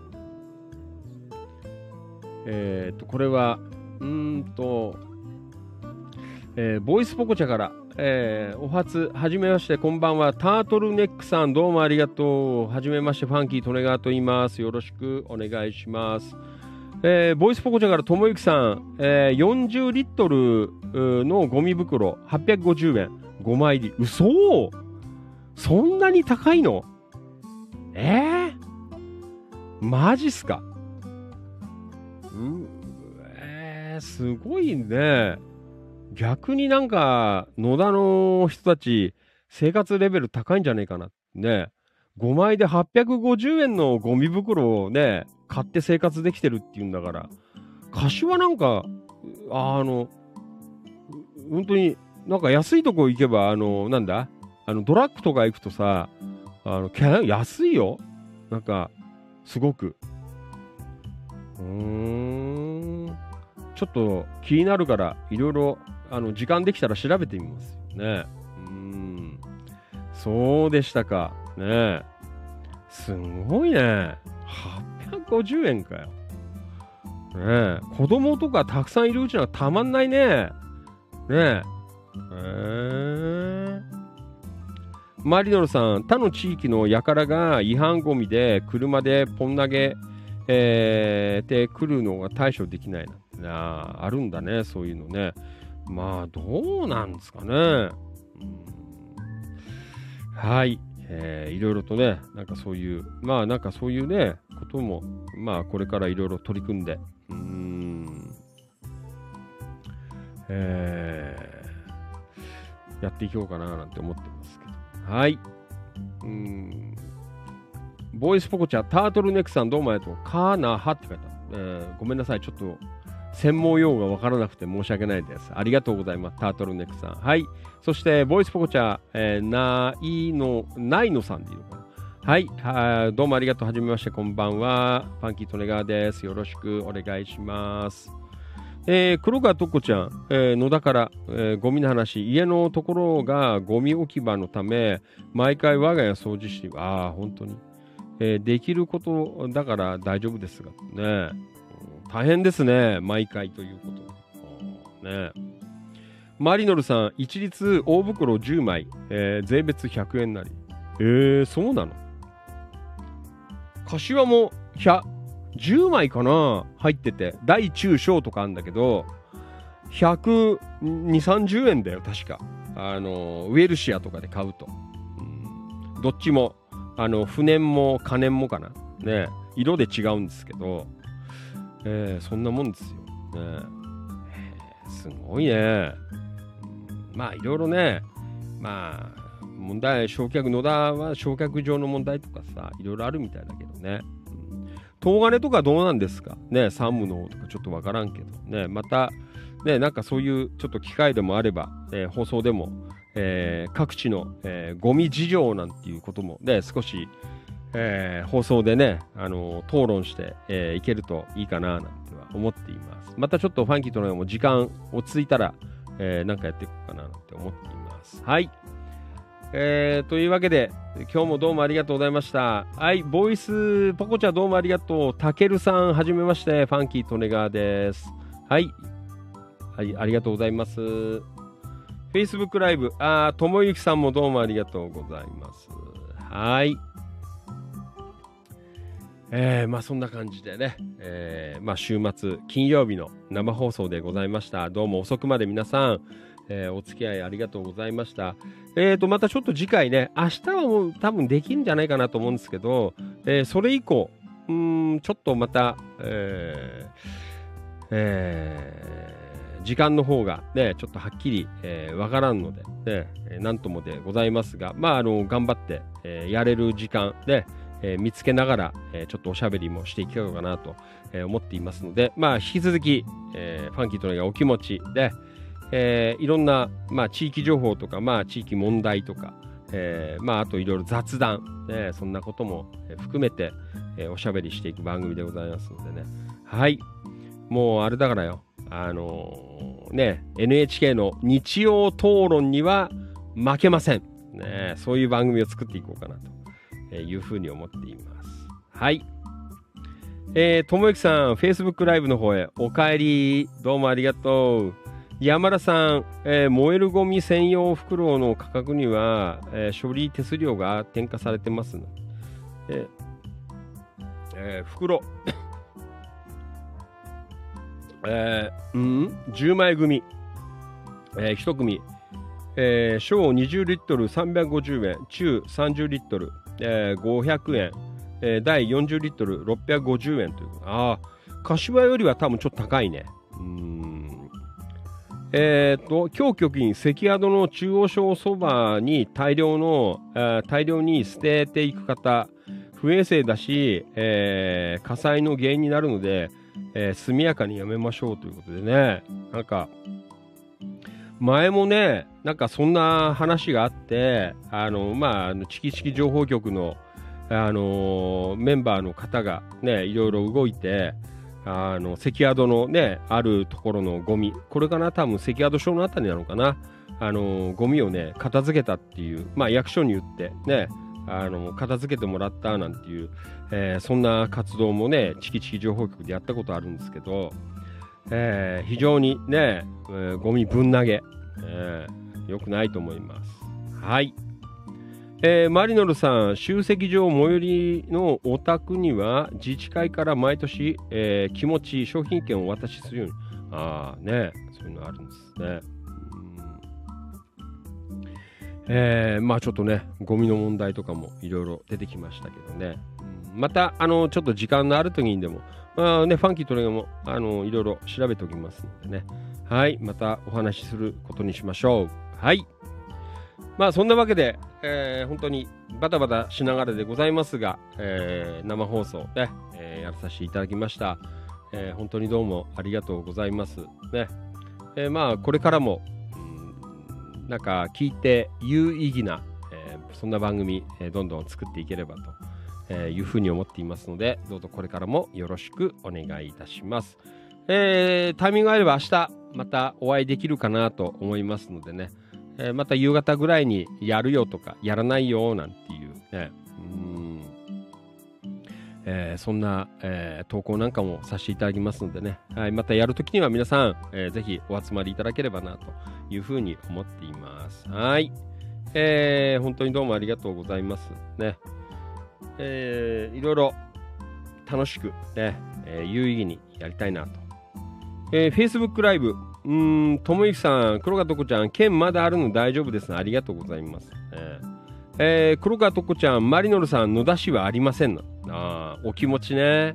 えー、っとこれはうーんと、えー、ボイスポコチャからえー、お初はじめまして、こんばんは。タートルネックさん、どうもありがとう。はじめまして、ファンキー・トネガーと言います。よろしくお願いします。えー、ボイスポコチャからともゆきさん、えー、よんじゅうリットルのゴミ袋はっぴゃくごじゅうえん、ごまい入り。嘘？そんなに高いの？えー、マジっすか？うえー、すごいね。逆になんか野田の人たち生活レベル高いんじゃねえかなね。ごまいではっぴゃくごじゅうえんのゴミ袋をね買って生活できてるっていうんだから、柏なんかあの本当になんか安いとこ行けばあのなんだあのドラッグとか行くとさ、あの安いよ、なんかすごく。うーんちょっと気になるからいろいろあの時間できたら調べてみますよね。うーんそうでしたかね。すごいね。はっぴゃくごじゅうえんかよ。ねえ、子供とかたくさんいるうちはたまんないね。ねえ。えー、マリノルさん、他の地域の輩が違反ゴミで車でポン投げ、えー、で来るのが対処できないなんてな、あるんだね、そういうのね。まあどうなんですかね。うん、はい、えー、いろいろとね、なんかそういうまあなんかそういうねこともまあこれからいろいろ取り組んで、うーん、えー、やっていこうかななんて思ってますけど。はい。うーん。ボイスポコチャタートルネックさん、どうもありがとう。カーナハって書いてある、えー、ごめんなさい、ちょっと専門用語が分からなくて申し訳ないです。ありがとうございます。タートルネックさん。はい。そして、ボイスポコチャ、えー、ないの、ないのさんでいいのかな。はい。はどうもありがとう。はじめまして、こんばんは。ファンキートネガーです。よろしくお願いします。えー、黒川とっこちゃん、えー、野田から、えー、ゴミの話。家のところがゴミ置き場のため、毎回我が家掃除して、ああ、本当に。えー、できることだから大丈夫ですがね。大変ですね、毎回ということね。マリノルさん、一律大袋じゅうまい、えー、税別ひゃくえんなり。えー、そうなの？柏もじゅうまいかな入ってて、大中小とかあるんだけど、ひゃくにじゅう、さんじゅうえんだよ、確か。あの、ウェルシアとかで買うと。うん、どっちも、あの、不燃も可燃もかな。ね、色で違うんですけど、えー、そんなもんですよ。ねえー、すごいね。まあいろいろね、まあ問題、焼却、野田は焼却場の問題とかさ、いろいろあるみたいだけどね。うん、 東金とかどうなんですかね、山武の方とかちょっとわからんけどね、またね、なんかそういうちょっと機会でもあれば、えー、放送でも、えー、各地の、えー、ゴミ事情なんていうこともね、少し、えー、放送でね、あのー、討論して、えー、いけるといいかななんては思っています。またちょっとファンキーとのも時間落ち着いたら、えー、なんかやっていこうかななんて思っています。はい。えー、というわけで、今日もどうもありがとうございました。はい、ボイスポコちゃんどうもありがとう。たけるさん、はじめまして、ファンキートネガーです。はい。はい、ありがとうございます。Facebook ライブ、あー、ともゆきさんもどうもありがとうございます。はい。えー、まあそんな感じでね、えー、まあ週末、金曜日の生放送でございました。どうも遅くまで皆さん、えー、お付き合いありがとうございました。えーと、またちょっと次回ね、明日はもう多分できるんじゃないかなと思うんですけど、えー、それ以降、うーん、ちょっとまた、えーえー、時間の方がね、ちょっとはっきり、えー、わからんので、ね、えー、なんともでございますが、まあ、あの、頑張って、えー、やれる時間で、えー、見つけながら、えー、ちょっとおしゃべりもしていこうかなと、えー、思っていますので、まあ、引き続き、えー、ファンキーとのがお気持ちで、えー、いろんな、まあ、地域情報とか、まあ、地域問題とか、えー、まあ、あといろいろ雑談、ね、そんなことも含めて、えー、おしゃべりしていく番組でございますのでね。はい。もうあれだからよ。あのー、ね、エヌエイチケー の日曜討論には負けません。ね、そういう番組を作っていこうかなというふうに思っています。はい。えー、ともゆきさん、Facebook ライブの方へお帰り。どうもありがとう。山田さん、えー、燃えるゴミ専用袋の価格には、えー、処理手数料が転嫁されてますの、えーえー、袋、えー、うんじゅうまい組、えー、いち組、えー、小にじゅうリットルさんびゃくごじゅうえん、中さんじゅうリットル、えー、ごひゃくえん、えー、大よんじゅうリットルろっぴゃくごじゅうえんという。ああ、柏よりは多分ちょっと高いね。うーんえー、と京極に関宿の中央省そばに大量の、えー、大量に捨てていく方、不衛生だし、えー、火災の原因になるので、えー、速やかにやめましょうということでね、なんか前もね、なんかそんな話があって、あのまあチキチキ情報局のあのー、メンバーの方がね、いろいろ動いて。あの関宿のねあるところのゴミ、これかな、多分関宿署のあたりなのかな、あのゴミをね片付けたっていう、まあ役所に言ってね、あの片付けてもらったなんていう、えー、そんな活動もねチキチキ情報局でやったことあるんですけど、えー、非常にね、えー、ゴミぶん投げ、えー、よくないと思います。はい。えー、マリノルさん、集積場最寄りのお宅には自治会から毎年、えー、気持ち商品券をお渡しするように。ああね、そういうのあるんですね。うん、えー、まあちょっとね、ゴミの問題とかもいろいろ出てきましたけどね。うん、また、あの、ちょっと時間のある時にでも、まあね、ファンキートレガも、あの、いろいろ調べておきますのでね。はい、またお話しすることにしましょう。はい。まあそんなわけで、えー、本当にバタバタしながらでございますが、えー、生放送で、えー、やらさせていただきました、えー、本当にどうもありがとうございますね。えー、まあこれからも、うん、なんか聞いて有意義な、えー、そんな番組、えー、どんどん作っていければと、えー、いうふうに思っていますので、どうぞこれからもよろしくお願いいたします。えー、タイミングがあれば明日またお会いできるかなと思いますのでね、えー、また夕方ぐらいにやるよとかやらないよなんていうね、うーん、えー、そんな、えー、投稿なんかもさせていただきますのでね、はい、またやるときには皆さん、えー、ぜひお集まりいただければなというふうに思っています。はい、えー、本当にどうもありがとうございますね。えー、いろいろ楽しくね、えー、有意義にやりたいなと。えー、Facebook ライブ、うーん、ともゆきさん、黒川とこちゃん、券まだあるの大丈夫ですね。ありがとうございます。えーえー、黒川とこちゃん、マリノルさん、野田市はありませんの。あー、お気持ちね。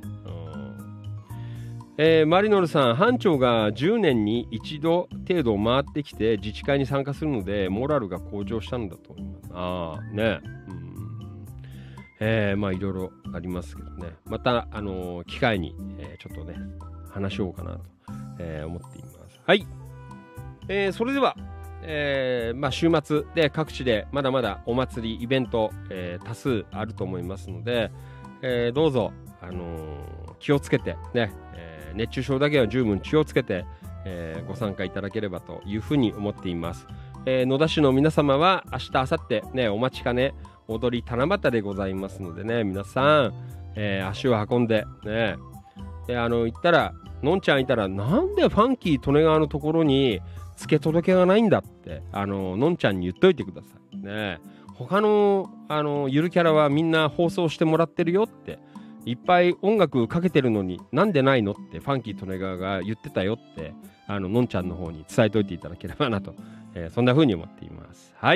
えー、マリノルさん、班長がじゅうねんに一度程度回ってきて自治会に参加するので、モラルが向上したんだと思います。あー、ね。うんえー、まあいろいろありますけどね。また、あのー、機会に、えー、ちょっとね、話しようかなと、えー、思っています。はい。えー、それでは、えー、まあ週末で各地でまだまだお祭り、イベント、えー、多数あると思いますので、えー、どうぞ、あのー、気をつけて、ね、えー、熱中症だけは十分気をつけて、えー、ご参加いただければというふうに思っています。えー、野田市の皆様は明日、明後日、ね、お待ちかね、踊り七夕でございますのでね、皆さん、えー、足を運んで、ね、で、あの、行ったら、のんちゃんいたら、なんでファンキー利根川のところに付け届けがないんだって、あの、のんちゃんに言っといてください。ね、他の、あの、ゆるキャラはみんな放送してもらってるよって、いっぱい音楽かけてるのになんでないのってファンキー利根川が言ってたよって、あの、のんちゃんの方に伝えといていただければなと、えー、そんな風に思っています。はい。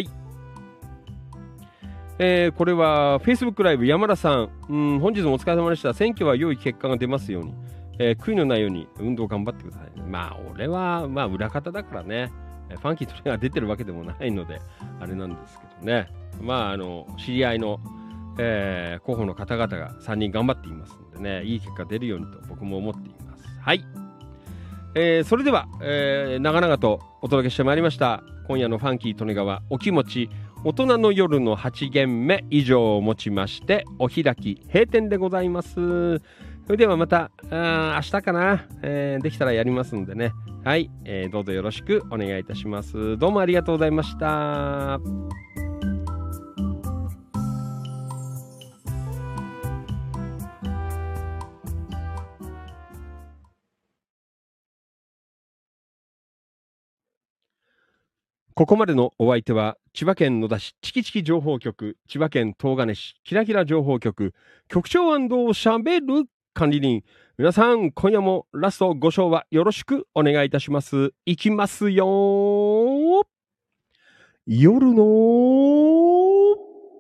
えー、これは Facebook ライブ山田さん、うん、本日もお疲れ様でした。選挙は良い結果が出ますように、えー、悔いのないように運動頑張ってください。まあ俺はまあ裏方だからね、ファンキーとが出てるわけでもないのであれなんですけどね、まああの知り合いの、えー、候補の方々がさんにん頑張っていますのでね、いい結果出るようにと僕も思っています。はい、えー、それでは、えー、長々とお届けしてまいりました今夜のファンキー利根川お気持ち大人の夜のはち限目以上をもちましてお開き閉店でございます。それではまたあ明日かな、えー、できたらやりますのでね、はい、えー、どうぞよろしくお願いいたします。どうもありがとうございました。ここまでのお相手は千葉県野田市チキチキ情報局、千葉県東金市キラキラ情報局局長&しゃべる管理人、皆さん今夜もラストご唱和よろしくお願いいたします。いきますよ。夜の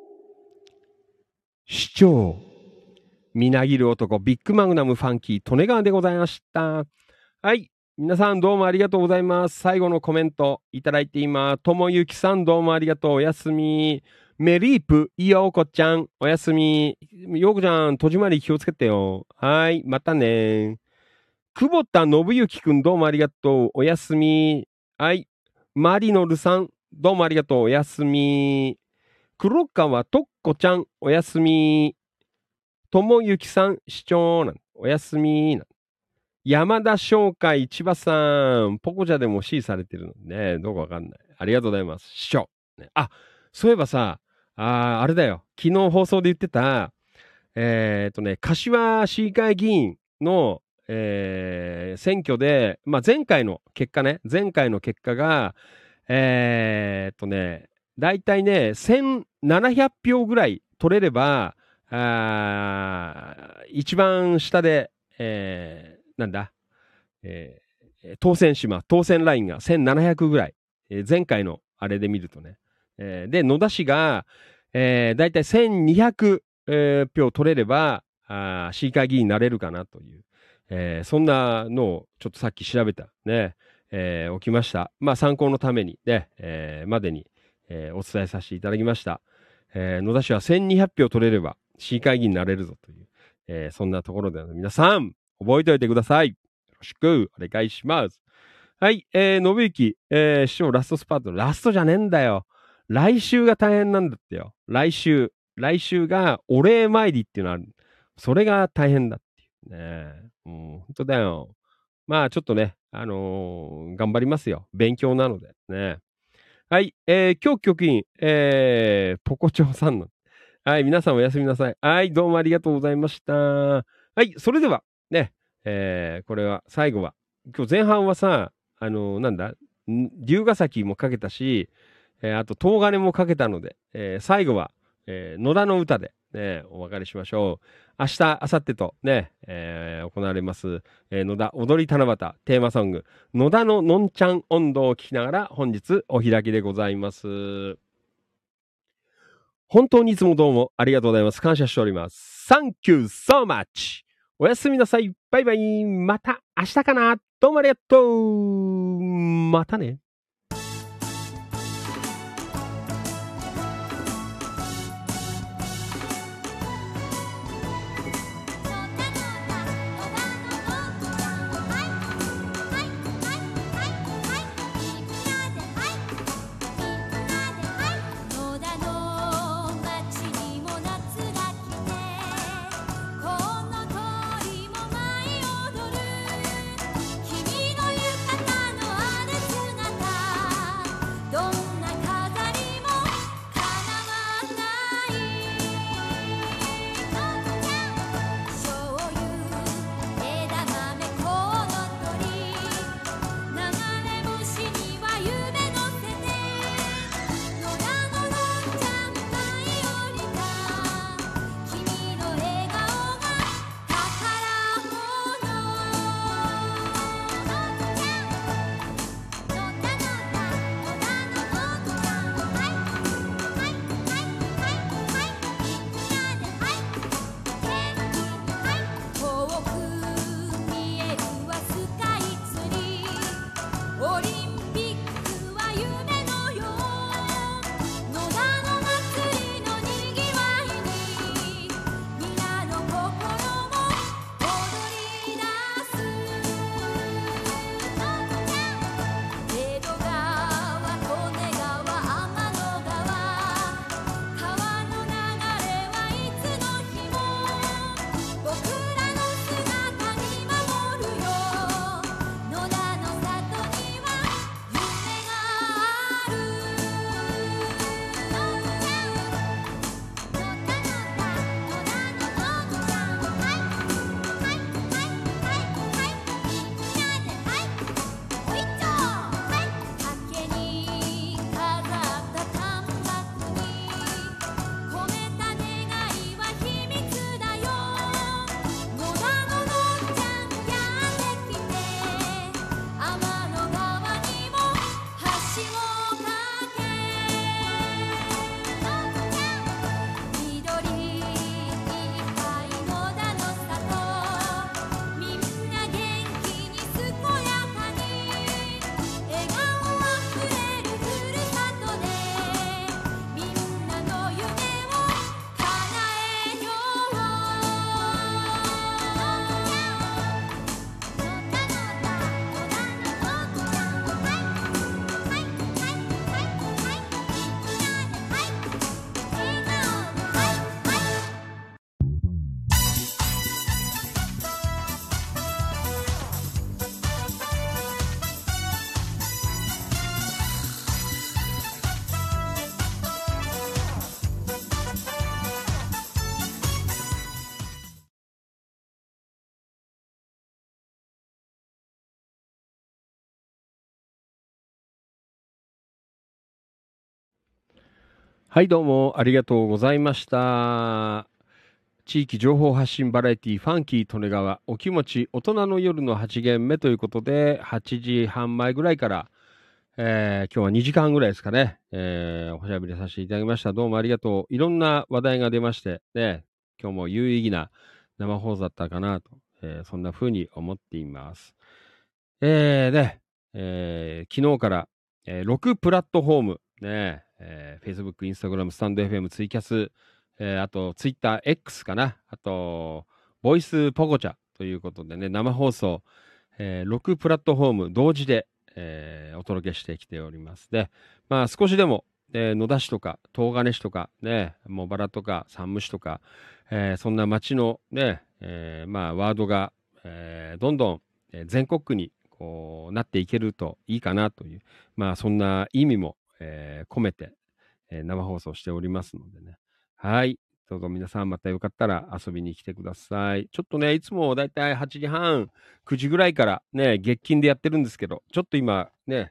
市長、みなぎる男ビッグマグナムファンキー利根川でございました。はい、皆さんどうもありがとうございます。最後のコメントいただいています。ともゆきさんどうもありがとう。おやすみ。メリープ、いよこちゃん、おやすみ。ようこちゃん、戸締まり気をつけてよ。はい、またね。久保田信之くんどうもありがとう。おやすみ。はい、マリノルさんどうもありがとう。おやすみ。黒川とっこちゃん、おやすみ。ともゆきさん、市長なん。おやすみ。山田商会千葉さん、ポコチャでも C されてるのね。どうかわかんない。ありがとうございます。市長。ね、あ、そういえばさ、あ, あれだよ。昨日放送で言ってた、えっ、ー、とね、柏市議会議員の、えー、選挙で、まあ、前回の結果ね、前回の結果が、えっ、ー、とね、だいたいね、せんななひゃくひょうぐらい取れれば、あ一番下で、えー、なんだ、えー、当選します。当選ラインがせんななひゃくぐらい。えー、前回のあれで見るとね。えー、で、野田市が、えー、だいたいせんにひゃく、えー、票取れれば、あ市議会議員になれるかなという、えー、そんなのをちょっとさっき調べたね、えー、起きました。まあ参考のためにね、えー、までに、えー、お伝えさせていただきました。えー、野田市はせんにひゃくひょう取れれば市議会議員になれるぞという、えー、そんなところで皆さん覚えておいてください。よろしくお願いします。はい、えー、信之、えー、市長ラストスパート。ラストじゃねえんだよ。来週が大変なんだってよ。来週。来週がお礼参りっていうのある。それが大変だっていうね。もう本当だよ。まあちょっとね、あのー、頑張りますよ。勉強なのでね。はい、えー、今日局員、えー、ポコチョウさんの。はい、皆さんおやすみなさい。はい、どうもありがとうございました。はい、それでは、ね、えー、これは、最後は、今日前半はさ、あのー、なんだ、龍ヶ崎もかけたし、えー、あと、東金もかけたので、えー、最後は、えー、野田の歌で、ね、お別れしましょう。明日、明後日とね、えー、行われます、えー、野田踊り七夕テーマソング、野田ののんちゃん音頭を聞きながら本日お開きでございます。本当にいつもどうもありがとうございます。感謝しております。Thank you so much! おやすみなさい。バイバイ。また明日かな。どうもありがとう。またね。 はいどうもありがとうございました。地域情報発信バラエティファンキー利根川お気持ち大人の夜のはち限目ということではちじはん前ぐらいから、えー、今日はにじかんぐらいですかね、えー、おしゃべりさせていただきました。どうもありがとう。いろんな話題が出ましてね、今日も有意義な生放送だったかなと、えー、そんな風に思っています。えー、ね、えー、昨日から、えー、ろくプラットフォームね、えー、Facebook、Instagram、スタンド エフエム、ツイキャス、えー、あと Twitter、X かな、あとボイスポコチャということでね、生放送、えー、ろくプラットフォーム同時で、えー、お届けしてきております。で、まあ少しでも、えー、野田市とか東金市とかね、茂原とか山武市とか、えー、そんな町のね、えー、まあワードが、えー、どんどん全国区にこうなっていけるといいかなという、まあそんな意味も、えー、込めて、えー、生放送しておりますのでね。はい。どうぞ皆さんまたよかったら遊びに来てください。ちょっとね、いつもだいたいはちじはん、くじぐらいからね、月金でやってるんですけど、ちょっと今ね、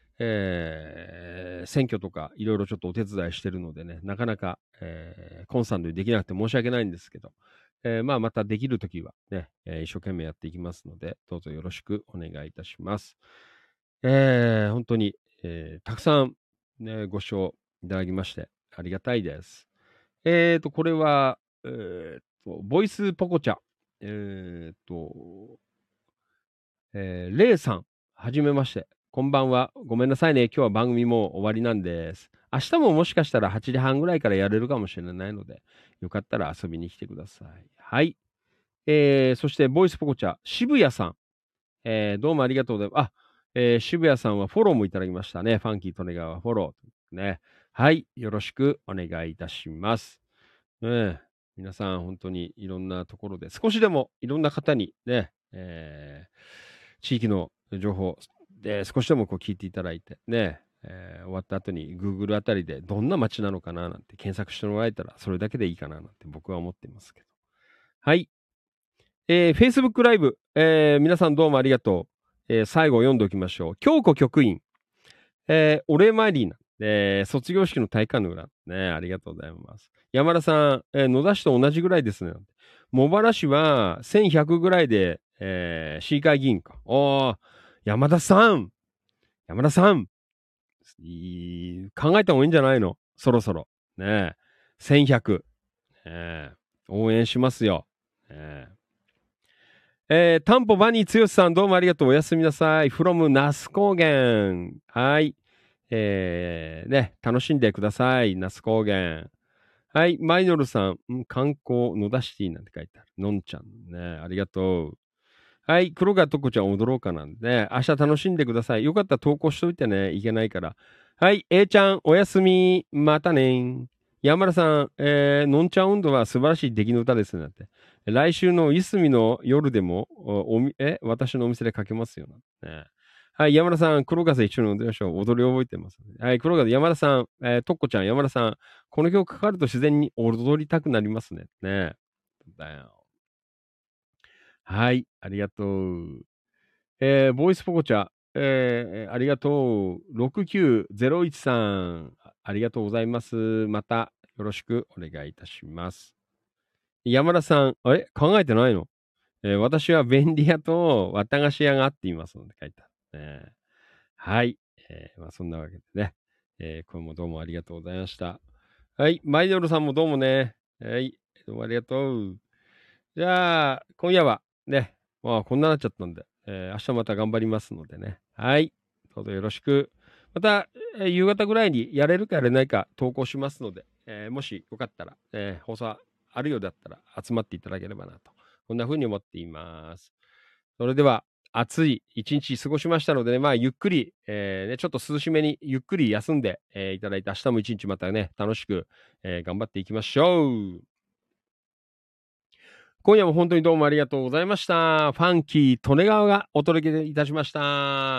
えー、選挙とかいろいろちょっとお手伝いしてるのでね、なかなか、えー、コンスタントにできなくて申し訳ないんですけど、えー、まあまたできるときはね、えー、一生懸命やっていきますので、どうぞよろしくお願いいたします。えー、本当に、えー、たくさん、ね、ご視聴いただきましてありがたいです。えーと、これは、えーと、ボイスポコチャ、えーと、えー、レイさん、はじめまして。こんばんは。ごめんなさいね。今日は番組も終わりなんです。明日ももしかしたらはちじはんぐらいからやれるかもしれないので、よかったら遊びに来てください。はい。えー、そして、ボイスポコチャ、渋谷さん。えー、どうもありがとうございます。あ、えー、渋谷さんはフォローもいただきましたね。ファンキー・トネガーフォロー。ね。はい。よろしくお願いいたします。ね、皆さん、本当にいろんなところで、少しでもいろんな方にね、えー、地域の情報で少しでもこう聞いていただいて、ね、えー、終わった後に Google あたりでどんな街なのかななんて検索してもらえたら、それだけでいいかななんて僕は思っていますけど。はい。えー、Facebook ライブ、えー、皆さんどうもありがとう。えー、最後読んでおきましょう。京子局員、えー、お礼参りな、えー、卒業式の体育館の裏。ね、ありがとうございます。山田さん、えー、野田市と同じぐらいですね。茂原市はせんひゃくぐらいで、えー、市議会議員か。おー、山田さん山田さんいい考えた方がいいんじゃないのそろそろ。ねえ。せんひゃく。ね、応援しますよ。ね、えー、タンポバニー剛さんどうもありがとう。おやすみなさい。from 那須高原。はい。えー、ね、楽しんでください。那須高原。はい。マイノルさん、ん観光野田シティなんて書いてある。のんちゃん。ね、ありがとう。はい。黒川とこちゃん踊ろうかなんで、ね、明日楽しんでください。よかったら投稿しといてね。いけないから。はい。A ちゃん、おやすみ。またね。山田さん、えー、のんちゃん運動は素晴らしい出来の歌ですね。って。来週のいすみの夜でも、おみえ私のお店でかけますよ、ね。はい、山田さん、黒風一緒に踊りましょう。踊り覚えてます。はい、黒風、山田さん、えー、とっこちゃん、山田さん、この曲かかると自然に踊りたくなりますね。ね。だよ。はい、ありがとう。えー、ボイスポコチャ、えー、ありがとう。ろくきゅうゼロいちさん、ありがとうございます。またよろしくお願いいたします。山田さん、あれ考えてないの、えー、私は便利屋と綿菓子屋があって言いますので書いてある、ね。はい。えー、まあそんなわけでね。えー、これもどうもありがとうございました。はい。マイドルさんもどうもね。はい。どうもありがとう。じゃあ、今夜はね、まあこんなになっちゃったんで、えー、明日また頑張りますのでね。はい。どうぞよろしく。また、えー、夕方ぐらいにやれるかやれないか投稿しますので、えー、もしよかったら、えー、放送あるようだったら集まっていただければなと。こんな風に思っています。それでは、暑い一日過ごしましたのでね、まあ、ゆっくり、えーね、ちょっと涼しめにゆっくり休んで、えー、いただいて、明日も一日またね、楽しく、えー、頑張っていきましょう。今夜も本当にどうもありがとうございました。ファンキー・利根川がお届けいたしました。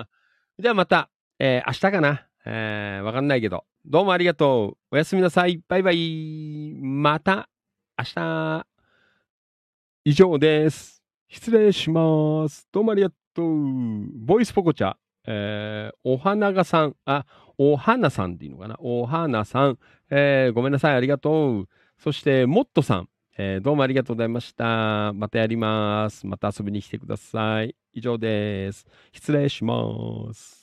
ではまた、えー、明日かな、えー、わかんないけど、どうもありがとう。おやすみなさい。バイバイ。また明日。以上です。失礼します。どうもありがとう。ボイスポコチャ、えー、お花がさん、あ、 お花さんでいいのかな。お花さん、えーごめんなさい、ありがとう。そして、もっとさん、えーどうもありがとうございました。またやります。また遊びに来てください。以上です。失礼します。